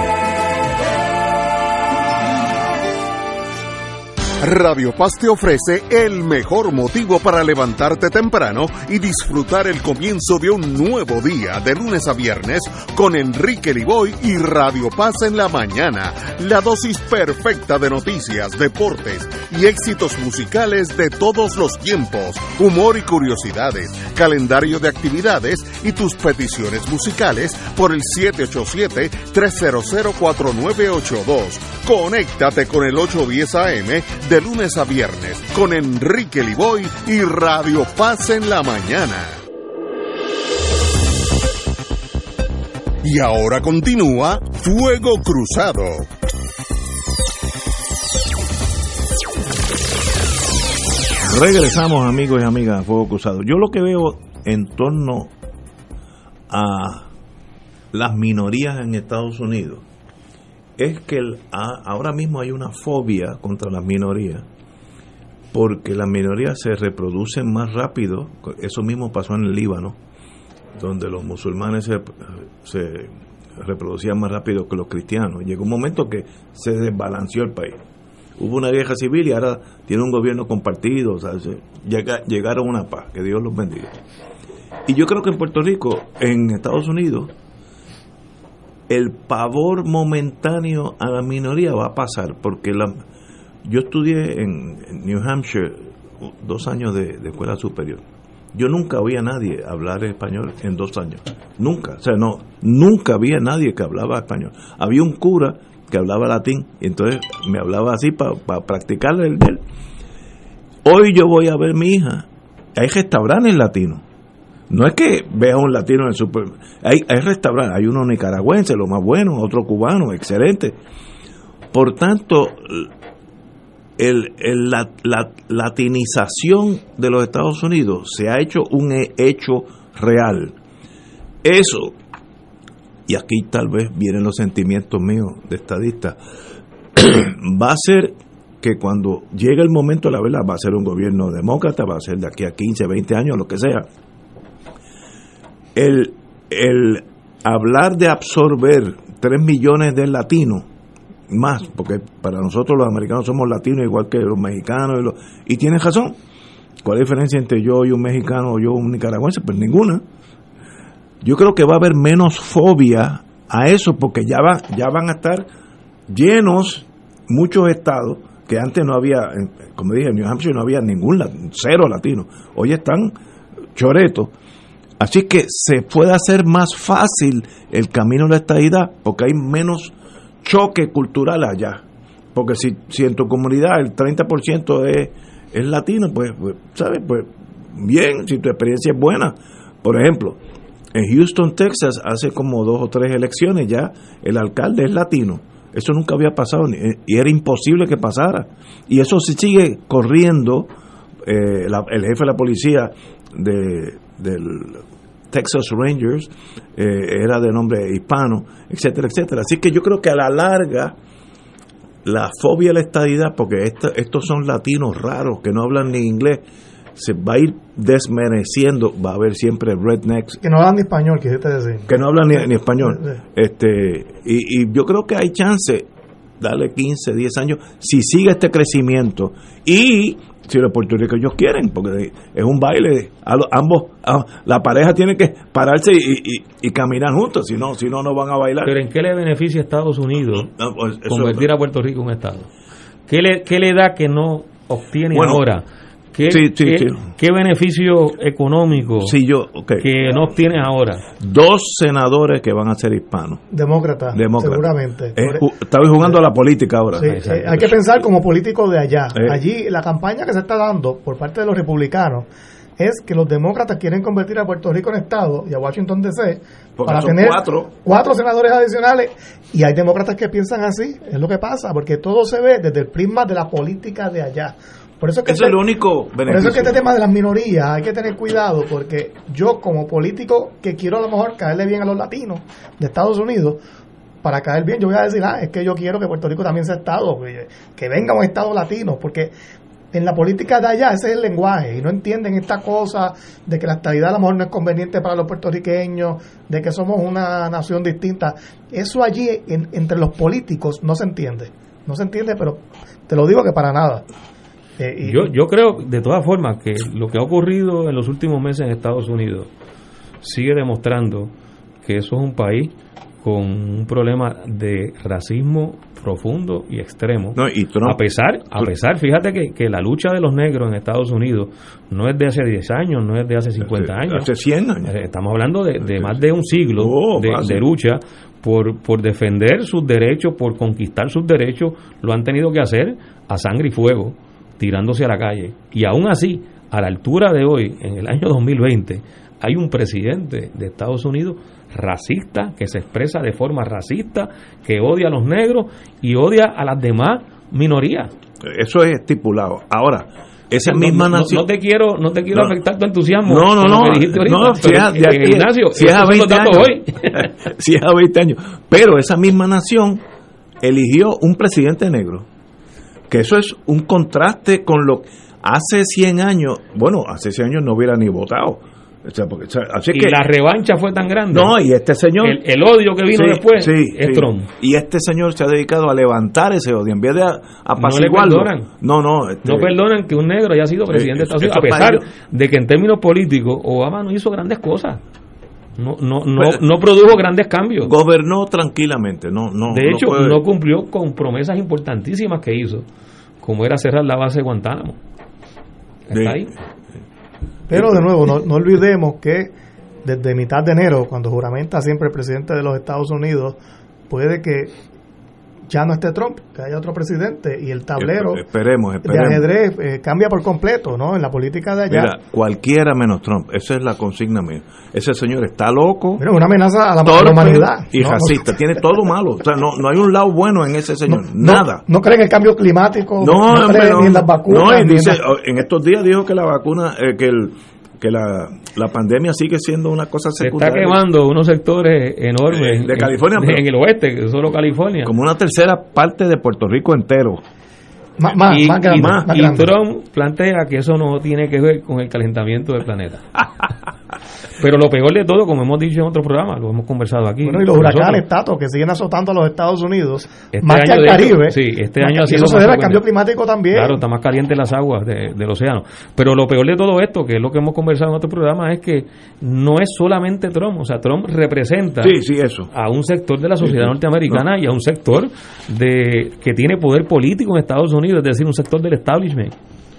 Radio Paz te ofrece el mejor motivo para levantarte temprano y disfrutar el comienzo de un nuevo día de lunes a viernes con Enrique Liboy y Radio Paz en la mañana. La dosis perfecta de noticias, deportes y éxitos musicales de todos los tiempos, humor y curiosidades, calendario de actividades y tus peticiones musicales por el 787-300-4982. Conéctate con el 810 AM de lunes a viernes con Enrique Liboy y Radio Paz en la mañana. Y ahora continúa Fuego Cruzado. Regresamos, amigos y amigas, a Fuego Cruzado. Yo lo que veo en torno a las minorías en Estados Unidos es que ahora mismo hay una fobia contra las minorías, porque las minorías se reproducen más rápido. Eso mismo pasó en el Líbano, donde los musulmanes se reproducían más rápido que los cristianos. Llegó un momento que se desbalanceó el país. Hubo una guerra civil y ahora tiene un gobierno compartido. O sea, llegaron a una paz. Que Dios los bendiga. Y yo creo que en Puerto Rico, en Estados Unidos, el pavor momentáneo a la minoría va a pasar, porque yo estudié en New Hampshire 2 años de escuela superior. Yo nunca oí a nadie hablar español en 2 años. Nunca. O sea, nunca había nadie que hablaba español. Había un cura que hablaba latín, y entonces me hablaba así para practicar el de él. Hoy yo voy a ver a mi hija. Hay restaurantes latinos. No es que veas un latino en el super. Hay restaurantes, hay uno nicaragüense, lo más bueno, otro cubano, excelente. Por tanto, la latinización de los Estados Unidos se ha hecho un hecho real. Eso, y aquí tal vez vienen los sentimientos míos de estadista, va a ser que cuando llegue el momento de la verdad, va a ser un gobierno demócrata, va a ser de aquí a 15, 20 años, lo que sea. El hablar de absorber 3 millones de latinos, más, porque para nosotros los americanos somos latinos igual que los mexicanos, y tienen razón. ¿Cuál es la diferencia entre yo y un mexicano o yo un nicaragüense? Pues ninguna. Yo creo que va a haber menos fobia a eso, porque ya van a estar llenos muchos estados que antes no había, como dije, en New Hampshire no había cero latino. Hoy están choretos. Así que se puede hacer más fácil el camino de la estadidad porque hay menos choque cultural allá. Porque si en tu comunidad el 30% es latino, pues, ¿sabes? Pues bien, si tu experiencia es buena. Por ejemplo, en Houston, Texas, hace como 2 o 3 elecciones ya, el alcalde es latino. Eso nunca había pasado y era imposible que pasara. Y eso se sigue corriendo. El jefe de la policía del Texas Rangers era de nombre hispano, etcétera, etcétera. Así que yo creo que a la larga la fobia a la estadidad, porque estos son latinos raros que no hablan ni inglés, se va a ir desmereciendo. Va a haber siempre rednecks que no hablan ni español, quisiste decir, que no hablan ni español. Y yo creo que hay chance, darle 15, 10 años, si sigue este crecimiento y si los puertorriqueños quieren, porque es un baile, la pareja tiene que pararse y caminar juntos, si no van a bailar. Pero ¿en qué le beneficia a Estados Unidos convertir a Puerto Rico en un estado? ¿Qué le da que no obtiene ahora? ¿Qué beneficio económico que no obtiene ahora? 2 senadores que van a ser hispanos. Demócratas. Seguramente. Estaba jugando a la política ahora. Sí, hay que pensar como políticos de allá. Allí la campaña que se está dando por parte de los republicanos es que los demócratas quieren convertir a Puerto Rico en estado y a Washington D.C. para tener 4 senadores adicionales, y hay demócratas que piensan así. Es lo que pasa, porque todo se ve desde el prisma de la política de allá. Por eso es que el único beneficio. Por eso es que este tema de las minorías hay que tener cuidado, porque yo como político que quiero a lo mejor caerle bien a los latinos de Estados Unidos, para caer bien yo voy a decir, es que yo quiero que Puerto Rico también sea estado, que venga un estado latino, porque en la política de allá ese es el lenguaje, y no entienden esta cosa de que la estadidad a lo mejor no es conveniente para los puertorriqueños, de que somos una nación distinta. Eso allí entre los políticos no se entiende, pero te lo digo que para nada. Yo creo de todas formas que lo que ha ocurrido en los últimos meses en Estados Unidos sigue demostrando que eso es un país con un problema de racismo profundo y extremo. A pesar, fíjate que la lucha de los negros en Estados Unidos no es de hace 10 años, no es de hace 50 años. Hace 100 años. Estamos hablando de más de un siglo de lucha por defender sus derechos, por conquistar sus derechos. Lo han tenido que hacer a sangre y fuego, tirándose a la calle. Y aún así, a la altura de hoy, en el año 2020, hay un presidente de Estados Unidos racista, que se expresa de forma racista, que odia a los negros y odia a las demás minorías. Eso es estipulado. Ahora, esa misma nación... No te quiero afectar tu entusiasmo. Ignacio, si es a 20 años hoy. Si es a 20 años. Pero esa misma nación eligió un presidente negro. Que eso es un contraste con lo que hace 100 años, hace 100 años no hubiera ni votado. Así que la revancha fue tan grande. Y este señor... El odio que vino después es Trump. Y este señor se ha dedicado a levantar ese odio en vez de apaciguarlo. No perdonan que un negro haya sido presidente de Estados Unidos, a pesar de que en términos políticos Obama no hizo grandes cosas. No produjo grandes cambios. Gobernó tranquilamente. De hecho, no cumplió con promesas importantísimas que hizo, como era cerrar la base de Guantánamo. Está ahí. Pero de nuevo, no olvidemos que desde mitad de enero, cuando juramenta siempre el presidente de los Estados Unidos, puede que ya no esté Trump, que haya otro presidente, y el tablero esperemos. de ajedrez cambia por completo, ¿no? En la política de allá. Mira, cualquiera menos Trump, esa es la consigna mía. Ese señor está loco. Mira, una amenaza a la humanidad. Y racista, tiene todo malo. O sea, no hay un lado bueno en ese señor, nada. No cree en el cambio climático, no cree ni en las vacunas. En estos días dijo que la vacuna, que la pandemia sigue siendo una cosa secundaria. Se está quemando unos sectores enormes de California, en el oeste, solo California. Como una tercera parte de Puerto Rico entero. Y Trump plantea que eso no tiene que ver con el calentamiento del planeta. Pero lo peor de todo, como hemos dicho en otros programas, lo hemos conversado aquí. Bueno, y los huracanes, Tato, que siguen azotando a los Estados Unidos, este más que al Caribe. Sí, este año ha sido. Eso se debe al cambio climático también. Claro, está más caliente las aguas del océano. Pero lo peor de todo esto, que es lo que hemos conversado en otro programa, es que no es solamente Trump. O sea, Trump representa eso. a un sector de la sociedad norteamericana y a un sector que tiene poder político en Estados Unidos, es decir, un sector del establishment.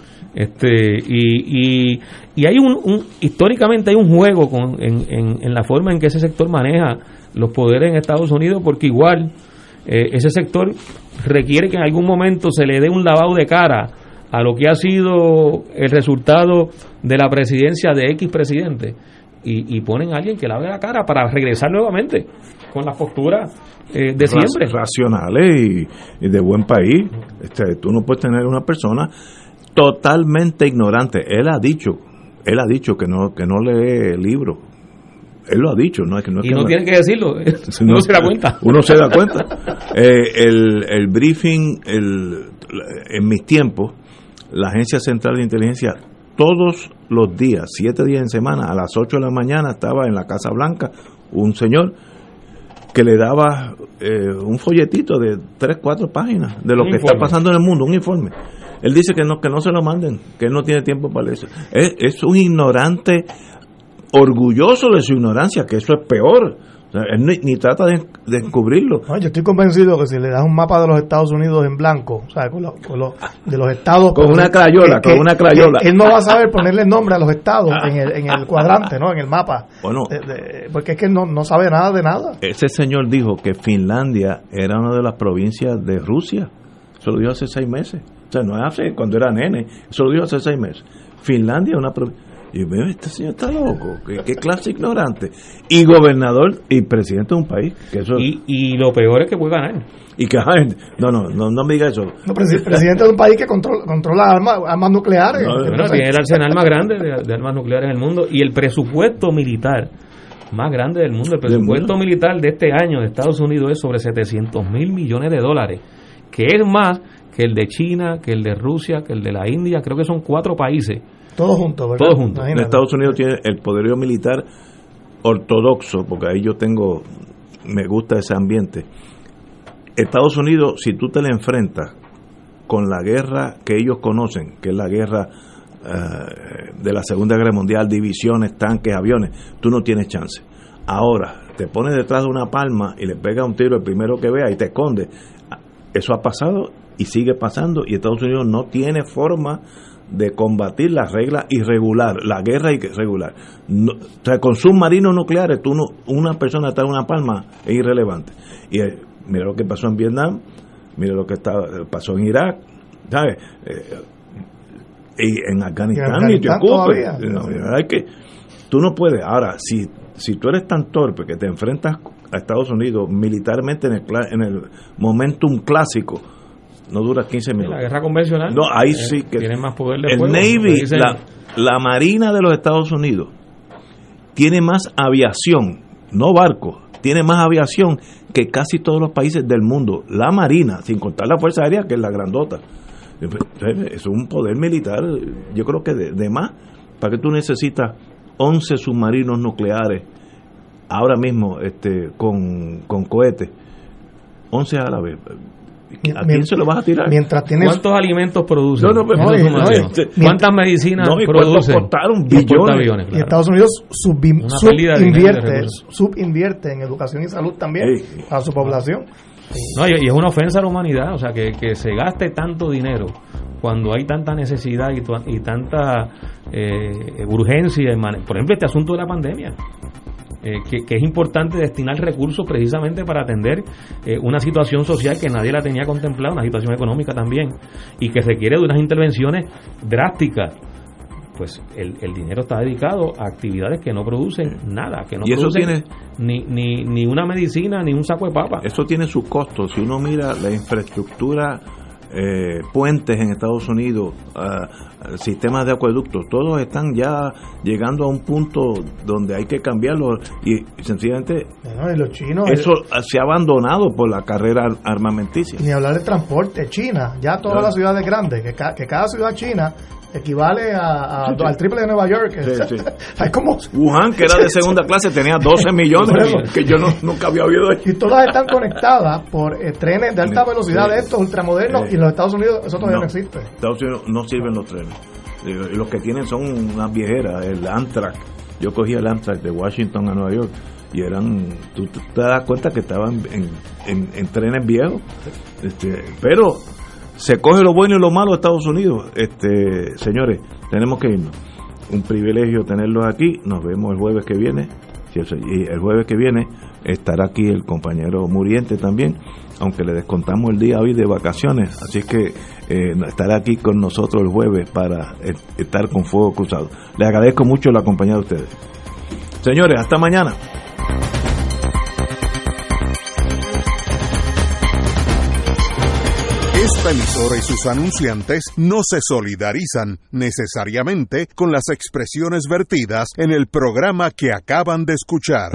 Y hay históricamente hay un juego en la forma en que ese sector maneja los poderes en Estados Unidos, porque igual ese sector requiere que en algún momento se le dé un lavado de cara a lo que ha sido el resultado de la presidencia de X presidente, y ponen a alguien que lave la cara para regresar nuevamente con las posturas de siempre, racionales y de buen país. Tú no puedes tener una persona totalmente ignorante. Él ha dicho que no lee libros. Él lo ha dicho, no es que tiene que decirlo. Uno se da cuenta. Uno se da cuenta. El briefing, en mis tiempos, la Agencia Central de Inteligencia, todos los días, 7 días en semana, a las 8 de la mañana, estaba en la Casa Blanca un señor que le daba un folletito de 3-4 páginas de lo que está pasando en el mundo, un informe. Él dice que no se lo manden, que él no tiene tiempo para eso. Es un ignorante orgulloso de su ignorancia, que eso es peor. O sea, él ni trata de descubrirlo. No, yo estoy convencido que si le das un mapa de los Estados Unidos en blanco, o sea, de los estados... Con una crayola. Él no va a saber ponerle nombre a los estados en el cuadrante, ¿no? En el mapa. Bueno, porque es que no sabe nada de nada. Ese señor dijo que Finlandia era una de las provincias de Rusia. Eso lo dijo hace 6 meses. O sea, no es hace cuando era nene. Eso lo dijo hace 6 meses. Finlandia es una provincia... Y veo, este señor está loco, qué clase ignorante. Y gobernador y presidente de un país. Que eso... y lo peor es que puede ganar. Y que no me diga eso. No, presidente de un país que controla armas nucleares. Tiene el arsenal más grande de armas nucleares en el mundo y el presupuesto militar más grande del mundo. El presupuesto militar de este año de Estados Unidos es sobre $700 mil millones, que es más que el de China, que el de Rusia, que el de la India. Creo que son 4 países. Todos juntos, ¿verdad? Todos juntos. En Estados Unidos tiene el poderío militar ortodoxo, porque ahí me gusta ese ambiente. Estados Unidos, si tú te le enfrentas con la guerra que ellos conocen, que es la guerra de la Segunda Guerra Mundial, divisiones, tanques, aviones, tú no tienes chance. Ahora, te pones detrás de una palma y le pegas un tiro el primero que vea y te esconde. Eso ha pasado y sigue pasando, y Estados Unidos no tiene forma de combatir las reglas irregular, la guerra irregular. O sea, con submarinos nucleares, una persona está en una palma es irrelevante. Y mira lo que pasó en Vietnam, mira lo que pasó en Irak, ¿sabes? Y en Afganistán y te ocupes. Tú no puedes. Ahora, si tú eres tan torpe que te enfrentas a Estados Unidos militarmente en el momentum clásico, no dura 15 minutos. La guerra convencional. No, ahí sí que tiene más poder de el fuego, Navy, la Marina de los Estados Unidos tiene más aviación, no barcos, tiene más aviación que casi todos los países del mundo. La Marina, sin contar la Fuerza Aérea, que es la grandota. Es un poder militar, yo creo que de más. ¿Para qué tú necesitas 11 submarinos nucleares ahora mismo con cohetes? 11 a la vez. ¿A quién se lo vas a tirar? ¿Cuántos alimentos producen? ¿Cuántas medicinas producen? ¿Cuántos costaron? Billones. Y Estados Unidos subinvierte en educación y salud también a su población. No, y es una ofensa a la humanidad, o sea, que se gaste tanto dinero cuando hay tanta necesidad y tanta urgencia. Por ejemplo, este asunto de la pandemia. Que es importante destinar recursos precisamente para atender una situación social que nadie la tenía contemplada, una situación económica también, y que requiere de unas intervenciones drásticas. Pues el dinero está dedicado a actividades que no producen nada, que no producen ni una medicina ni un saco de papa. Eso tiene sus costos. Si uno mira la infraestructura, puentes en Estados Unidos, sistemas de acueductos, todos están ya llegando a un punto donde hay que cambiarlo, y sencillamente y los chinos, eso se ha abandonado por la carrera armamenticia. Ni hablar de transporte. China, ya todas las ciudades grandes, que cada ciudad china equivale al triple de Nueva York. Sí. Hay como Wuhan, que era de segunda clase, tenía 12 millones, que yo nunca había oído. Y todas están conectadas por trenes de alta velocidad de estos ultramodernos, y en los Estados Unidos eso todavía no existe. En Estados Unidos no sirven los trenes. Y los que tienen son unas viejeras, el Amtrak. Yo cogí el Amtrak de Washington a Nueva York y eran, tú te das cuenta que estaban en trenes viejos. Pero se coge lo bueno y lo malo de Estados Unidos. Señores, tenemos que irnos. Un privilegio tenerlos aquí. Nos vemos el jueves que viene. Y el jueves que viene estará aquí el compañero Muriente también, aunque le descontamos el día hoy de vacaciones. Así que estará aquí con nosotros el jueves para estar con Fuego Cruzado. Les agradezco mucho la compañía de ustedes. Señores, hasta mañana. Esta emisora y sus anunciantes no se solidarizan necesariamente con las expresiones vertidas en el programa que acaban de escuchar.